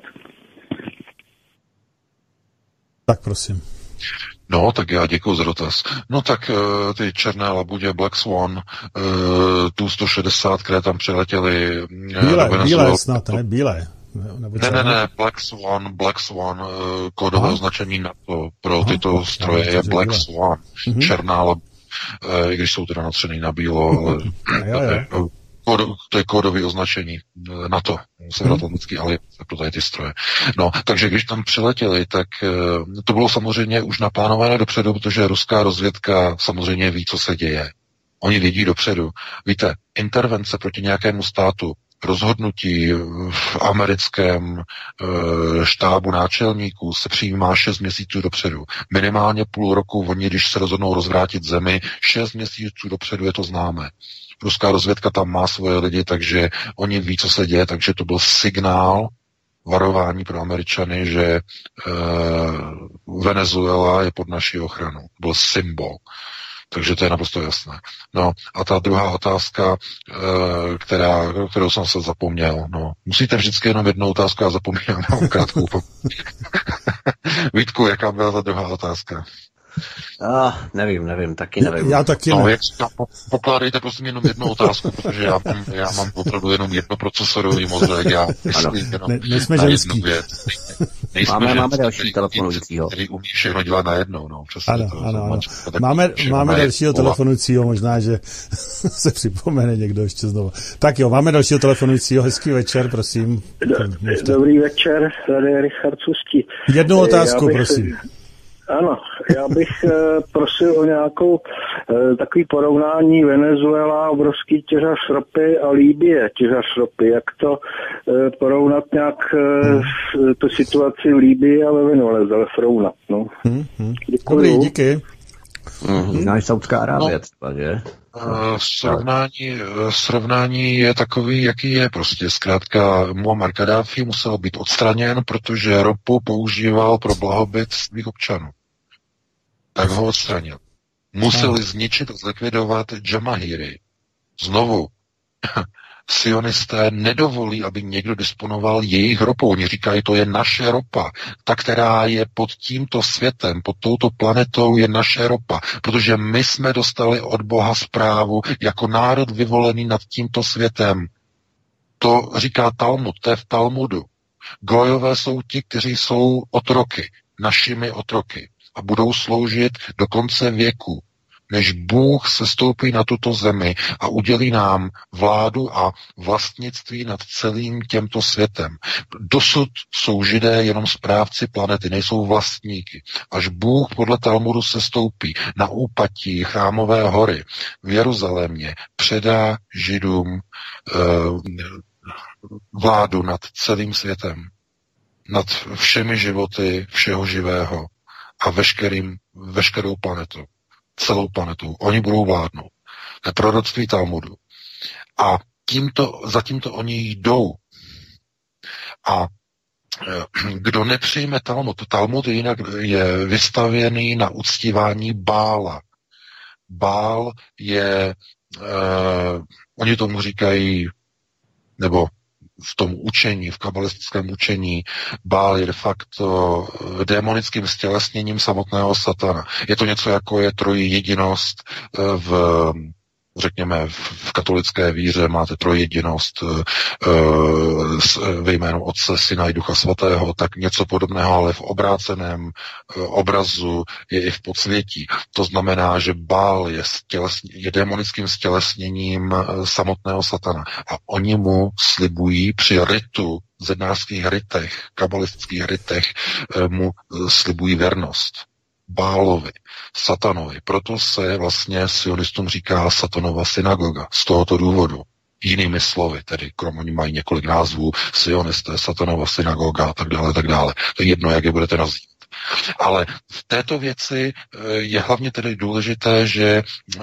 Tak prosím. No, tak já děkuji za dotaz. No tak ty černé labudě Black Swan, tu 160, které tam přiletěly. Bílé snad, ne? Bílé. Ne, Black Swan, kódové označení NATO pro tyto stroje je Black Swan. Černá labuť, i když jsou teda natřený na bílo, ale to je kódové označení NATO, Severoatlantický aliance pro tady ty stroje. No, takže když tam přiletěli, tak to bylo samozřejmě už naplánované dopředu, protože ruská rozvědka samozřejmě ví, co se děje. Oni vidí dopředu. Víte, intervence proti nějakému státu, rozhodnutí v americkém štábu náčelníků se přijímá 6 měsíců dopředu. Minimálně půl roku, oni, když se rozhodnou rozvrátit zemi, 6 měsíců dopředu je to známé. Ruská rozvědka tam má svoje lidi, takže oni ví, co se děje, takže to byl signál, varování pro Američany, že Venezuela je pod naší ochranou. Byl symbol. Takže to je naprosto jasné. No a ta druhá otázka, kterou jsem se zapomněl. No, musíte vždycky jenom jednu otázku a zapomínám na krátkou. Vítku, jaká byla ta druhá otázka? Nevím, taky nevím. Já taky ne. Pokládejte prosím jenom jednu otázku, protože já mám opravdu jenom jednoprocesorový mozek. Nejsme ženský. Máme další telefonujícího. Který umí všechno dělat najednou. No, ano. Máme dalšího telefonujícího, možná, že se připomene někdo ještě znovu. Tak jo, máme dalšího telefonujícího. Hezký večer, prosím. Dobrý večer, tady je Richard Suský. Jednu otázku, prosím. Ano, já bych prosil o nějakou takový porovnání Venezuela, obrovský těžař ropy a Libye, těžař ropy. Jak to porovnat nějak tu situaci v Libyi a ve Venezuele srovnat. No. Dobrý, díky. Náš Saudská Arábie třeba, že? Srovnání je takový, jaký je. Prostě zkrátka Muammar Kaddáfi musel být odstraněn, protože ropu používal pro blahobyt svých občanů. Tak ho odstranil. Museli zničit a zlikvidovat Jamahiri. Znovu. Sionisté nedovolí, aby někdo disponoval jejich ropou. Oni říkají, to je naše ropa. Ta, která je pod tímto světem, pod touto planetou, je naše ropa. Protože my jsme dostali od Boha zprávu jako národ vyvolený nad tímto světem. To říká Talmud, to je v Talmudu. Gojové jsou ti, kteří jsou otroky, našimi otroky. A budou sloužit do konce věku, než Bůh sestoupí na tuto zemi a udělí nám vládu a vlastnictví nad celým těmto světem. Dosud jsou Židé jenom správci planety, nejsou vlastníky. Až Bůh podle Talmudu sestoupí na úpatí Chrámové hory v Jeruzalémě, předá Židům vládu nad celým světem, nad všemi životy všeho živého a veškerou planetu. Celou planetu. Oni budou vládnout. To je proroctví Talmudu. A za tímto oni jdou. A kdo nepřijme Talmud jinak je vystavěný na uctívání Bála. Bál je, oni tomu říkají, nebo v tom učení, v kabalistickém učení, Bál je de facto démonickým stělesněním samotného satana. Je to něco jako je trojjedinost řekněme, v katolické víře máte trojjedinost ve jménu Otce, Syna i Ducha Svatého, tak něco podobného, ale v obráceném obrazu je i v podsvětí. To znamená, že Bál je démonickým stělesněním samotného satana. A oni mu slibují při ritu, zednářských rytech, kabalistických rytech, mu slibují věrnost. Bálovi, satanovi. Proto se vlastně sionistům říká satanova synagoga. Z tohoto důvodu. Jinými slovy, tedy oni mají několik názvů, sionisté, satanova synagoga a tak dále, tak dále. To je jedno, jak je budete nazývat. Ale v této věci je hlavně tedy důležité, že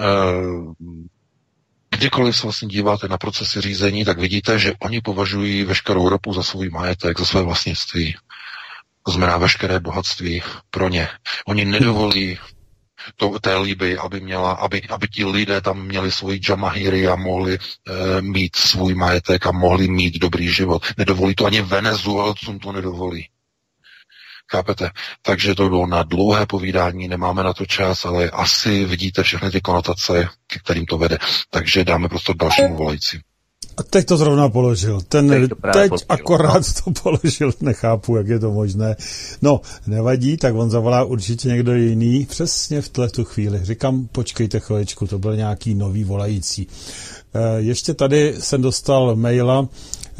kdykoliv se vlastně díváte na procesy řízení, tak vidíte, že oni považují veškerou ropu za svůj majetek, za své vlastnictví. To znamená veškeré bohatství pro ně. Oni nedovolí té Libii, aby ti lidé tam měli svoji džamahíry a mohli mít svůj majetek a mohli mít dobrý život. Nedovolí to ani Venezuelcům, to nedovolí. Chápete? Takže to bylo na dlouhé povídání, nemáme na to čas, ale asi vidíte všechny ty konotace, ke kterým to vede. Takže dáme prostor dalšímu volající. A teď to zrovna položil. Teď akorát to položil, nechápu, jak je to možné. No, nevadí, tak on zavolá určitě někdo jiný. Přesně v tu chvíli. Říkám, počkejte chviličku, to byl nějaký nový volající. Ještě tady jsem dostal maila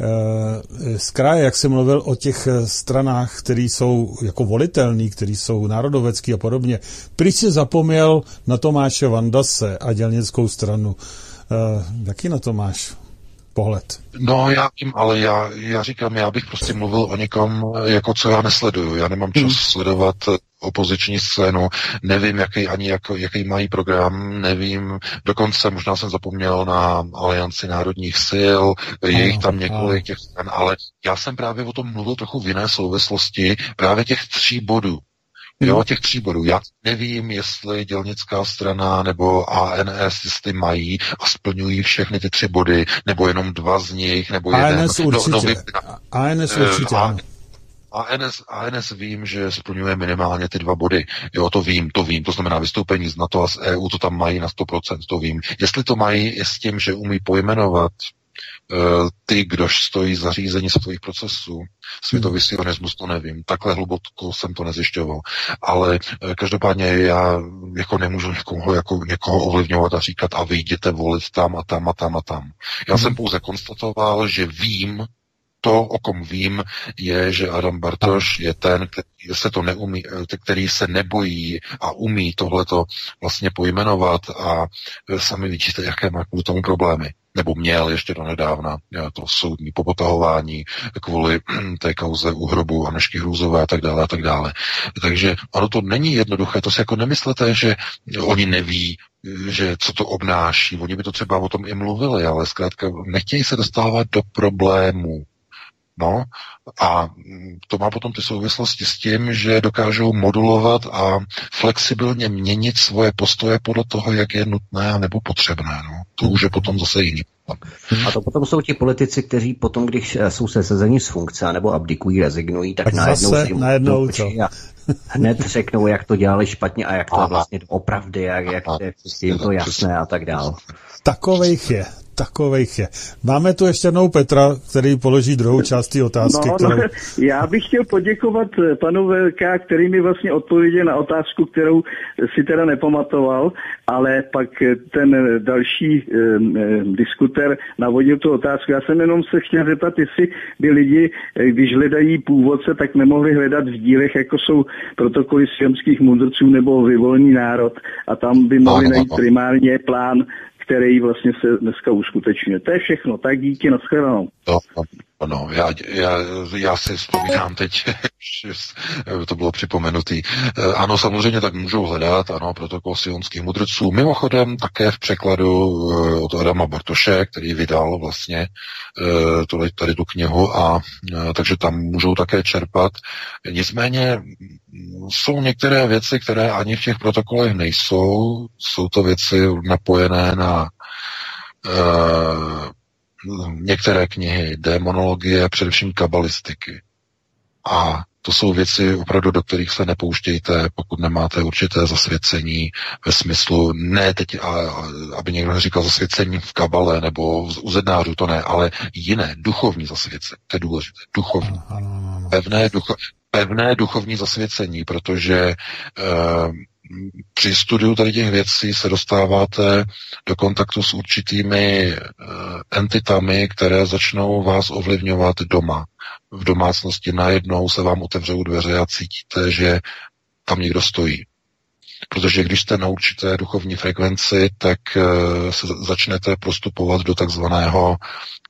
z kraje, jak jsem mluvil o těch stranách, které jsou jako volitelný, které jsou národovecký a podobně. Prý si zapomněl na Tomáše Vandase a dělnickou stranu. Jaký na to máš pohled? No, já vím, ale já říkám, já bych prostě mluvil o někom, jako co já nesleduju. Já nemám čas sledovat opoziční scénu, nevím, jaký mají program, nevím, dokonce možná jsem zapomněl na Alianci národních sil, je jich tam několik těch stran, ale já jsem právě o tom mluvil trochu v jiné souvislosti, právě těch 3 bodů. Jo, těch 3 bodů. Já nevím, jestli dělnická strana nebo ANS, jestli mají a splňují všechny ty 3 body, nebo jenom 2 z nich, nebo ANS jeden. Určitě. ANS určitě. ANS vím, že splňuje minimálně ty 2 body. Jo, to vím. To znamená vystoupení z NATO a z EU, to tam mají na 100%, to vím. Jestli to mají s tím, že umí pojmenovat ty, kdož stojí za řízení světových procesů, světový sionismus, to nevím. Takhle hluboko jsem to nezjišťoval. Ale každopádně já jako nemůžu někoho ovlivňovat a říkat a vy jděte volit tam a tam a tam a tam. Já jsem pouze konstatoval, že vím, to, o kom vím, je, že Adam Bartoš je ten, který se nebojí a umí tohleto vlastně pojmenovat a sami vidíte, jaké má kvůli tomu problémy. Nebo měl ještě do nedávna to soudní popotahování kvůli té kauze u hrobu Anežky Hrůzové a tak dále a tak dále. Takže ono to není jednoduché, to si jako nemyslete, že oni neví, že co to obnáší. Oni by to třeba o tom i mluvili, ale zkrátka nechtějí se dostávat do problémů. No a to má potom ty souvislosti s tím, že dokážou modulovat a flexibilně měnit svoje postoje podle toho, jak je nutné nebo potřebné. No. To už je potom zase jiný. A to potom jsou ti politici, kteří potom, když jsou sesazeni z funkce nebo abdikují, rezignují, tak najednou a hned řeknou, jak to dělali špatně a jak to vlastně opravdu, jak jim to jasné a tak dál. Takovejch je. Máme tu ještě jednou Petra, který položí druhou část té otázky. Já bych chtěl poděkovat panu VK, který mi vlastně odpověděl na otázku, kterou si teda nepamatoval, ale pak ten další diskutér navodil tu otázku. Já jsem jenom se chtěl zeptat, jestli by lidi, když hledají původce, tak nemohli hledat v dílech, jako jsou protokoly sionských mudrců nebo Vyvolený národ, a tam by mohli najít primárně plán, který vlastně se dneska uskutečňuje. To je všechno. Tak díky, nashledanou. No, já si vzpomínám teď, že to bylo připomenutý. Ano, samozřejmě tak můžou hledat, ano, protokol sionských mudrců. Mimochodem také v překladu od Adama Bartoše, který vydal vlastně tady tu knihu, a takže tam můžou také čerpat. Nicméně jsou některé věci, které ani v těch protokolech nejsou. Jsou to věci napojené na některé knihy démonologie, především kabalistiky. A to jsou věci opravdu, do kterých se nepouštějte, pokud nemáte určité zasvěcení ve smyslu, ne teď, aby někdo neříkal zasvěcení v kabale nebo u zednářů, to ne, ale jiné, duchovní zasvěcení, to je důležité, duchovní. Pevné duchovní zasvěcení, protože při studiu tady těch věcí se dostáváte do kontaktu s určitými entitami, které začnou vás ovlivňovat doma. V domácnosti najednou se vám otevřou dveře a cítíte, že tam někdo stojí. Protože když jste na určité duchovní frekvenci, tak se začnete prostupovat do takzvaného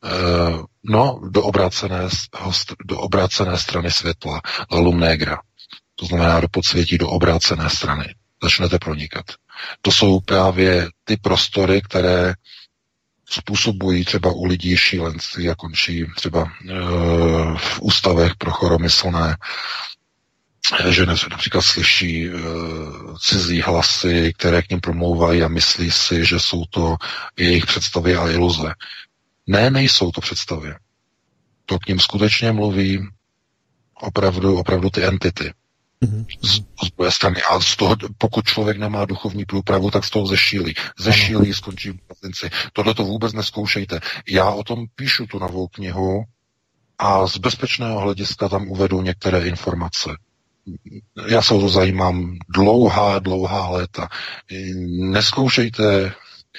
do obrácené strany světla, la lum negra. To znamená do podsvětí, do obrácené strany. Začnete pronikat. To jsou právě ty prostory, které způsobují třeba u lidí šílenství a končí třeba v ústavech pro choromyslné, že například slyší cizí hlasy, které k nim promlouvají a myslí si, že jsou to jejich představy a iluze. Ne, nejsou to představy. To k ním skutečně mluví opravdu ty entity. Z druhé strany. A z toho, pokud člověk nemá duchovní průpravu, tak z toho zešílí, skončí v patenci. Tohle to vůbec neskoušejte. Já o tom píšu tu novou knihu a z bezpečného hlediska tam uvedu některé informace. Já se o to zajímám dlouhá léta. Neskoušejte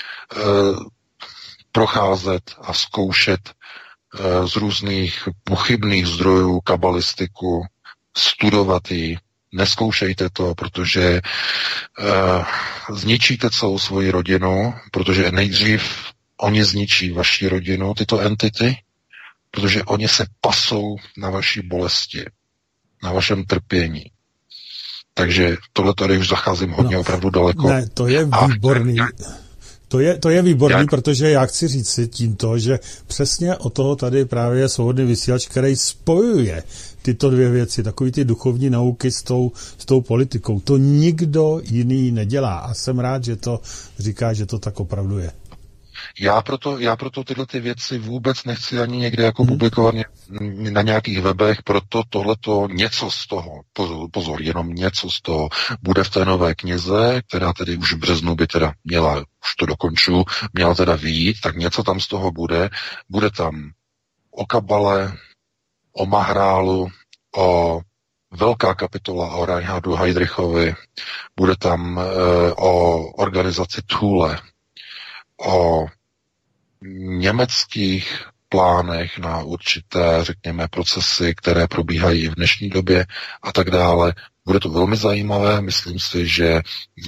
procházet a zkoušet z různých pochybných zdrojů kabalistiku, studovat ji. Neskoušejte to, protože zničíte celou svoji rodinu, protože nejdřív oni zničí vaši rodinu, tyto entity, protože oni se pasou na vaší bolesti, na vašem trpění. Takže tohle tady už zacházím hodně opravdu daleko. Ne, to je výborný. To je výborný, protože já chci říct si tímto, že přesně o toho tady právě je svobodný vysílač, který spojuje tyto dvě věci, takový ty duchovní nauky s tou politikou. To nikdo jiný nedělá a jsem rád, že to říká, že to tak opravdu je. Já proto tyhle ty věci vůbec nechci ani někde jako publikovat na nějakých webech, proto tohleto něco z toho, pozor, jenom něco z toho bude v té nové knize, která tedy už v březnu by teda měla, už to dokonču, měla teda vyjít, tak něco tam z toho bude tam o kabale, o Mahrálu, o velká kapitola o Reinhardu Heydrichovi, bude tam o organizaci Thule, o německých plánech na určité, řekněme, procesy, které probíhají i v dnešní době a tak dále. Bude to velmi zajímavé, myslím si, že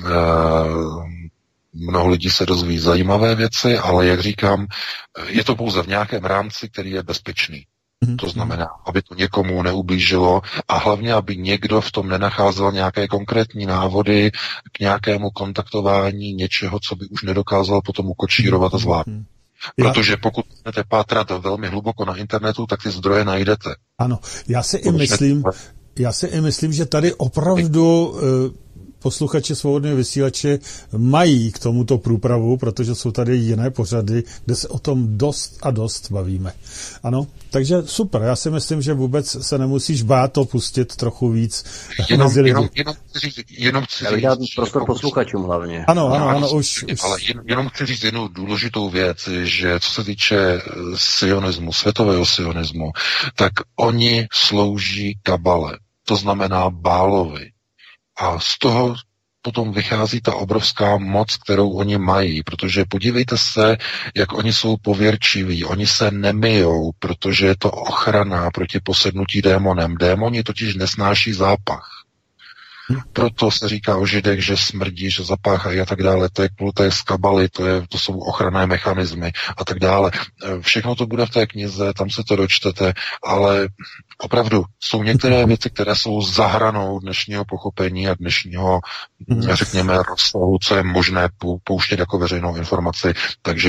mnoho lidí se dozví zajímavé věci, ale jak říkám, je to pouze v nějakém rámci, který je bezpečný. To znamená, aby to někomu neublížilo a hlavně, aby někdo v tom nenacházel nějaké konkrétní návody k nějakému kontaktování něčeho, co by už nedokázal potom ukočírovat a zvládnout. Protože pokud budete pátrat velmi hluboko na internetu, tak ty zdroje najdete. Ano, já si i myslím, že tady opravdu posluchači svobodného vysílače mají k tomuto průpravu, protože jsou tady jiné pořady, kde se o tom dost a dost bavíme. Ano, takže super, já si myslím, že vůbec se nemusíš bát to pustit trochu víc mezi lidi. Jenom chci říct, dát prostor posluchačům hlavně. Ano, už. Ale jenom chci říct jednu důležitou věc, že co se týče sionismu, světového sionismu, tak oni slouží kabale, to znamená Bálovi. A z toho potom vychází ta obrovská moc, kterou oni mají, protože podívejte se, jak oni jsou pověrčiví, oni se nemyjou, protože je to ochrana proti posednutí démonem. Démoni totiž nesnáší zápach. Proto se říká o Židech, že smrdí, že zapáchají a tak dále. To je z kabaly, to jsou ochranné mechanismy a tak dále. Všechno to bude v té knize, tam se to dočtete, ale opravdu jsou některé věci, které jsou za hranou dnešního pochopení a dnešního, řekněme, rozsahu, co je možné pouštět jako veřejnou informaci. Takže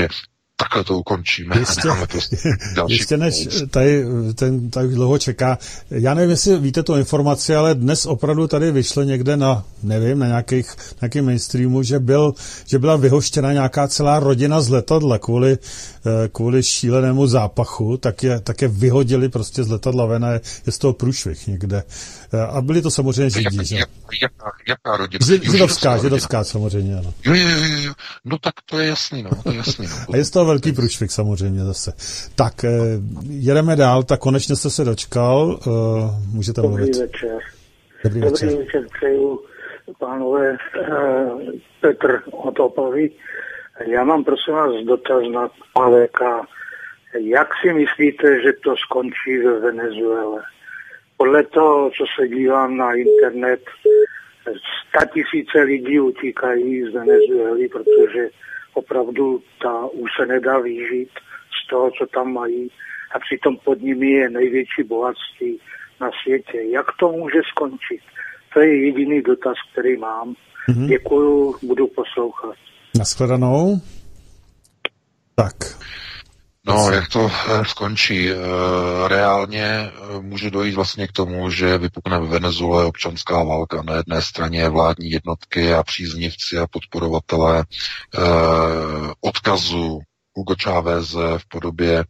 takhle to ukončíme. Ještě než tady tak dlouho čeká. Já nevím, jestli víte tu informaci, ale dnes opravdu tady vyšlo někde na nějakým mainstreamu, že byla vyhoštěna nějaká celá rodina z letadla kvůli šílenému zápachu, tak je vyhodili prostě z letadla ven a je z toho průšvih někde. A byli to samozřejmě Židi, že? Jaká rodina? Židovská samozřejmě, ano. Jo. No tak to je jasný, no. A je z toho velký průšvih samozřejmě zase. Tak, jedeme dál, tak konečně jste se dočkal, můžete mluvit. Dobrý večer, přeju pánové, Petr od Opavy. Já mám prosím vás dotaz na AVK. Jak si myslíte, že to skončí ve Venezuele? Podle toho, co se dívám na internet, 100 000 lidí utíkají z Venezuely, protože opravdu už se nedá vyžít z toho, co tam mají, a přitom pod nimi je největší bohatství na světě. Jak to může skončit? To je jediný dotaz, který mám. Děkuju, budu poslouchat. Nashledanou. Tak. No, jak to skončí? Reálně může dojít vlastně k tomu, že vypukne v Venezuele občanská válka. Na jedné straně vládní jednotky a příznivci a podporovatelé odkazu Hugo Cháveze v podobě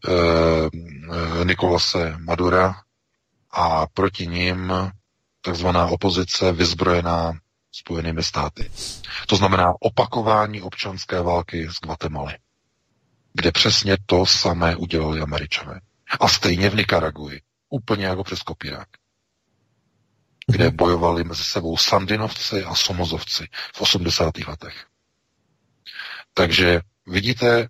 Nicolase Madura a proti nim takzvaná opozice vyzbrojená Spojenými státy. To znamená opakování občanské války z Guatemaly, kde přesně to samé udělali Američané. A stejně v Nikaraguji, úplně jako přes kopírák, kde bojovali mezi sebou Sandinovci a Somozovci v 80. letech. Takže vidíte,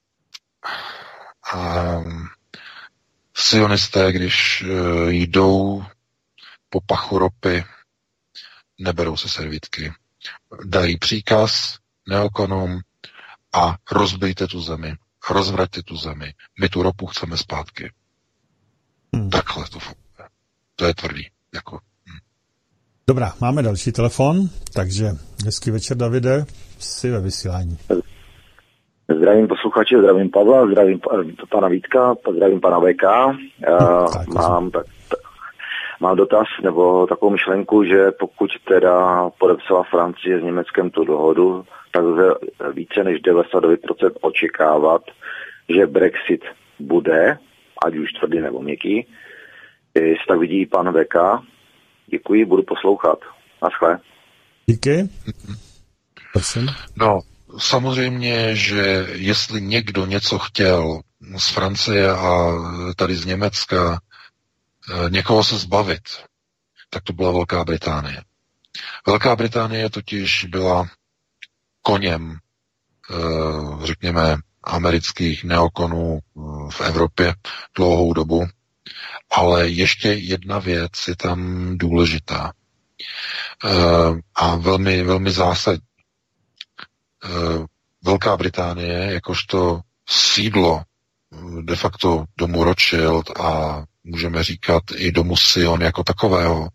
sionisté, když jdou po pachu ropy, neberou se servítky, dají příkaz neokonům a rozbijte tu zemi, rozvraťte tu zemi, my tu ropu chceme zpátky. Takhle to funguje. To je tvrdý. Dobrá, máme další telefon, takže hezký večer, Davide, jsi ve vysílání. Zdravím posluchače, zdravím Pavla, zdravím pana Vítka, zdravím pana VK. Mám dotaz nebo takovou myšlenku, že pokud teda podepsala Francie s Německem tu dohodu, tak lze více než 99% očekávat, že Brexit bude, ať už tvrdý nebo měkký. Jestli tak vidí pan VK, děkuji, budu poslouchat. Naschle. Díky. Prosím. No, samozřejmě, že jestli někdo něco chtěl z Francie a tady z Německa někoho se zbavit, tak to byla Velká Británie. Velká Británie totiž byla koněm, řekněme, amerických neokonů v Evropě dlouhou dobu, ale ještě jedna věc je tam důležitá a velmi, velmi zásadní. Velká Británie, jakožto sídlo de facto domu Rothschild a můžeme říkat i domu Sion jako takového,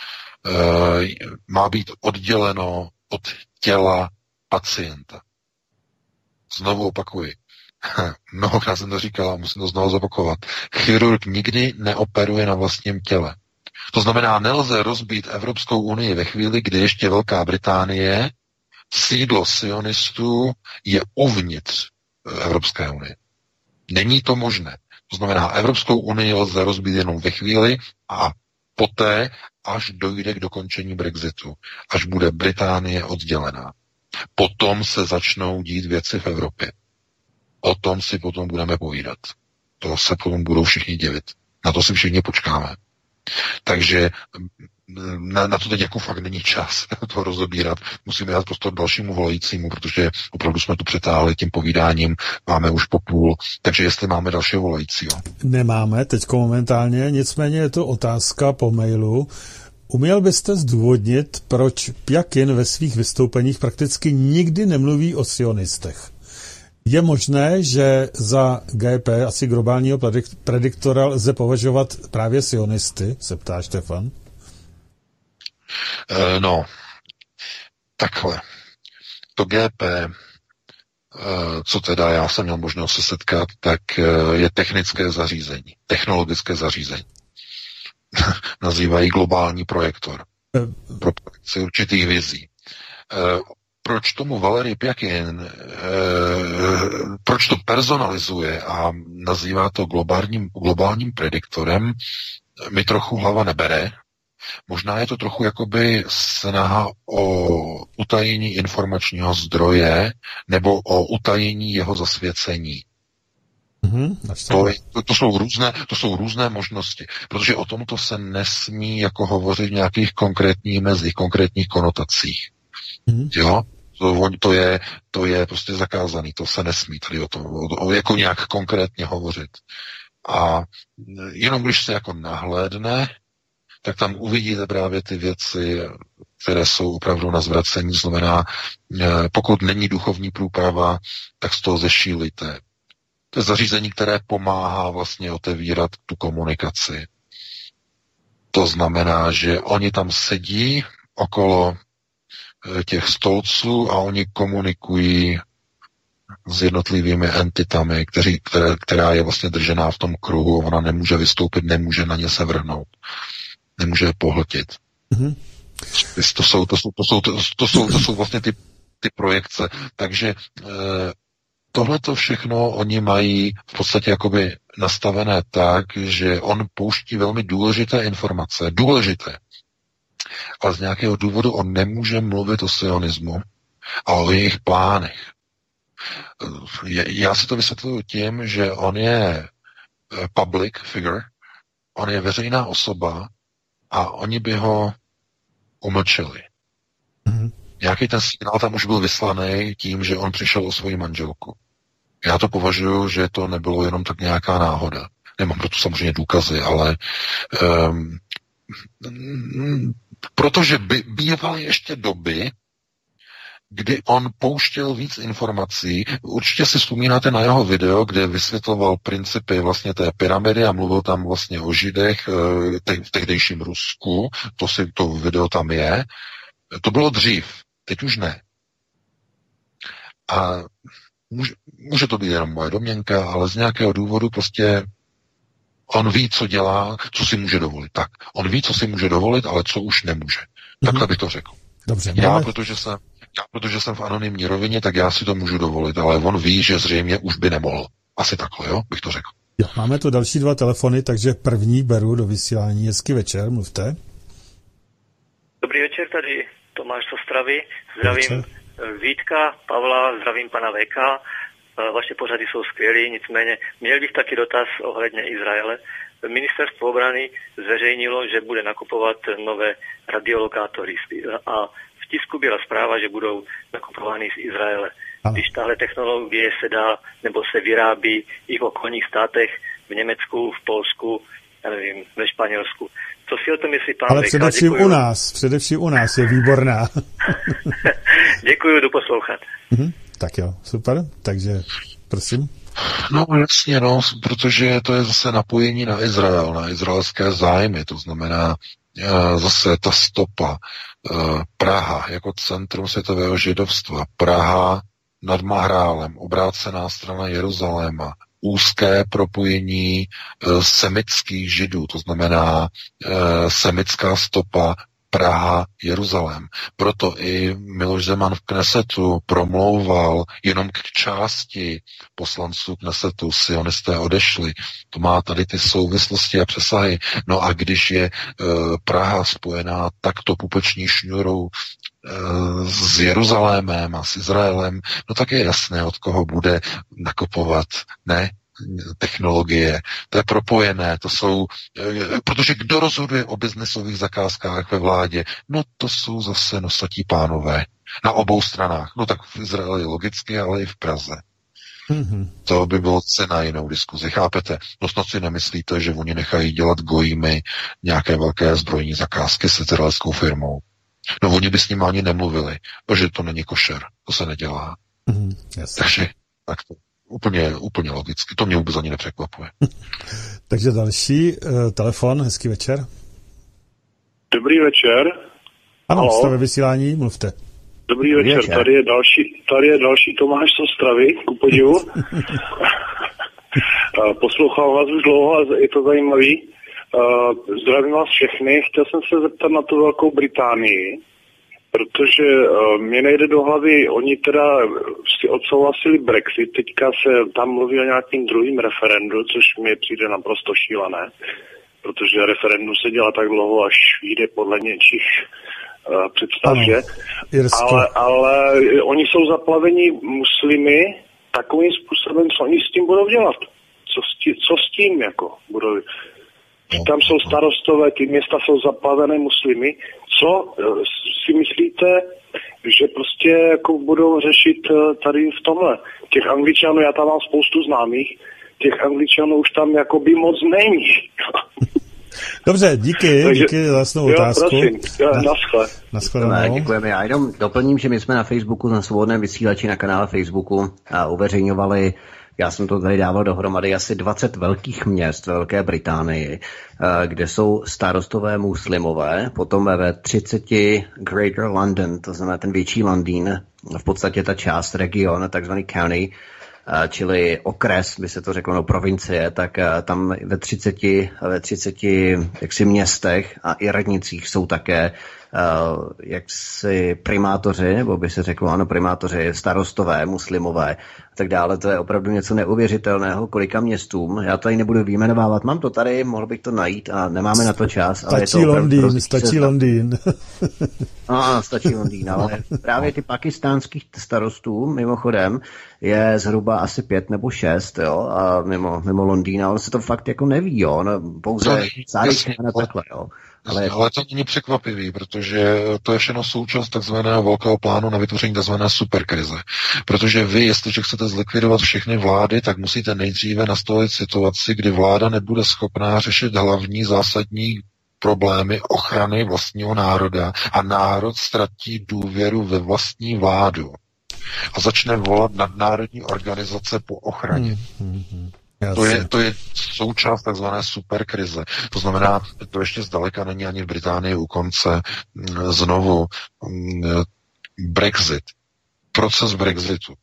má být odděleno od těla pacienta. Znovu opakuji. Mnohokrát jsem to říkal a musím to znovu zopakovat. Chirurg nikdy neoperuje na vlastním těle. To znamená, nelze rozbít Evropskou unii ve chvíli, kdy ještě Velká Británie, sídlo sionistů, je uvnitř Evropské unie. Není to možné. To znamená, Evropskou unii lze rozbít jenom ve chvíli a poté, až dojde k dokončení Brexitu, až bude Británie oddělená. Potom se začnou dít věci v Evropě. O tom si potom budeme povídat. To se potom budou všichni divit. Na to si všichni počkáme. Takže na to teď jako fakt není čas to rozobírat. Musíme dát prostor dalšímu volajícímu, protože opravdu jsme tu přetáhli tím povídáním, máme už po půl, takže jestli máme dalšího volajícího. Nemáme teďko momentálně, nicméně je to otázka po mailu. Uměl byste zdůvodnit, proč Pjakin ve svých vystoupeních prakticky nikdy nemluví o sionistech? Je možné, že za GP, asi globálního prediktora, lze považovat právě sionisty, se ptá Štefan? No, takhle. To GP co teda já jsem měl možnost se setkat, tak je technické zařízení, technologické zařízení. Nazývají globální projektor. Pro projekci určitých vizí. Proč tomu Valery Pjakin, proč to personalizuje a nazývá to globálním prediktorem, mi trochu hlava nebere. Možná je to trochu jakoby snaha o utajení informačního zdroje nebo o utajení jeho zasvěcení. To jsou různé možnosti, protože o tomto se nesmí jako hovořit v nějakých konkrétních mezích, konkrétních konotacích. Jo? To je prostě zakázaný, to se nesmí tady o tom jako nějak konkrétně hovořit. A jenom když se jako nahlédne, tak tam uvidíte právě ty věci, které jsou opravdu na zvracení. Znamená, pokud není duchovní průprava, tak z toho zešílíte. To je zařízení, které pomáhá vlastně otevírat tu komunikaci. To znamená, že oni tam sedí okolo těch stolců a oni komunikují s jednotlivými entitami, která je vlastně držená v tom kruhu. Ona nemůže vystoupit, nemůže na ně se vrhnout. Nemůže je pohltit. To jsou vlastně ty projekce. Takže tohleto všechno oni mají v podstatě jakoby nastavené tak, že on pouští velmi důležité informace. Důležité. Ale z nějakého důvodu on nemůže mluvit o sionismu a o jejich plánech. Já si to vysvětluji tím, že on je public figure, on je veřejná osoba a oni by ho umlčeli. Nějaký ten signál tam už byl vyslaný tím, že on přišel o svoji manželku. Já to považuji, že to nebylo jenom tak nějaká náhoda. Nemám pro to samozřejmě důkazy, ale protože bývaly ještě doby, kdy on pouštěl víc informací. Určitě si vzpomínáte na jeho video, kde vysvětloval principy vlastně té pyramidy a mluvil tam vlastně o Židech v tehdejším Rusku. To video tam je. To bylo dřív, teď už ne. A může to být jenom moje domněnka, ale z nějakého důvodu prostě on ví, co dělá, co si může dovolit. Tak, on ví, co si může dovolit, ale co už nemůže. Takhle bych to řekl. Dobře, protože jsem v anonymní rovině, tak já si to můžu dovolit, ale on ví, že zřejmě už by nemohl. Asi takhle, jo, bych to řekl. Jo, máme tu další 2 telefony, takže první beru do vysílání. Hezký večer, mluvte. Dobrý večer, tady Tomáš z Ostravy. Zdravím Vítka, Pavla, zdravím pana VK. Vaše pořady jsou skvělé, nicméně měl bych taky dotaz ohledně Izraele. Ministerstvo obrany zveřejnilo, že bude nakupovat nové radiolokátory a v tisku byla zpráva, že budou nakupovány z Izraele. Když tahle technologie se dá, nebo se vyrábí i v okolních státech, v Německu, v Polsku, já nevím, ve Španělsku. Co si o tom myslí pán Ale především u nás je výborná. Děkuji, jdu poslouchat. Tak jo, super, takže prosím. No jasně, protože to je zase napojení na Izrael, na izraelské zájmy, to znamená zase ta stopa, Praha jako centrum světového židovstva, Praha nad Mahrálem, obrácená strana Jeruzaléma, úzké propojení semitských židů, to znamená semitská stopa Praha, Jeruzalém. Proto i Miloš Zeman v Knesetu promlouval jenom k části poslanců Knesetu, sionisté odešli. To má tady ty souvislosti a přesahy. No a když je Praha spojená takto pupeční šňůrou s Jeruzalémem a s Izraelem, no tak je jasné, od koho bude nakupovat, ne? Technologie, to je propojené, to jsou, protože kdo rozhoduje o biznesových zakázkách ve vládě, no to jsou zase nosatí pánové na obou stranách, no tak v Izraeli logicky, ale i v Praze. To by bylo cena jinou diskuzi, chápete? No snad si nemyslíte, že oni nechají dělat gojimy nějaké velké zbrojní zakázky s izraelskou firmou. No oni by s ním ani nemluvili, protože to není košer, to se nedělá. Takže tak to. Úplně logicky. To mě vůbec ani nepřekvapuje. Takže další telefon, hezký večer. Dobrý večer. Ano, jste ve vysílání, mluvte. Dobrý večer, tady je další Tomáš z Ostravy, ku podivu. Poslouchal vás už dlouho a je to zajímavý. Zdravím vás všechny. Chtěl jsem se zeptat na tu Velkou Británii, protože mě nejde do hlavy, oni teda si odsouhlasili Brexit, teďka se tam mluví o nějakým druhým referendu, což mi přijde naprosto šílené, protože referendum se dělá tak dlouho, až vyjde podle něčích představ, že? Ale oni jsou zaplaveni muslimy takovým způsobem, co oni s tím budou dělat. Co s tím jako budou? Tam jsou starostové, ty města jsou zaplavené muslimy. Co si myslíte, že prostě jako budou řešit tady v tomhle? Těch Angličanů, já tam mám spoustu známých, těch Angličanů už tam jako by moc není. Dobře, díky za jasnou otázku. Prosím, naschle. Děkujeme. Já jenom doplním, že my jsme na Facebooku, na Svobodném vysílači, na kanále Facebooku uveřejňovali, já jsem to tady dával dohromady, asi 20 velkých měst ve Velké Británii, kde jsou starostové muslimové, potom ve 30 Greater London, to znamená ten větší Londýn, v podstatě ta část, region, takzvaný county, čili okres, by se to řeklo, no provincie, tak tam ve 30 jaksi městech a i radnicích jsou také jaksi primátoři, nebo by se řeklo, ano, primátoři, starostové, muslimové a tak dále. To je opravdu něco neuvěřitelného, kolika městům. Já tady nebudu vyjmenovávat, mám to tady, mohl bych to najít a nemáme na to čas. Stačí Londýn. Ano, stačí Londýn, ale právě ty pakistánských starostů, mimochodem, je zhruba asi 5 nebo 6, jo, a mimo Londýna, ale se to fakt jako neví, jo, no, pouze závisí na takhle, jo. Ale to není překvapivý, protože to je všechno součást takzvaného velkého plánu na vytvoření takzvané superkrize. Protože vy, jestliže chcete zlikvidovat všechny vlády, tak musíte nejdříve nastolit situaci, kdy vláda nebude schopná řešit hlavní zásadní problémy ochrany vlastního národa a národ ztratí důvěru ve vlastní vládu a začne volat nadnárodní organizace po ochraně. To je součást takzvané superkrize. To znamená, to ještě zdaleka není ani v Británii u konce. Znovu Brexit. Proces Brexitu.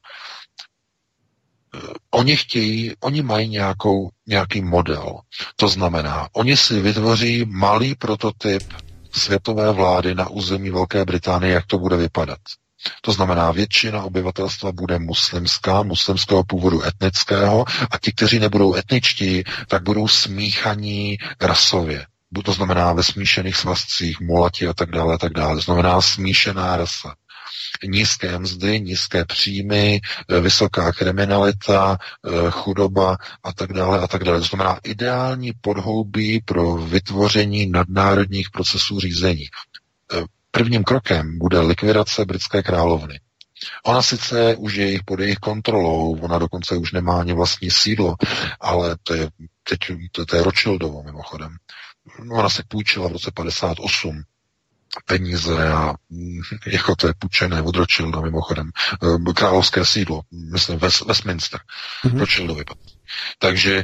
Oni mají nějaký model. To znamená, oni si vytvoří malý prototyp světové vlády na území Velké Británie, jak to bude vypadat. To znamená, většina obyvatelstva bude muslimského původu etnického a ti, kteří nebudou etničtí, tak budou smíchaní rasově. To znamená ve smíšených svazcích, mulati a tak dále, a tak dále. To znamená smíšená rasa. Nízké mzdy, nízké příjmy, vysoká kriminalita, chudoba a tak dále, a tak dále. To znamená ideální podhoubí pro vytvoření nadnárodních procesů řízení. Prvním krokem bude likvidace britské královny. Ona sice už je pod jejich kontrolou, ona dokonce už nemá ani vlastní sídlo, ale to je Rothschildovo mimochodem. Ona se půjčila v roce 58 peníze a jako to je půjčené od Rothschilda mimochodem. Královské sídlo, myslím Westminster, Rothschildovi. Takže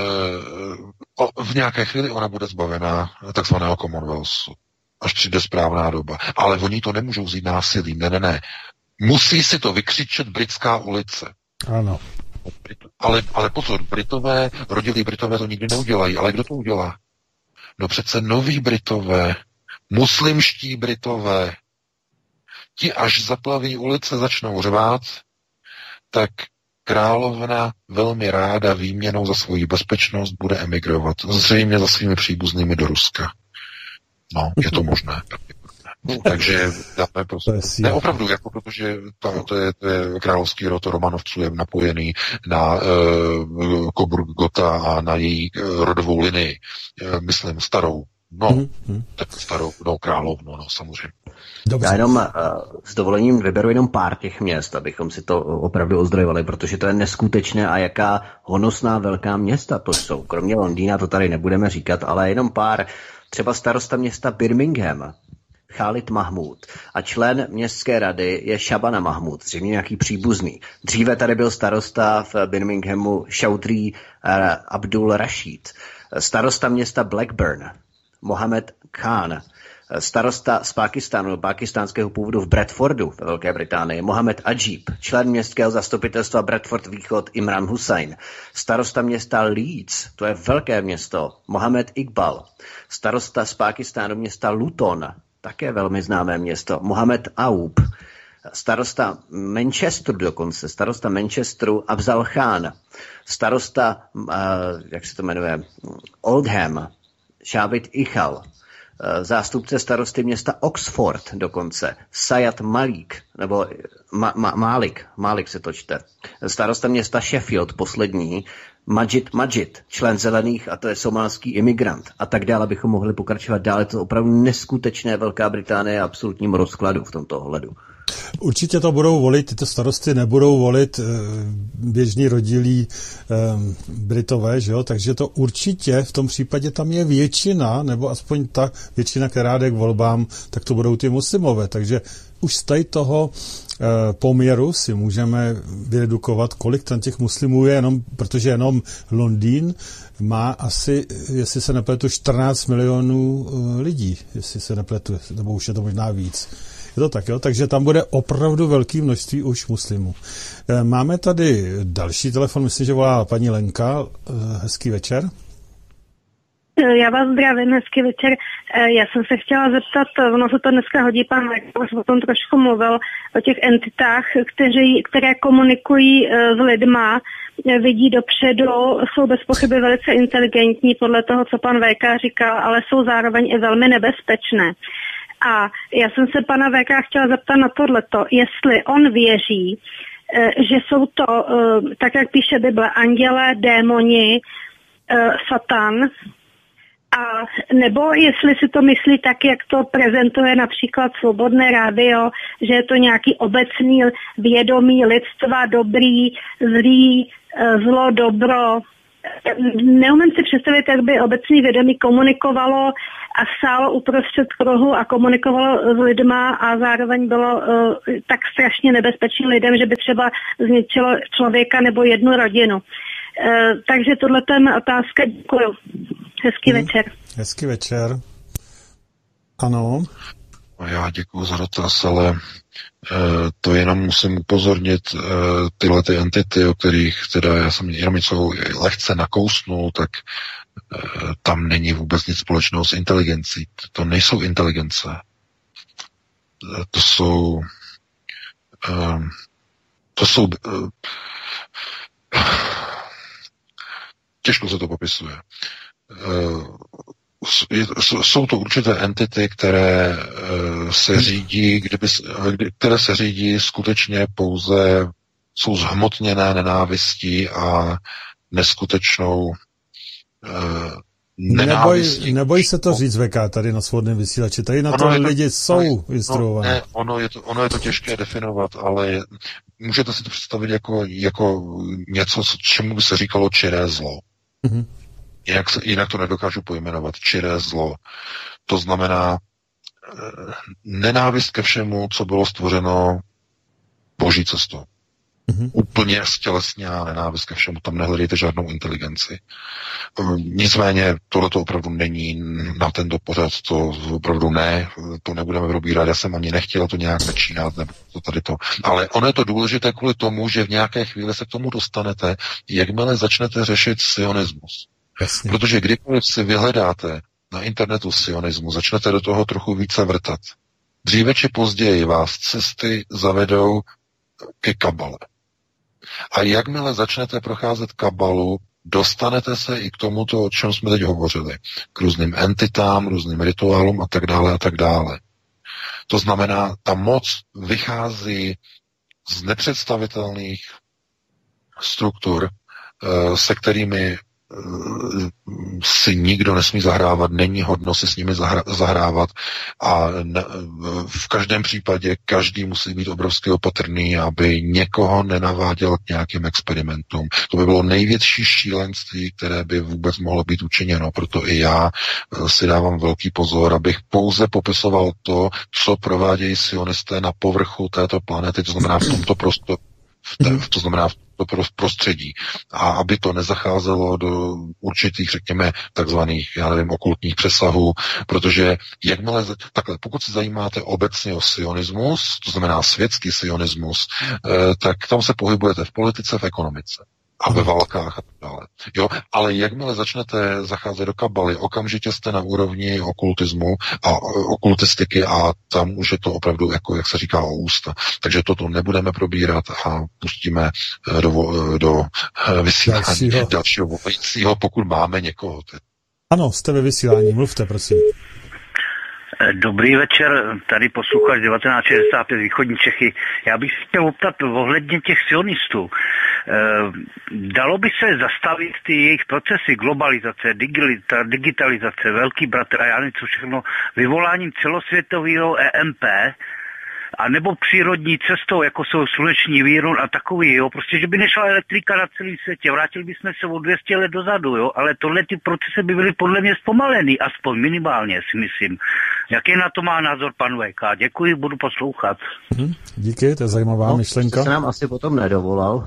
v nějaké chvíli ona bude zbavená takzvaného Commonwealthu. Až přijde správná doba. Ale oni to nemůžou vzít násilím. Ne. Musí si to vykřičet britská ulice. Ano. Ale pozor, rodilí Britové to nikdy neudělají. Ale kdo to udělá? No přece noví Britové, muslimští Britové, ti až zaplaví ulice začnou řvát, tak královna velmi ráda výměnou za svoji bezpečnost bude emigrovat. Zřejmě za svými příbuznými do Ruska. No, je to možné. Takže dáme prostě. Ne, opravdu, jako protože to je královský rod Romanovců je napojený na Coburg Gotha a na její rodovou linii. Myslím starou. Starou královnu, samozřejmě. Dobře. Já jenom s dovolením vyberu jenom pár těch měst, abychom si to opravdu ozdrojovali, protože to je neskutečné a jaká honosná velká města to jsou. Kromě Londýna to tady nebudeme říkat, ale jenom pár. Třeba starosta města Birmingham, Khalid Mahmud, a člen městské rady je Shabana Mahmud, zřejmě nějaký příbuzný. Dříve tady byl starosta v Birminghamu Chaudhry Abdul Rashid, starosta města Blackburn, Mohammed Khan, Starosta z Pákistánu, pákistánského původu v Bradfordu ve Velké Británii, Mohamed Ajib, člen městského zastupitelstva Bradford Východ Imran Hussain, starosta města Leeds, to je velké město, Mohamed Iqbal, starosta z Pákistánu města Luton, také velmi známé město, Mohamed Aub, starosta Manchesteru dokonce, starosta Manchesteru Afzal Khan, starosta, jak se to jmenuje, Oldham, Šábit Ichal, zástupce starosty města Oxford dokonce, Sayed Malik, nebo Malik se to čte, starosta města Sheffield poslední, Majid, člen Zelených, a to je somálský imigrant a tak dále, bychom mohli pokračovat dále. To je opravdu neskutečné. Velká Británie je absolutním rozkladu v tomto ohledu. Určitě to budou volit, tyto starosty nebudou volit běžní rodilí Britové, že jo? Takže to určitě v tom případě tam je většina, nebo aspoň ta většina, která jde k volbám, tak to budou ty muslimové. Takže už z toho poměru si můžeme vyredukovat, kolik tam těch muslimů je, protože jenom Londýn má asi, jestli se nepletu, 14 milionů lidí, jestli se nepletu, nebo už je to možná víc. Je to tak, jo? Takže tam bude opravdu velké množství už muslimů. Máme tady další telefon, myslím, že volá paní Lenka. Hezký večer. Já vás zdravím, hezký večer. Já jsem se chtěla zeptat, ono se to dneska hodí, pan Lekos o tom trošku mluvil, o těch entitách, které komunikují s lidma, vidí dopředu, jsou bez pochyby velice inteligentní podle toho, co pan VK říkal, ale jsou zároveň i velmi nebezpečné. A já jsem se pana VK chtěla zeptat na tohleto, jestli on věří, že jsou to, tak jak píše Bible, andělé, démoni, Satan, a nebo jestli si to myslí tak, jak to prezentuje například Svobodné rádio, že je to nějaký obecný vědomí lidstva, dobrý, zlý, zlo, dobro. Neumím si představit, jak by obecný vědomí komunikovalo a stálo uprostřed kruhu a komunikovalo s lidma a zároveň bylo tak strašně nebezpečným lidem, že by třeba zničilo člověka nebo jednu rodinu. Takže tohle je moje otázka. Děkuju. Hezký večer. Hezký večer. Ano. Já děkuju za dotaz, ale to jenom musím upozornit, tyhle ty entity, o kterých teda já jsem jenom něco lehce nakousnul, tak tam není vůbec nic společného s inteligencí. To nejsou inteligence. To jsou těžko se to popisuje. Jsou to určité entity, které se řídí, které se řídí skutečně pouze, jsou zhmotněné nenávistí a neskutečnou nenávistí. Neboj se to říct, VK, tady na Svobodném vysílači. Tady na to lidi jsou instruovaní. Ne, ono je to těžké definovat, ale můžete si to představit jako něco, čemu by se říkalo čiré zlo. Mm-hmm. Jinak to nedokážu pojmenovat. Čiré zlo. To znamená nenávist ke všemu, co bylo stvořeno boží cestou. Mm-hmm. Úplně stělesněná nenávist ke všemu. Tam nehledejte žádnou inteligenci. Nicméně tohleto opravdu není na tento pořad. To opravdu ne. To nebudeme probírat. Já jsem ani nechtěl to nějak začínat. Nebo to tady to. Ale ono je to důležité kvůli tomu, že v nějaké chvíli se k tomu dostanete, jakmile začnete řešit sionismus. Jasně. Protože kdykoliv si vyhledáte na internetu sionismu, začnete do toho trochu více vrtat. Dříve či později vás cesty zavedou ke kabale. A jakmile začnete procházet kabalu, dostanete se i k tomuto, o čem jsme teď hovořili. K různým entitám, různým rituálům a tak dále a tak dále. To znamená, ta moc vychází z nepředstavitelných struktur, se kterými si nikdo nesmí zahrávat, není hodno si s nimi zahrávat a v každém případě každý musí být obrovsky opatrný, aby někoho nenaváděl k nějakým experimentům. To by bylo největší šílenství, které by vůbec mohlo být učiněno, proto i já si dávám velký pozor, abych pouze popisoval to, co provádějí sionisté na povrchu této planety, to znamená v tomto prostoru, to znamená to prostředí a aby to nezacházelo do určitých, řekněme, takzvaných, okultních přesahů, protože takhle, pokud se zajímáte obecně o sionismus, to znamená světský sionismus, tak tam se pohybujete v politice, v ekonomice a ve válkách a tak dále. Jo, ale jakmile začnete zacházet do kabaly, okamžitě jste na úrovni okultismu a okultistiky a tam už je to opravdu, jako jak se říká, o ústa. Takže toto nebudeme probírat a pustíme do vysílání dalšího volajícího, pokud máme někoho. Ano, jste ve vysílání, mluvte, prosím. Dobrý večer, tady posluchač 1965 východní Čechy. Já bych chtěl optat ohledně těch sionistů. Dalo by se zastavit ty jejich procesy, globalizace, digitalizace, velký bratr a já nevím co všechno, vyvoláním celosvětového EMP, a nebo přírodní cestou, jako jsou sluneční výrun a takový, jo, prostě, že by nešla elektrika na celém světě, vrátili bychom se o 200 let dozadu, jo, ale tohle ty procesy by byly podle mě zpomalený, aspoň minimálně, si myslím. Jaký na to má názor pan VK? Děkuji, budu poslouchat. Díky, to je zajímavá myšlenka. Se nám asi potom nedovolal.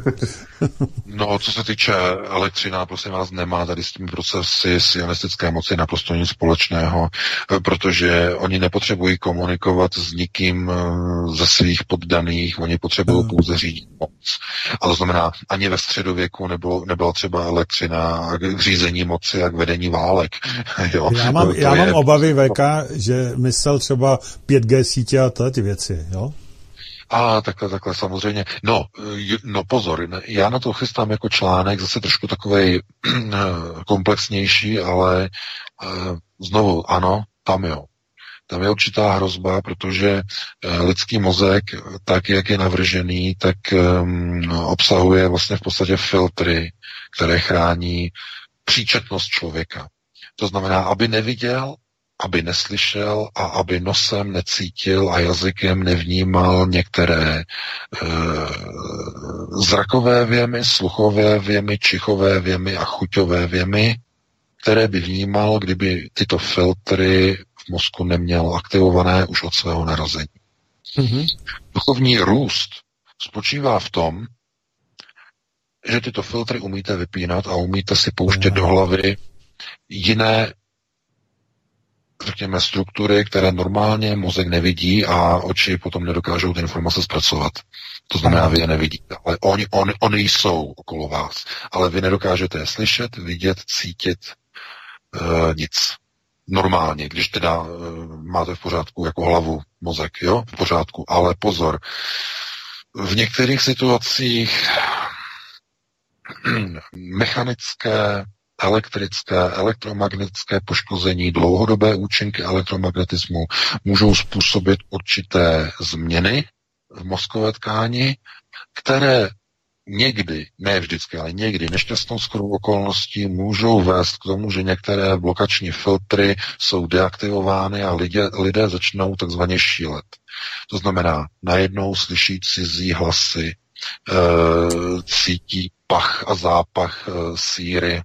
No, co se týče elektřina, prosím vás, nemá tady s tím procesy sionistické moci naprosto nic společného, protože oni nepotřebují komunikovat s nikým ze svých poddaných, oni potřebují pouze řídit moc. A to znamená, ani ve středověku nebyla třeba elektřina k řízení moci a k vedení válek. Jo? Já mám obavy VK, že myslel třeba 5G sítě a ty věci, jo? A takhle samozřejmě. No pozor, já na to chystám jako článek, zase trošku takovej komplexnější, ale znovu, ano, tam jo. Tam je určitá hrozba, protože lidský mozek, tak jak je navržený, tak obsahuje vlastně v podstatě filtry, které chrání příčetnost člověka. To znamená, aby neviděl, aby neslyšel a aby nosem necítil a jazykem nevnímal některé zrakové věmy, sluchové věmy, čichové věmy a chuťové věmy, které by vnímal, kdyby tyto filtry v mozku neměl aktivované už od svého narození. Duchovní růst spočívá v tom, že tyto filtry umíte vypínat a umíte si pouštět do hlavy jiné, řekněme, struktury, které normálně mozek nevidí a oči potom nedokážou ty informace zpracovat. To znamená, vy je nevidíte, ale oni jsou okolo vás, ale vy nedokážete je slyšet, vidět, cítit, nic. Normálně, když teda máte v pořádku jako hlavu, mozek, jo, v pořádku, ale pozor, v některých situacích mechanické, elektrické, elektromagnetické poškození, dlouhodobé účinky elektromagnetismu můžou způsobit určité změny v mozkové tkáni, které někdy, ne vždycky, ale někdy nešťastnou shodou okolností můžou vést k tomu, že některé blokační filtry jsou deaktivovány a lidé začnou takzvaně šílet. To znamená, najednou slyší cizí hlasy, cítí pach a zápach síry,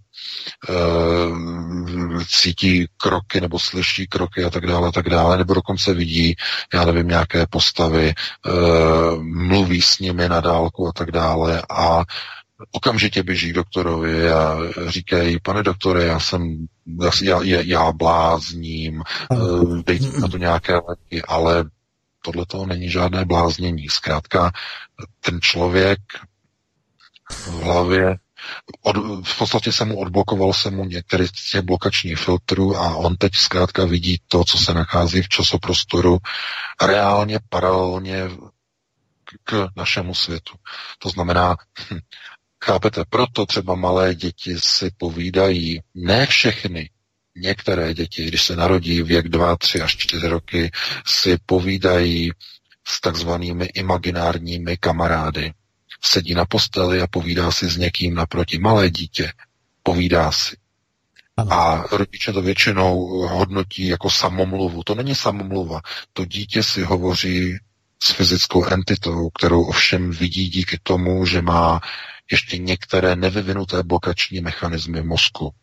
cítí kroky nebo slyší kroky a tak dále, nebo dokonce vidí, já nevím, nějaké postavy, mluví s nimi na dálku a tak dále a okamžitě běží k doktorovi a říkají, pane doktore, já blázním, dejte na to nějaké léky, ale tohle to není žádné bláznění. Zkrátka, ten člověk v hlavě v podstatě odblokoval se mu některý z těch blokačních filtrů a on teď zkrátka vidí to, co se nachází v časoprostoru reálně, paralelně k našemu světu. To znamená, chápete, proto třeba malé děti si povídají, ne všechny, některé děti, když se narodí věk 2, 3 až 4 roky, si povídají s takzvanými imaginárními kamarády. Sedí na posteli a povídá si s někým naproti. Malé dítě povídá si. A rodiče to většinou hodnotí jako samomluvu. To není samomluva. To dítě si hovoří s fyzickou entitou, kterou ovšem vidí díky tomu, že má ještě některé nevyvinuté blokační mechanismy v mozku.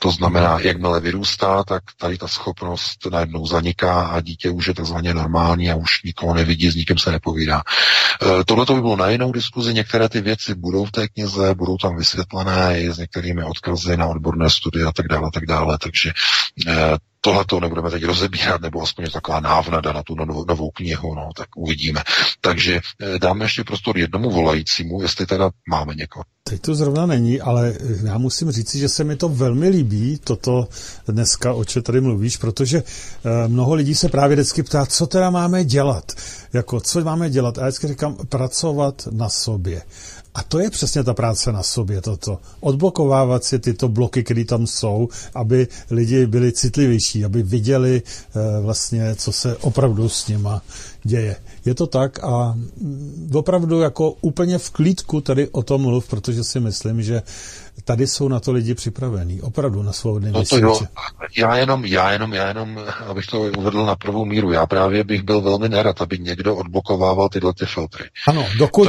To znamená, jakmile vyrůstá, tak tady ta schopnost najednou zaniká a dítě už je takzvaně normální a už nikoho nevidí, s nikým se nepovídá. Tohle to by bylo na jinou diskuzi, některé ty věci budou v té knize, budou tam vysvětlené i s některými odkazy na odborné studie a tak dále, takže tohle to nebudeme teď rozebírat, nebo aspoň taková návnada na tu novou knihu, no, tak uvidíme. Takže dáme ještě prostor jednomu volajícímu, jestli teda máme někoho. Teď to zrovna není, ale já musím říct, že se mi to velmi líbí, toto dneska, o čem tady mluvíš, protože mnoho lidí se právě vždycky ptá, co teda máme dělat, co máme dělat. A já vždycky říkám, pracovat na sobě. A to je přesně ta práce na sobě, toto. Odblokovávat si tyto bloky, které tam jsou, aby lidi byli citlivější, aby viděli vlastně, co se opravdu s nima děje. Je to tak a opravdu jako úplně v klídku tady o tom mluv, protože si myslím, že tady jsou na to lidi připravení. Opravdu na svobodném vysílači. Já jenom, abych to uvedl na prvou míru, já právě bych byl velmi nerad, aby někdo odblokovával tyhle ty filtry. Ano,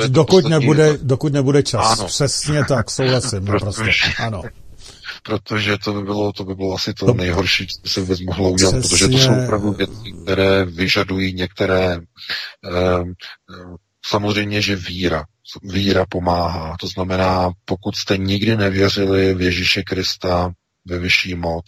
dokud nebude čas. Ano. Přesně tak, souhlasím. Naprosto. Ano. Protože to by bylo asi to nejhorší, co se vůbec mohlo udělat, protože to jsou opravdu věci, které vyžadují některé, samozřejmě, že víra pomáhá. To znamená, pokud jste nikdy nevěřili v Ježíše Krista, ve vyšší moc,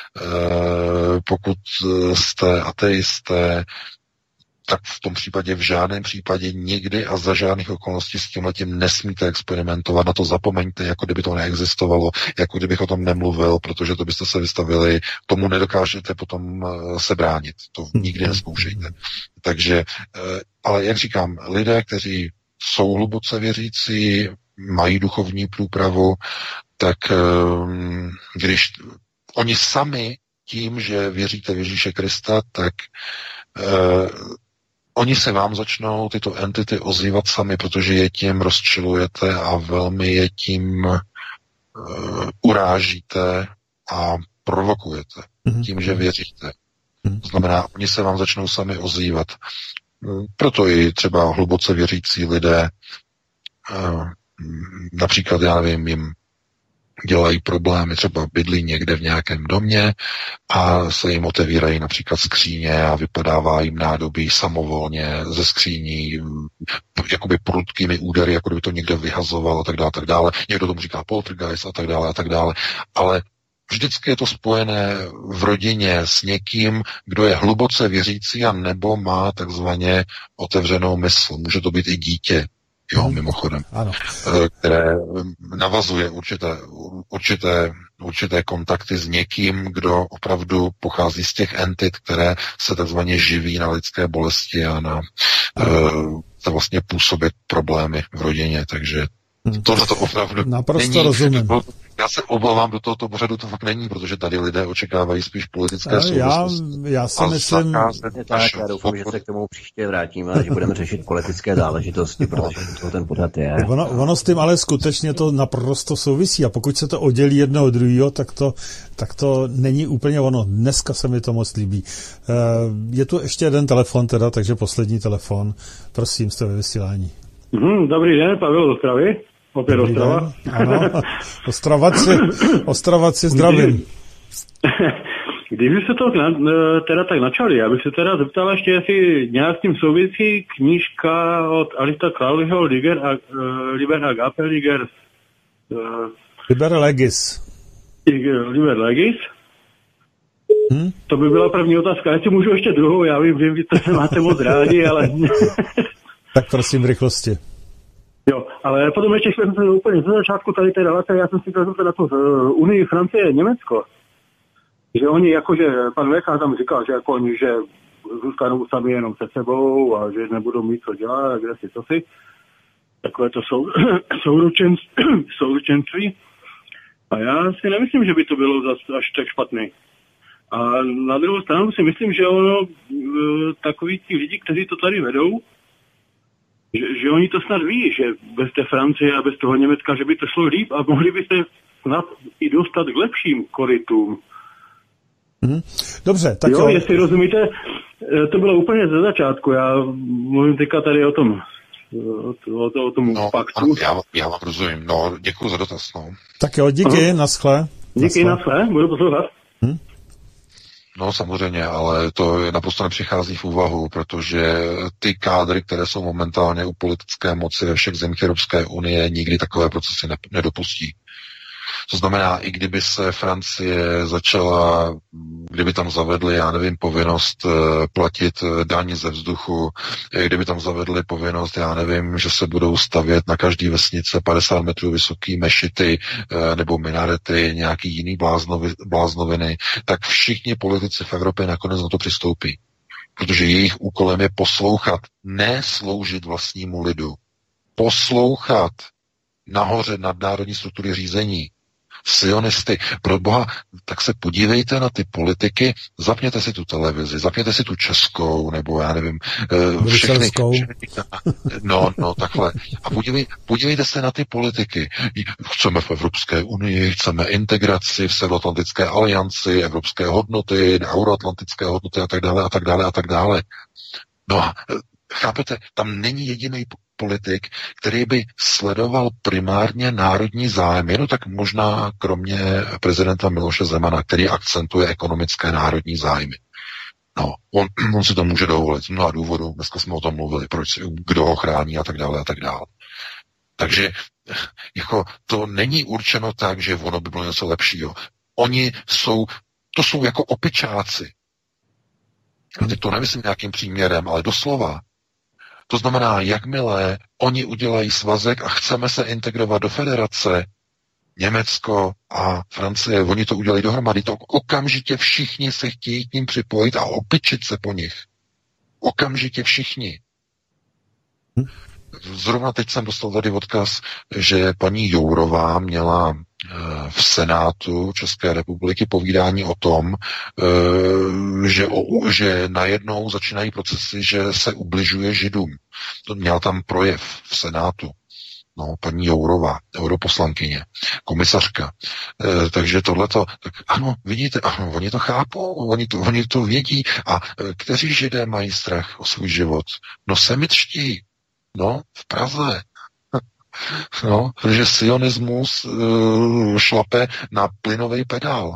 pokud jste ateisté, tak v tom případě v žádném případě nikdy a za žádných okolností s tímhletím nesmíte experimentovat. Na to zapomeňte, jako kdyby to neexistovalo, jako kdybych o tom nemluvil, protože to byste se vystavili, tomu nedokážete potom se bránit. To nikdy nezkoušejte. Takže, ale jak říkám, lidé, kteří jsou hluboce věřící, mají duchovní průpravu, tak když oni sami tím, že věříte v Ježíše Krista, tak oni se vám začnou tyto entity ozývat sami, protože je tím rozčilujete a velmi je tím urážíte a provokujete tím, že věříte. To znamená, oni se vám začnou sami ozývat. Proto i třeba hluboce věřící lidé, například, já nevím, jim dělají problémy, třeba bydlí někde v nějakém domě a se jim otevírají například skříně a vypadává jim nádobí samovolně ze skříní, jakoby prudkými údery, jako kdyby to někdo vyhazoval a tak dále. Někdo tomu říká poltergeist a tak dále. Ale vždycky je to spojené v rodině s někým, kdo je hluboce věřící a nebo má takzvaně otevřenou mysl. Může to být i dítě, mimochodem, ano. Které navazuje určité kontakty s někým, kdo opravdu pochází z těch entit, které se takzvaně živí na lidské bolesti a na vlastně působit problémy v rodině, takže tohle to opravdu naprosto není. Rozumím. Já se obávám, do tohoto pořadu to fakt není, protože tady lidé očekávají spíš politické souvislosti. Já si myslím... Tak, já doufám, že se k tomu příště vrátíme a že budeme řešit politické záležitosti, protože to ten pořad je. Ono s tím ale skutečně to naprosto souvisí a pokud se to oddělí jedno od druhého, tak to není úplně ono. Dneska se mi to moc líbí. Je tu ještě jeden telefon teda, takže poslední telefon. Prosím, jste ve vysílání. Dobrý den, Pavel z Ostravy. Opět Ostrava. Ano, Ostravaci zdravím. Když se to teda tak načali, já bych se teda zeptal ještě, jestli nějak s tím souvisí knížka od Alista Crowleyho Liber Agape Liber Legis. Liber Legis. To by byla první otázka. Jestli můžu ještě druhou, já vím, že vy to se máte moc rádi, ale... Tak prosím v rychlosti. Jo, ale potom ještě jsem se úplně ze začátku tady té relace, já jsem si to na to Unii Francie Německo. Že oni jakože, pan VK tam říkal, že jako oni, že zůstanou sami jenom se sebou a že nebudou mít co dělat, kde si to si. Takové to souručenství. A já si nemyslím, že by to bylo až tak špatný. A na druhou stranu si myslím, že ono, takový ti lidi, kteří to tady vedou, že oni to snad ví, že bez té Francie a bez toho Německa, že by to šlo líp a mohli by se snad i dostat k lepším korytům. Dobře, tak jo. Jestli rozumíte, to bylo úplně ze začátku. Já mluvím teďka tady o tom paktu. Já vám rozumím. No, děkuji za dotaz. No. Tak jo, díky, naschle. Díky, na své, budu poslouchat. No samozřejmě, ale to naprosto nepřichází v úvahu, protože ty kádry, které jsou momentálně u politické moci ve všech zemích Evropské unie, nikdy takové procesy nedopustí. To znamená, i kdyby se Francie začala, kdyby tam zavedli, já nevím, povinnost platit daň ze vzduchu, kdyby tam zavedli povinnost, já nevím, že se budou stavět na každý vesnice 50 metrů vysoký mešity nebo minarety, nějaký jiný bláznoviny, tak všichni politici v Evropě nakonec na to přistoupí. Protože jejich úkolem je poslouchat, ne sloužit vlastnímu lidu. Poslouchat nahoře nadnárodní struktury řízení. Sionisty. Pro Boha, tak se podívejte na ty politiky, zapněte si tu televizi, zapněte si tu českou, nebo já nevím, všechny no, takhle. A podívejte se na ty politiky. Chceme v Evropské unii, chceme integraci v Severoatlantické alianci, evropské hodnoty, euroatlantické hodnoty a tak dále, a tak dále, a tak dále. No a chápete, tam není jediný politik, který by sledoval primárně národní zájmy, no tak možná kromě prezidenta Miloše Zemana, který akcentuje ekonomické národní zájmy. No, on si to může dovolit z mnoha důvodů, dneska jsme o tom mluvili, kdo ho chrání a tak dále a tak dále. Takže jako to není určeno tak, že ono by bylo něco lepšího. To jsou jako opičáci. A teď to nemyslím nějakým příměrem, ale doslova. To znamená, jakmile oni udělají svazek a chceme se integrovat do federace, Německo a Francie, oni to udělají dohromady, to okamžitě všichni se chtějí k ním připojit a opičit se po nich. Okamžitě všichni. Zrovna teď jsem dostal tady odkaz, že paní Jourová měla v Senátu České republiky povídání o tom, že najednou začínají procesy, že se ubližuje Židům. To měla tam projev v Senátu. No, paní Jourová, europoslankyně, komisařka. Takže tohleto, tak ano, vidíte, ano, oni to chápou, oni to vědí. A kteří Židé mají strach o svůj život? No, semitští. No, v Praze. No, protože sionismus šlape na plynový pedál.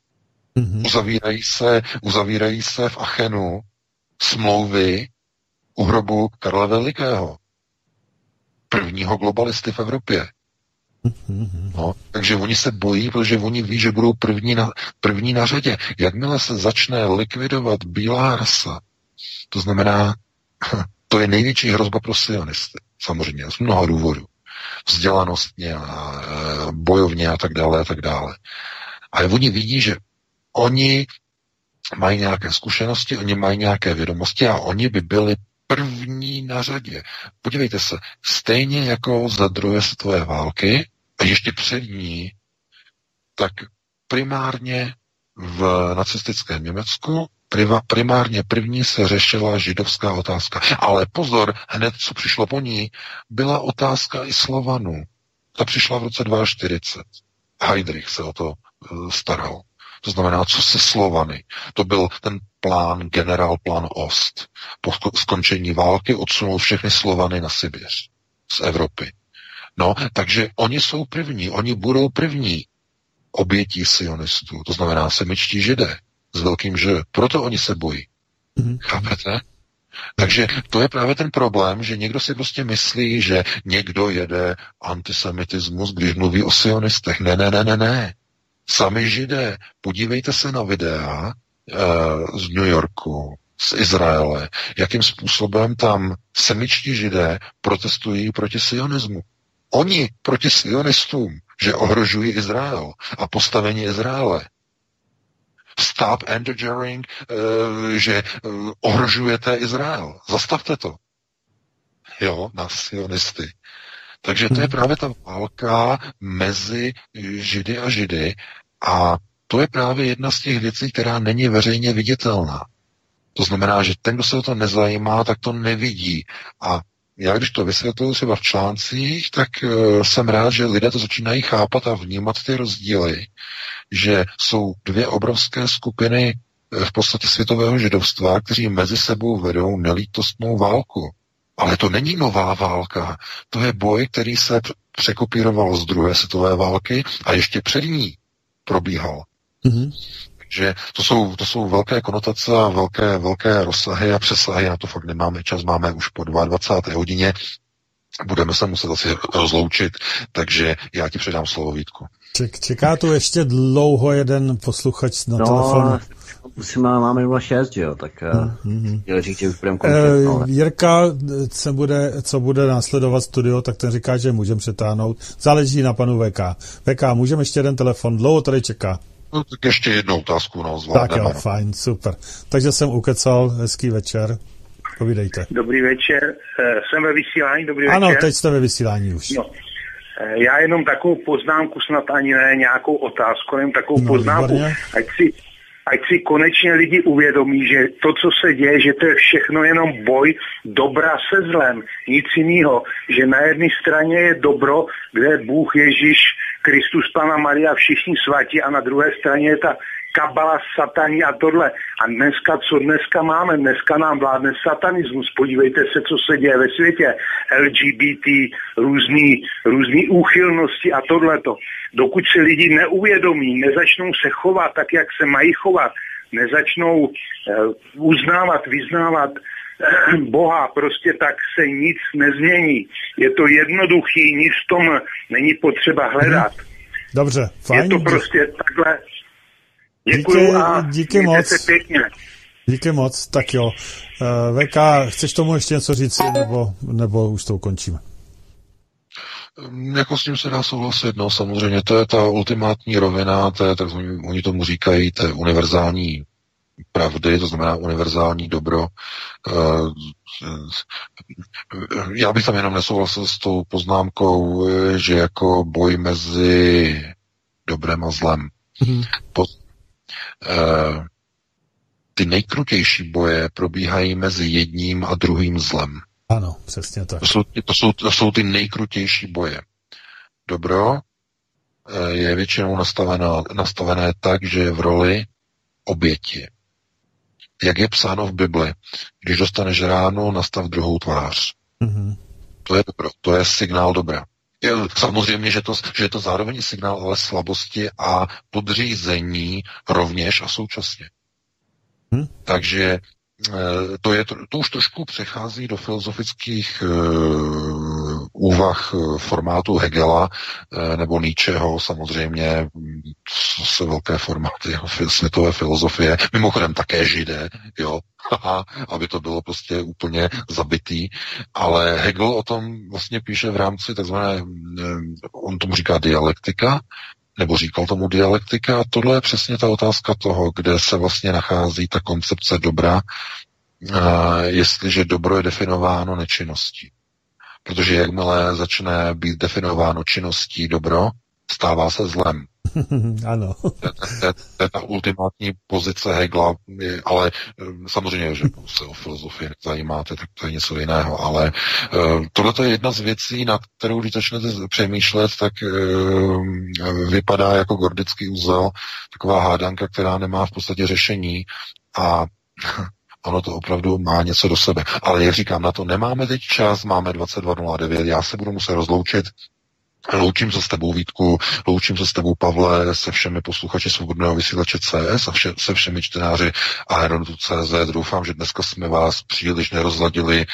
Uzavírají se v Achenu smlouvy u hrobu Karla Velikého. Prvního globalisty v Evropě. No, takže oni se bojí, protože oni ví, že budou první na řadě. Jakmile se začne likvidovat bílá rasa, to znamená, to je největší hrozba pro sionisty. Samozřejmě, z mnoha důvodů. Vzdělanostně a bojovně a tak dále a tak dále. Ale oni vidí, že oni mají nějaké zkušenosti, oni mají nějaké vědomosti a oni by byli první na řadě. Podívejte se, stejně jako za druhé světové války a ještě před ní, tak primárně v nacistickém Německu primárně první se řešila židovská otázka. Ale pozor, hned co přišlo po ní, byla otázka i Slovanů. Ta přišla v roce 1942. Heydrich se o to staral. To znamená, co se Slovany. To byl ten generálplán Ost. Po skončení války odsunul všechny Slovany na Sibiř z Evropy. No, takže oni jsou první, oni budou první obětí sionistů. To znamená semičtí Židé s velkým Ž. Proto oni se bojí. Chápete? Takže to je právě ten problém, že někdo si prostě myslí, že někdo jede antisemitismus, když mluví o sionistech. Ne. Sami Židé. Podívejte se na videa z New Yorku, z Izraele, jakým způsobem tam semičtí Židé protestují proti sionismu. Oni proti sionistům, že ohrožují Izrael a postavení Izraele. Stop endangering, že ohrožujete Izrael. Zastavte to. Jo, na sionisty. Takže to je právě ta válka mezi Židy a Židy a to je právě jedna z těch věcí, která není veřejně viditelná. To znamená, že ten, kdo se o to nezajímá, tak to nevidí. A já, když to vysvětluji třeba v článcích, tak jsem rád, že lidé to začínají chápat a vnímat ty rozdíly, že jsou dvě obrovské skupiny v podstatě světového židovstva, kteří mezi sebou vedou nelítostnou válku. Ale to není nová válka. To je boj, který se překopíroval z druhé světové války a ještě před ní. probíhal. Takže to jsou velké konotace a velké rozsahy a přesahy, na to fakt nemáme čas, máme už po 22. hodině, budeme se muset asi rozloučit, takže já ti předám slovo, Vítku. Čeká tu ještě dlouho jeden posluchač na telefonu. Máme 06, že jo, tak chtěl říct, že už budeme končit. Jirka, co bude následovat studio, tak ten říká, že můžeme přetáhnout. Záleží na panu VK. VK, můžeme ještě jeden telefon, dlouho tady čeká. No, tak ještě jednu otázku, zvládneme. Tak jo, fajn, super. Takže jsem ukecal, hezký večer. Povídejte. Dobrý večer, jsem ve vysílání, dobrý večer. Ano, teď jste ve vysílání už. No. Já jenom takovou poznámku, snad ani ne nějakou otázku, jenom takovou poznámku, ať si konečně lidi uvědomí, že to, co se děje, že to je všechno jenom boj dobra se zlem, nic jiného, že na jedné straně je dobro, kde je Bůh, Ježíš, Kristus, Panna Maria, všichni svatí, a na druhé straně je ta kabala, sataní a tohle. A co dneska máme? Dneska nám vládne satanismus. Podívejte se, co se děje ve světě. LGBT, různý úchylnosti a tohleto. Dokud se lidi neuvědomí, nezačnou se chovat tak, jak se mají chovat, nezačnou uznávat, vyznávat Boha, prostě tak se nic nezmění. Je to jednoduchý, nic v tom není potřeba hledat. Dobře, fajn. Je to prostě takhle. Děkuju a díky moc. Se pěkně. Díky moc, tak jo. VK, chceš tomu ještě něco říct, nebo už to ukončíme? Jako s tím se dá souhlasit, no samozřejmě, to je ta ultimátní rovina, to je, tak oni tomu říkají, to je univerzální pravdy, to znamená univerzální dobro. Já bych tam jenom nesouhlasil s tou poznámkou, že jako boj mezi dobrem a zlem. Ty nejkrutější boje probíhají mezi jedním a druhým zlem. Ano, přesně tak. To jsou ty nejkrutější boje. Dobro je většinou nastavené tak, že je v roli oběti. Jak je psáno v Bibli, když dostaneš ránu, nastav druhou tvář. To je dobro, to je signál dobra. Samozřejmě, že je to zároveň signál ale slabosti a podřízení rovněž a současně. Takže to už trošku přechází do filozofických úvah formátu Hegela nebo Nietzscheho, samozřejmě se velké formáty světové filozofie, mimochodem také Židé, jo, aby to bylo prostě úplně zabitý, ale Hegel o tom vlastně píše v rámci takzvané, on tomu říká dialektika, nebo říkal tomu dialektika, a tohle je přesně ta otázka toho, kde se vlastně nachází ta koncepce dobra, jestliže dobro je definováno nečinností. Protože jakmile začne být definováno činností dobro, stává se zlem. Ano. To je ta ultimátní pozice Hegla, ale samozřejmě, že se o filozofii zajímáte, tak to je něco jiného, ale tohle je jedna z věcí, nad kterou, když začnete přemýšlet, tak vypadá jako gordický uzel, taková hádanka, která nemá v podstatě řešení a ono to opravdu má něco do sebe. Ale jak říkám, na to nemáme teď čas, máme 22:09, já se budu muset rozloučit. Loučím se s tebou, Vítku, loučím se s tebou, Pavle, se všemi posluchači Svobodného vysílače CS a se všemi čtenáři Aeronetu.cz. Doufám, že dneska jsme vás příliš nerozladili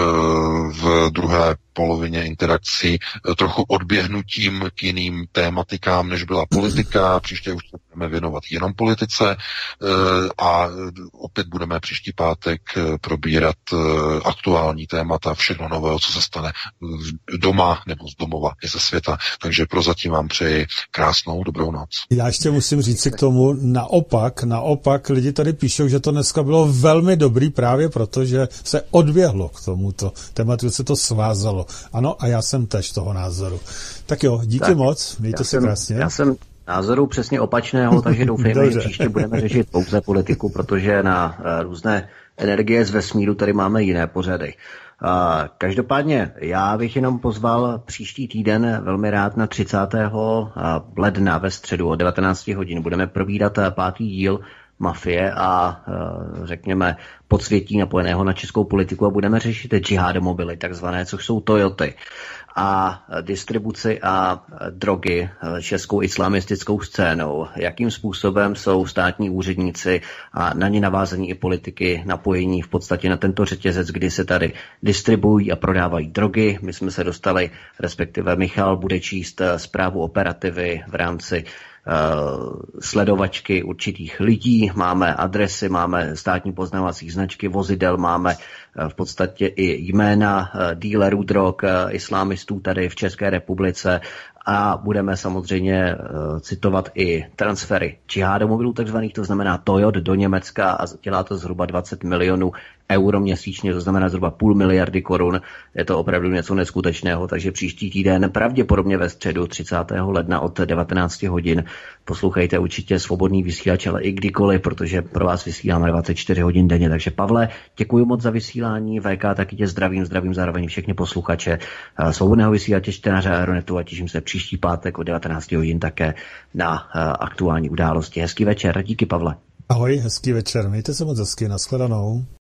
v druhé polovině interakcí trochu odběhnutím k jiným tématikám, než byla politika. Příště už se budeme věnovat jenom politice a opět budeme příští pátek probírat aktuální témata, všechno nového, co se stane doma nebo z domova i ze světa. Takže prozatím vám přeji krásnou dobrou noc. Já ještě musím říct si k tomu naopak lidi tady píšou, že to dneska bylo velmi dobrý právě proto, že se odběhlo k tomuto tématu, se to svázalo. Ano, a já jsem tež toho názoru. Tak jo, díky moc, mějte se krásně. Já jsem názoru přesně opačného, takže doufejme, že příště budeme řešit pouze politiku, protože na různé energie z vesmíru tady máme jiné pořady. Každopádně já bych jenom pozval příští týden velmi rád na 30. ledna ve středu o 19 hodin. Budeme probírat 5. díl mafie a řekněme podsvětí napojeného na českou politiku a budeme řešit džihádomobily, takzvané, což jsou Toyoty a distribuci a drogy českou islamistickou scénou. Jakým způsobem jsou státní úředníci a na ně navázaní i politiky napojení v podstatě na tento řetězec, kdy se tady distribuují a prodávají drogy. My jsme se dostali, respektive Michal bude číst zprávu operativy v rámci sledovačky určitých lidí, máme adresy, máme státní poznávací značky vozidel, máme v podstatě i jména dílerů drog, islámistů tady v České republice a budeme samozřejmě citovat i transfery džihádomobilů takzvaných, to znamená Toyota do Německa a dělá to zhruba 20 milionů euro měsíčně, to znamená zhruba 0,5 miliardy korun. Je to opravdu něco neskutečného, takže příští týden, pravděpodobně ve středu 30. ledna od 19 hodin, poslouchejte určitě Svobodný vysílač, ale i kdykoliv, protože pro vás vysíláme 24 hodin denně. Takže Pavle, děkuji moc za vysílání, VK taky tě zdravím zároveň všechny posluchače Svobodného vysílače, čtenáře Aeronetu a těším se příští pátek od 19 hodin také na aktuální události. Hezký večer, díky Pavle. Ahoj, hezký večer, mějte se moc hezky, nashledanou.